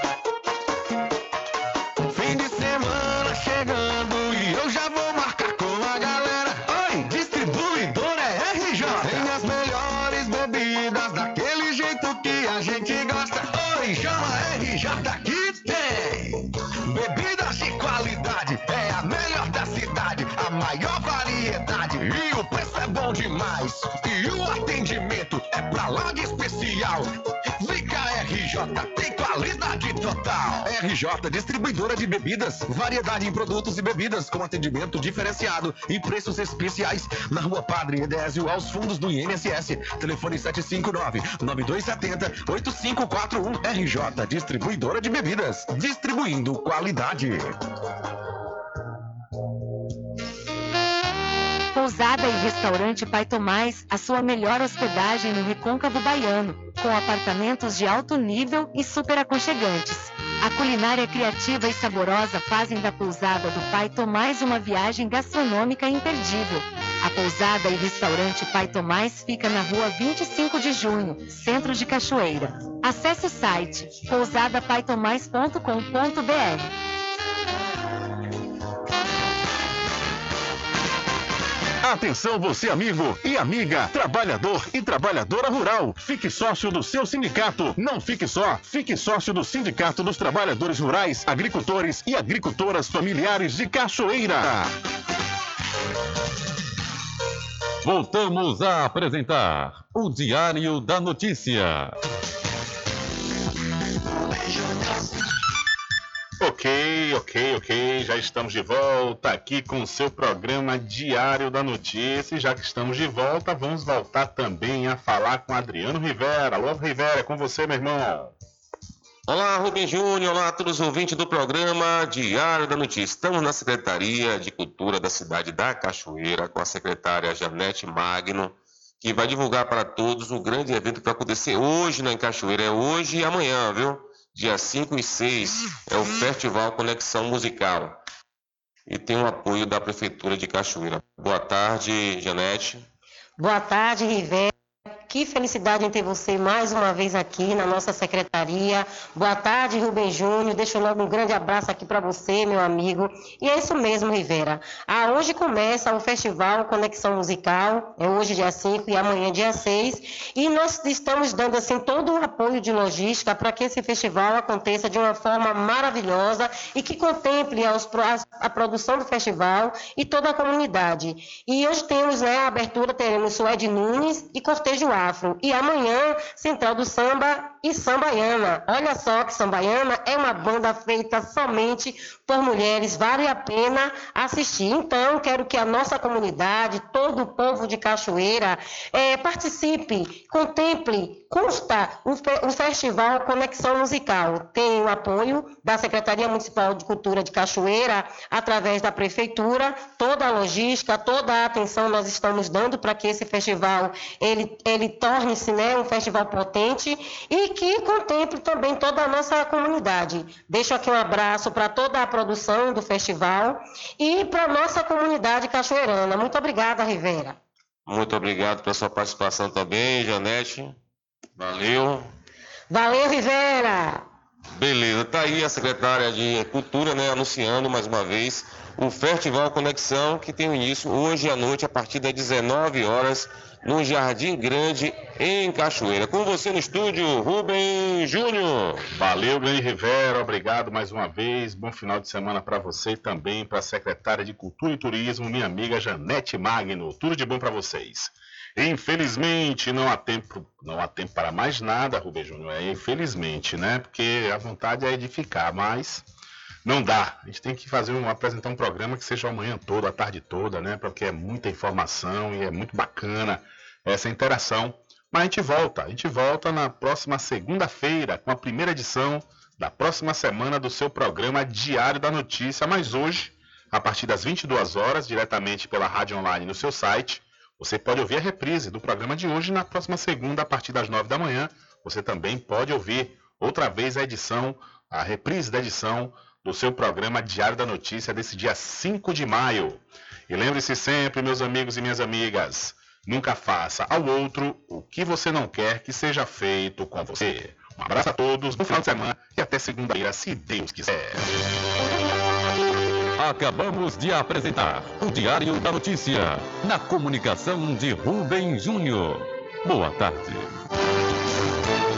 Fim de semana chegando e eu já vou marcar com a galera. Oi, distribuidora é R J. Tem as melhores bebidas daquele jeito que a gente gosta. Oi, chama R J que tem. Bebidas de qualidade, é a melhor da cidade, a maior variedade e o preço é bom demais. E o atendimento é pra lá de especial. Vem cá, R J, tem qualidade total. R J, distribuidora de bebidas, variedade em produtos e bebidas com atendimento diferenciado e preços especiais na Rua Padre Edésio, aos fundos do I N S S. Telefone sete cinco nove, nove dois sete zero, oito cinco quatro um. R J, distribuidora de bebidas, distribuindo qualidade. Pousada e Restaurante Pai Tomás, a sua melhor hospedagem no Recôncavo Baiano, com apartamentos de alto nível e super aconchegantes. A culinária criativa e saborosa fazem da Pousada do Pai Tomás uma viagem gastronômica imperdível. A Pousada e Restaurante Pai Tomás fica na Rua vinte e cinco de junho, Centro de Cachoeira. Acesse o site pousada pai tomás ponto com ponto b r. Atenção você amigo e amiga, trabalhador e trabalhadora rural. Fique sócio do seu sindicato. Não fique só, fique sócio do Sindicato dos Trabalhadores Rurais, Agricultores e Agricultoras Familiares de Cachoeira. Voltamos a apresentar o Diário da Notícia. Ok, ok, ok, já estamos de volta aqui com o seu programa Diário da Notícia. E já que estamos de volta, vamos voltar também a falar com Adriano Rivera. Alô, Rivera, é com você, meu irmão. Olá, Rubem Júnior, olá a todos os ouvintes do programa Diário da Notícia. Estamos na Secretaria de Cultura da cidade da Cachoeira com a secretária Janete Magno que vai divulgar para todos o grande evento que vai acontecer hoje na Cachoeira. É hoje e amanhã, viu? Dia cinco e seis é o Festival Conexão Musical. E tem o apoio da Prefeitura de Cachoeira. Boa tarde, Janete. Boa tarde, Rivera. Que felicidade em ter você mais uma vez aqui na nossa secretaria. Boa tarde, Rubem Júnior. Deixo logo um grande abraço aqui para você, meu amigo. E é isso mesmo, Rivera. Ah, hoje começa o Festival Conexão Musical. É hoje dia cinco e amanhã dia seis. E nós estamos dando assim todo o apoio de logística para que esse festival aconteça de uma forma maravilhosa e que contemple aos, a, a produção do festival e toda a comunidade. E hoje temos, né, a abertura, teremos Suede Nunes e Cortejo Afro. E amanhã, Central do Samba e Sambaiana. Olha só que Sambaiana é uma banda feita somente por mulheres, vale a pena assistir. Então, quero que a nossa comunidade, todo o povo de Cachoeira, é, participe, contemple, consta o, fe- o Festival Conexão Musical. Tem o apoio da Secretaria Municipal de Cultura de Cachoeira, através da Prefeitura, toda a logística, toda a atenção nós estamos dando para que esse festival ele, ele torne-se, né, um festival potente e que contemple também toda a nossa comunidade. Deixo aqui um abraço para toda a produção do festival e para a nossa comunidade cachoeirana. Muito obrigada, Rivera. Muito obrigado pela sua participação também, Janete. Valeu. Valeu, Rivera. Beleza, tá aí a secretária de Cultura, né, anunciando mais uma vez o Festival Conexão, que tem início hoje à noite, a partir das dezenove horas, no Jardim Grande, em Cachoeira. Com você no estúdio, Rubem Júnior. Valeu, grande Rivera, obrigado mais uma vez. Bom final de semana para você e também para a secretária de Cultura e Turismo, minha amiga Janete Magno. Tudo de bom para vocês. Infelizmente, não há tempo, não há tempo para mais nada, Rubem Júnior. É infelizmente, né? Porque a vontade é edificar, mas não dá. A gente tem que fazer um, apresentar um programa que seja a manhã toda, a tarde toda, né? Porque é muita informação e é muito bacana essa interação. Mas a gente volta, a gente volta na próxima segunda-feira com a primeira edição da próxima semana do seu programa Diário da Notícia. Mas hoje, a partir das vinte e duas horas, diretamente pela rádio online no seu site, você pode ouvir a reprise do programa de hoje na próxima segunda, a partir das nove da manhã. Você também pode ouvir outra vez a edição, a reprise da edição do seu programa Diário da Notícia desse dia cinco de maio. E lembre-se sempre, meus amigos e minhas amigas, nunca faça ao outro o que você não quer que seja feito com você. Um abraço a todos, bom final de semana e até segunda-feira, se Deus quiser. Acabamos de apresentar o Diário da Notícia, na comunicação de Rubem Júnior. Boa tarde.